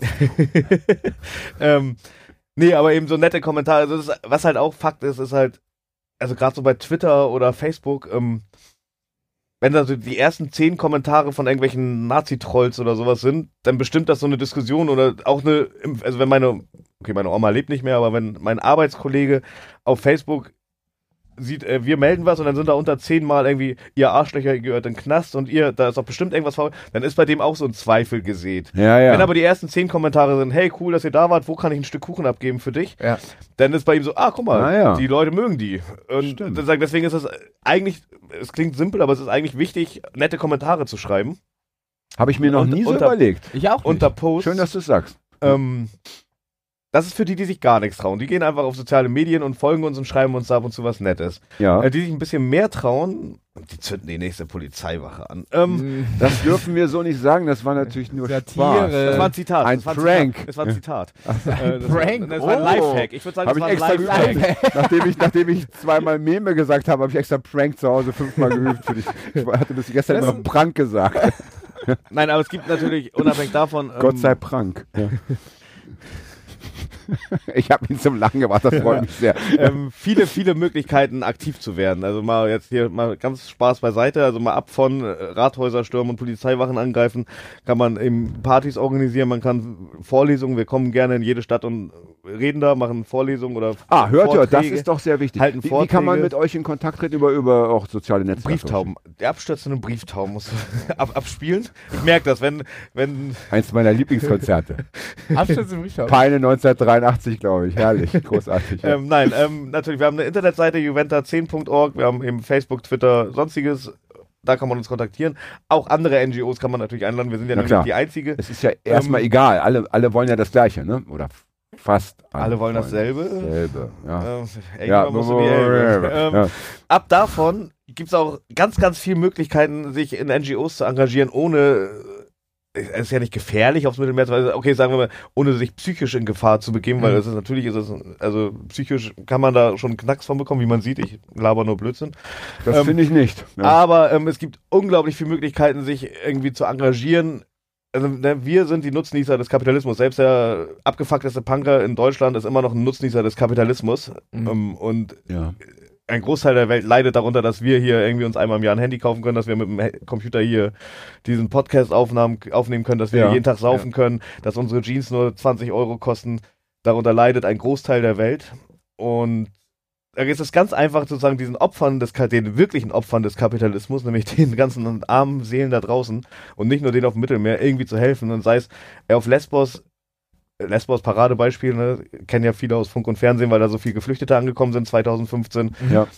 Speaker 4: nee, aber eben so nette Kommentare. Also was halt auch Fakt ist halt, also gerade so bei Twitter oder Facebook, wenn da so die ersten 10 Kommentare von irgendwelchen Nazi-Trolls oder sowas sind, dann bestimmt das so eine Diskussion oder auch also wenn meine Oma lebt nicht mehr, aber wenn mein Arbeitskollege auf Facebook sieht, wir melden was und dann sind da unter 10 Mal irgendwie, ihr Arschlöcher, ihr gehört in den Knast und da ist doch bestimmt irgendwas faul, dann ist bei dem auch so ein Zweifel gesät.
Speaker 2: Ja.
Speaker 4: Wenn aber die ersten 10 Kommentare sind, hey, cool, dass ihr da wart, wo kann ich ein Stück Kuchen abgeben für dich?
Speaker 3: Ja.
Speaker 4: Dann ist bei ihm so, guck mal, die Leute mögen die. Und deswegen ist das eigentlich, es klingt simpel, aber es ist eigentlich wichtig, nette Kommentare zu schreiben.
Speaker 2: Habe ich mir noch nie so überlegt.
Speaker 3: Ich auch nicht.
Speaker 4: Unter Posts.
Speaker 2: Schön, dass du es sagst.
Speaker 4: Das ist für die sich gar nichts trauen. Die gehen einfach auf soziale Medien und folgen uns und schreiben uns da ab und zu was Nettes.
Speaker 2: Ja.
Speaker 4: Die sich ein bisschen mehr trauen, die zünden die nächste Polizeiwache an.
Speaker 2: Das dürfen wir so nicht sagen, das war natürlich nur
Speaker 3: Satire.
Speaker 2: Spaß.
Speaker 4: Das war ein Zitat.
Speaker 2: Ein Prank.
Speaker 4: Das war ein Zitat.
Speaker 3: Prank?
Speaker 4: Das war ein Lifehack. Ich würde sagen, das war ein Lifehack.
Speaker 2: Nachdem ich zweimal Meme gesagt habe, habe ich extra Prank zu Hause 5-mal geübt für dich. Ich hatte bis gestern immer Prank gesagt.
Speaker 4: Nein, aber es gibt natürlich, unabhängig davon...
Speaker 2: Gott sei Prank. Ja. Ich habe ihn zum Lachen gebracht, das freut mich sehr.
Speaker 4: Viele Möglichkeiten, aktiv zu werden. Also mal jetzt hier mal ganz Spaß beiseite. Also mal ab von Rathäuser stürmen und Polizeiwachen angreifen, kann man eben Partys organisieren, man kann Vorlesungen, wir kommen gerne in jede Stadt und reden da, machen Vorlesungen oder
Speaker 2: hört, das ist doch sehr wichtig.
Speaker 4: Halten
Speaker 2: wie kann man mit euch in Kontakt treten über auch soziale Netzwerke?
Speaker 4: Brieftauben. Der abstürzende Brieftauben muss abspielen. Ich merke das, wenn...
Speaker 2: Eins meiner Lieblingskonzerte.
Speaker 3: Abstürzende Brieftauben.
Speaker 2: Peine 1983, glaube ich. Herrlich, großartig. Ja.
Speaker 4: Natürlich, wir haben eine Internetseite, juventa10.org, wir haben eben Facebook, Twitter, sonstiges. Da kann man uns kontaktieren. Auch andere NGOs kann man natürlich einladen. Wir sind ja nicht die einzige.
Speaker 2: Es ist ja erstmal egal. Alle wollen ja das Gleiche, ne? Oder fast.
Speaker 4: Alle wollen dasselbe.
Speaker 2: Ja.
Speaker 4: Ab davon gibt es auch ganz, ganz viele Möglichkeiten, sich in NGOs zu engagieren, ohne... Es ist ja nicht gefährlich aufs Mittelmeer, okay, sagen wir mal, ohne sich psychisch in Gefahr zu begeben, weil also psychisch kann man da schon einen Knacks von bekommen, wie man sieht, ich laber nur Blödsinn.
Speaker 2: Das finde ich nicht. Ja.
Speaker 4: Aber es gibt unglaublich viele Möglichkeiten, sich irgendwie zu engagieren. Also wir sind die Nutznießer des Kapitalismus. Selbst der abgefuckteste Punker in Deutschland ist immer noch ein Nutznießer des Kapitalismus. Und ein Großteil der Welt leidet darunter, dass wir hier irgendwie uns einmal im Jahr ein Handy kaufen können, dass wir mit dem Computer hier diesen Podcast aufnehmen können, dass wir jeden Tag saufen können, dass unsere Jeans nur 20 € kosten. Darunter leidet ein Großteil der Welt. Und da ist es ganz einfach sozusagen den wirklichen Opfern des Kapitalismus, nämlich den ganzen armen Seelen da draußen und nicht nur denen auf dem Mittelmeer, irgendwie zu helfen. Und sei es auf Lesbos, Paradebeispiel, ne? Kennen ja viele aus Funk und Fernsehen, weil da so viele Geflüchtete angekommen sind 2015.
Speaker 2: Ja.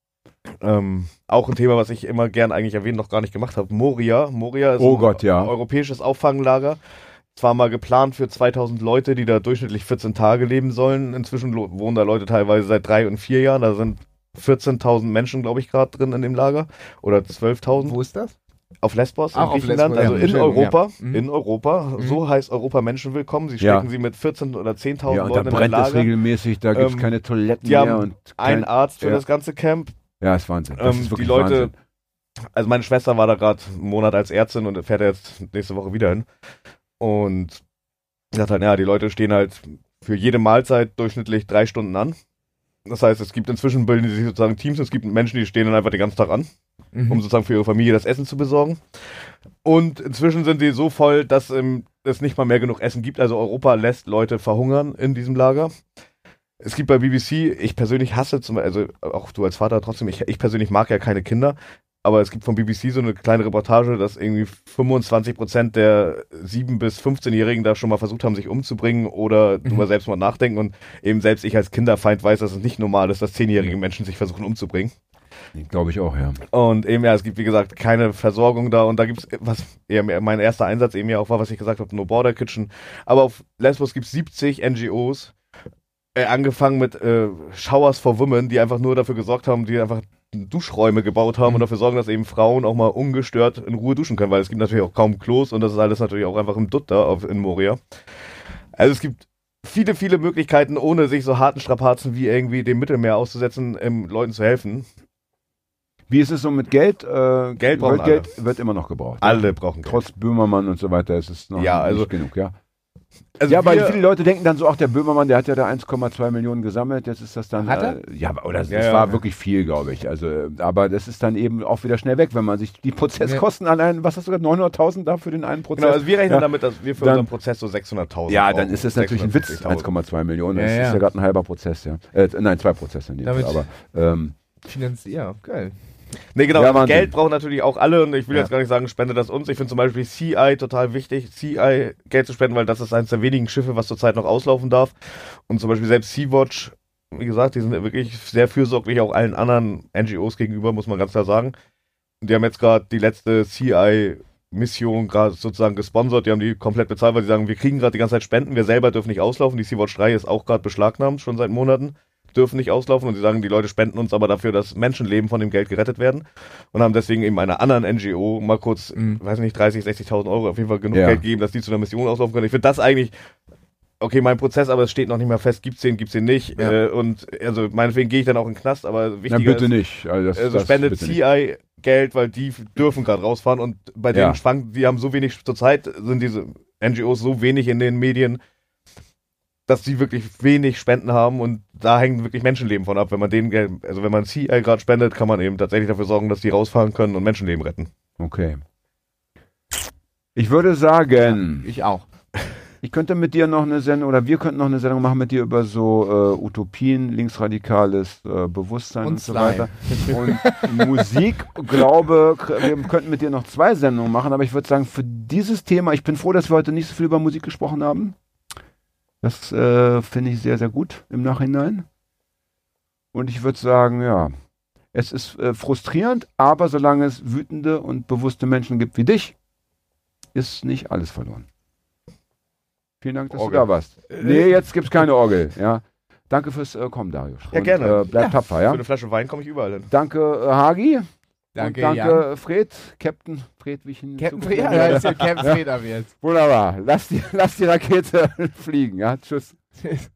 Speaker 4: Auch ein Thema, was ich immer gern eigentlich erwähnen, noch gar nicht gemacht habe. Moria ist ein europäisches Auffanglager. Zwar mal geplant für 2000 Leute, die da durchschnittlich 14 Tage leben sollen. Inzwischen wohnen da Leute teilweise seit 3 und 4 Jahren. Da sind 14.000 Menschen, glaube ich, gerade drin in dem Lager. Oder 12.000.
Speaker 3: Wo ist das?
Speaker 4: Auf Lesbos,
Speaker 3: Auch
Speaker 4: in Griechenland, also in Europa,
Speaker 3: in
Speaker 4: Europa, so heißt Europa Menschen willkommen. Sie stecken sie mit 14 oder 10.000
Speaker 2: und
Speaker 4: Leuten
Speaker 2: da brennt es regelmäßig, da gibt es keine Toiletten mehr. Und
Speaker 4: ein Arzt für das ganze Camp.
Speaker 2: Ja, ist Wahnsinn. Das ist wirklich
Speaker 4: die Leute,
Speaker 2: Wahnsinn.
Speaker 4: Also meine Schwester war da gerade einen Monat als Ärztin und fährt jetzt nächste Woche wieder hin. Und sagt halt, ja, die Leute stehen halt für jede Mahlzeit durchschnittlich 3 Stunden an. Das heißt, es gibt inzwischen bilden sich sozusagen Teams, es gibt Menschen, die stehen dann einfach den ganzen Tag an, um sozusagen für ihre Familie das Essen zu besorgen. Und inzwischen sind sie so voll, dass es nicht mal mehr genug Essen gibt. Also Europa lässt Leute verhungern in diesem Lager. Es gibt bei BBC, ich persönlich hasse, also auch du als Vater trotzdem, ich persönlich mag ja keine Kinder, aber es gibt von BBC so eine kleine Reportage, dass irgendwie 25% der 7- bis 15-Jährigen da schon mal versucht haben, sich umzubringen oder drüber selbst mal nachdenken und eben selbst ich als Kinderfeind weiß, dass es nicht normal ist, dass 10-jährige Menschen sich versuchen umzubringen.
Speaker 2: Glaube ich auch, ja.
Speaker 4: Und eben, ja, es gibt, wie gesagt, keine Versorgung da und da gibt es, was eher mein erster Einsatz eben ja auch war, was ich gesagt habe, No Border Kitchen, aber auf Lesbos gibt es 70 NGOs, angefangen mit Showers for Women, die einfach nur dafür gesorgt haben, die einfach Duschräume gebaut haben und dafür sorgen, dass eben Frauen auch mal ungestört in Ruhe duschen können, weil es gibt natürlich auch kaum Klos und das ist alles natürlich auch einfach im Dutt da in Moria. Also es gibt viele, viele Möglichkeiten, ohne sich so harten Strapazen wie irgendwie dem Mittelmeer auszusetzen, Leuten zu helfen.
Speaker 2: Wie ist es so mit Geld?
Speaker 4: Geld brauchen
Speaker 2: Geld wird immer noch gebraucht.
Speaker 4: Alle brauchen Geld.
Speaker 2: Trotz Böhmermann und so weiter ist es noch nicht genug, ja.
Speaker 4: Also
Speaker 2: ja, weil viele Leute denken dann so, ach, der Böhmermann, der hat ja da 1,2 Millionen gesammelt, jetzt ist das dann...
Speaker 3: Hat er?
Speaker 2: Das war wirklich viel, glaube ich. Also, aber das ist dann eben auch wieder schnell weg, wenn man sich die Prozesskosten allein, was hast du gesagt, 900.000 da für den einen Prozess?
Speaker 4: Genau, also wir rechnen damit, dass wir für unseren Prozess so 600.000
Speaker 2: Ja, dann ist es natürlich ein Witz, 1,2 Millionen, das ist ja gerade ein halber Prozess, ja. Nein, 2 Prozesse in dem Fall, aber...
Speaker 3: Finanziert, geil.
Speaker 4: Nee, genau, ja, Geld brauchen natürlich auch alle und ich will jetzt gar nicht sagen, spende das uns. Ich finde zum Beispiel CI total wichtig, CI Geld zu spenden, weil das ist eines der wenigen Schiffe, was zurzeit noch auslaufen darf. Und zum Beispiel selbst Sea-Watch, wie gesagt, die sind wirklich sehr fürsorglich auch allen anderen NGOs gegenüber, muss man ganz klar sagen. Und die haben jetzt gerade die letzte CI-Mission gerade sozusagen gesponsert, die haben die komplett bezahlt, weil sie sagen, wir kriegen gerade die ganze Zeit Spenden, wir selber dürfen nicht auslaufen. Die Sea-Watch 3 ist auch gerade beschlagnahmt, schon seit Monaten. Dürfen nicht auslaufen und sie sagen, die Leute spenden uns aber dafür, dass Menschenleben von dem Geld gerettet werden und haben deswegen eben einer anderen NGO mal kurz, weiß nicht, 30.000, 60.000 Euro auf jeden Fall genug Geld gegeben, dass die zu einer Mission auslaufen können. Ich finde das eigentlich, okay, mein Prozess, aber es steht noch nicht mal fest, gibt's den nicht und also meinetwegen gehe ich dann auch in den Knast, aber wichtiger
Speaker 2: bitte
Speaker 4: ist,
Speaker 2: nicht.
Speaker 4: Also spendet CI Geld, weil die dürfen gerade rausfahren und bei denen schwankt, die haben so wenig, zurzeit sind diese NGOs so wenig in den Medien, dass die wirklich wenig Spenden haben und da hängen wirklich Menschenleben von ab. Wenn man denen Geld, also wenn man CI gerade spendet, kann man eben tatsächlich dafür sorgen, dass die rausfahren können und Menschenleben retten.
Speaker 2: Okay. Ich würde sagen...
Speaker 3: Ich auch.
Speaker 2: Ich könnte mit dir noch eine Sendung, oder wir könnten noch eine Sendung machen mit dir über so Utopien, linksradikales Bewusstsein und so weiter. Und Musik, glaube, wir könnten mit dir noch 2 Sendungen machen, aber ich würde sagen, für dieses Thema, ich bin froh, dass wir heute nicht so viel über Musik gesprochen haben. Das finde ich sehr, sehr gut im Nachhinein. Und ich würde sagen, ja, es ist frustrierend, aber solange es wütende und bewusste Menschen gibt wie dich, ist nicht alles verloren. Vielen Dank, dass du da warst. Nee, jetzt gibt es keine Orgel. Ja. Danke fürs Kommen, Darius.
Speaker 4: Ja, gerne.
Speaker 2: Bleib tapfer, ja.
Speaker 4: Für eine Flasche Wein komme ich überall hin.
Speaker 2: Danke, Hagi.
Speaker 3: Danke,
Speaker 2: danke Fred. Captain Fred, wie ich ihn
Speaker 3: Captain Fred, ja, ist ja Captain Fred ab jetzt.
Speaker 2: Wunderbar. Lass die Rakete fliegen, ja. Tschüss.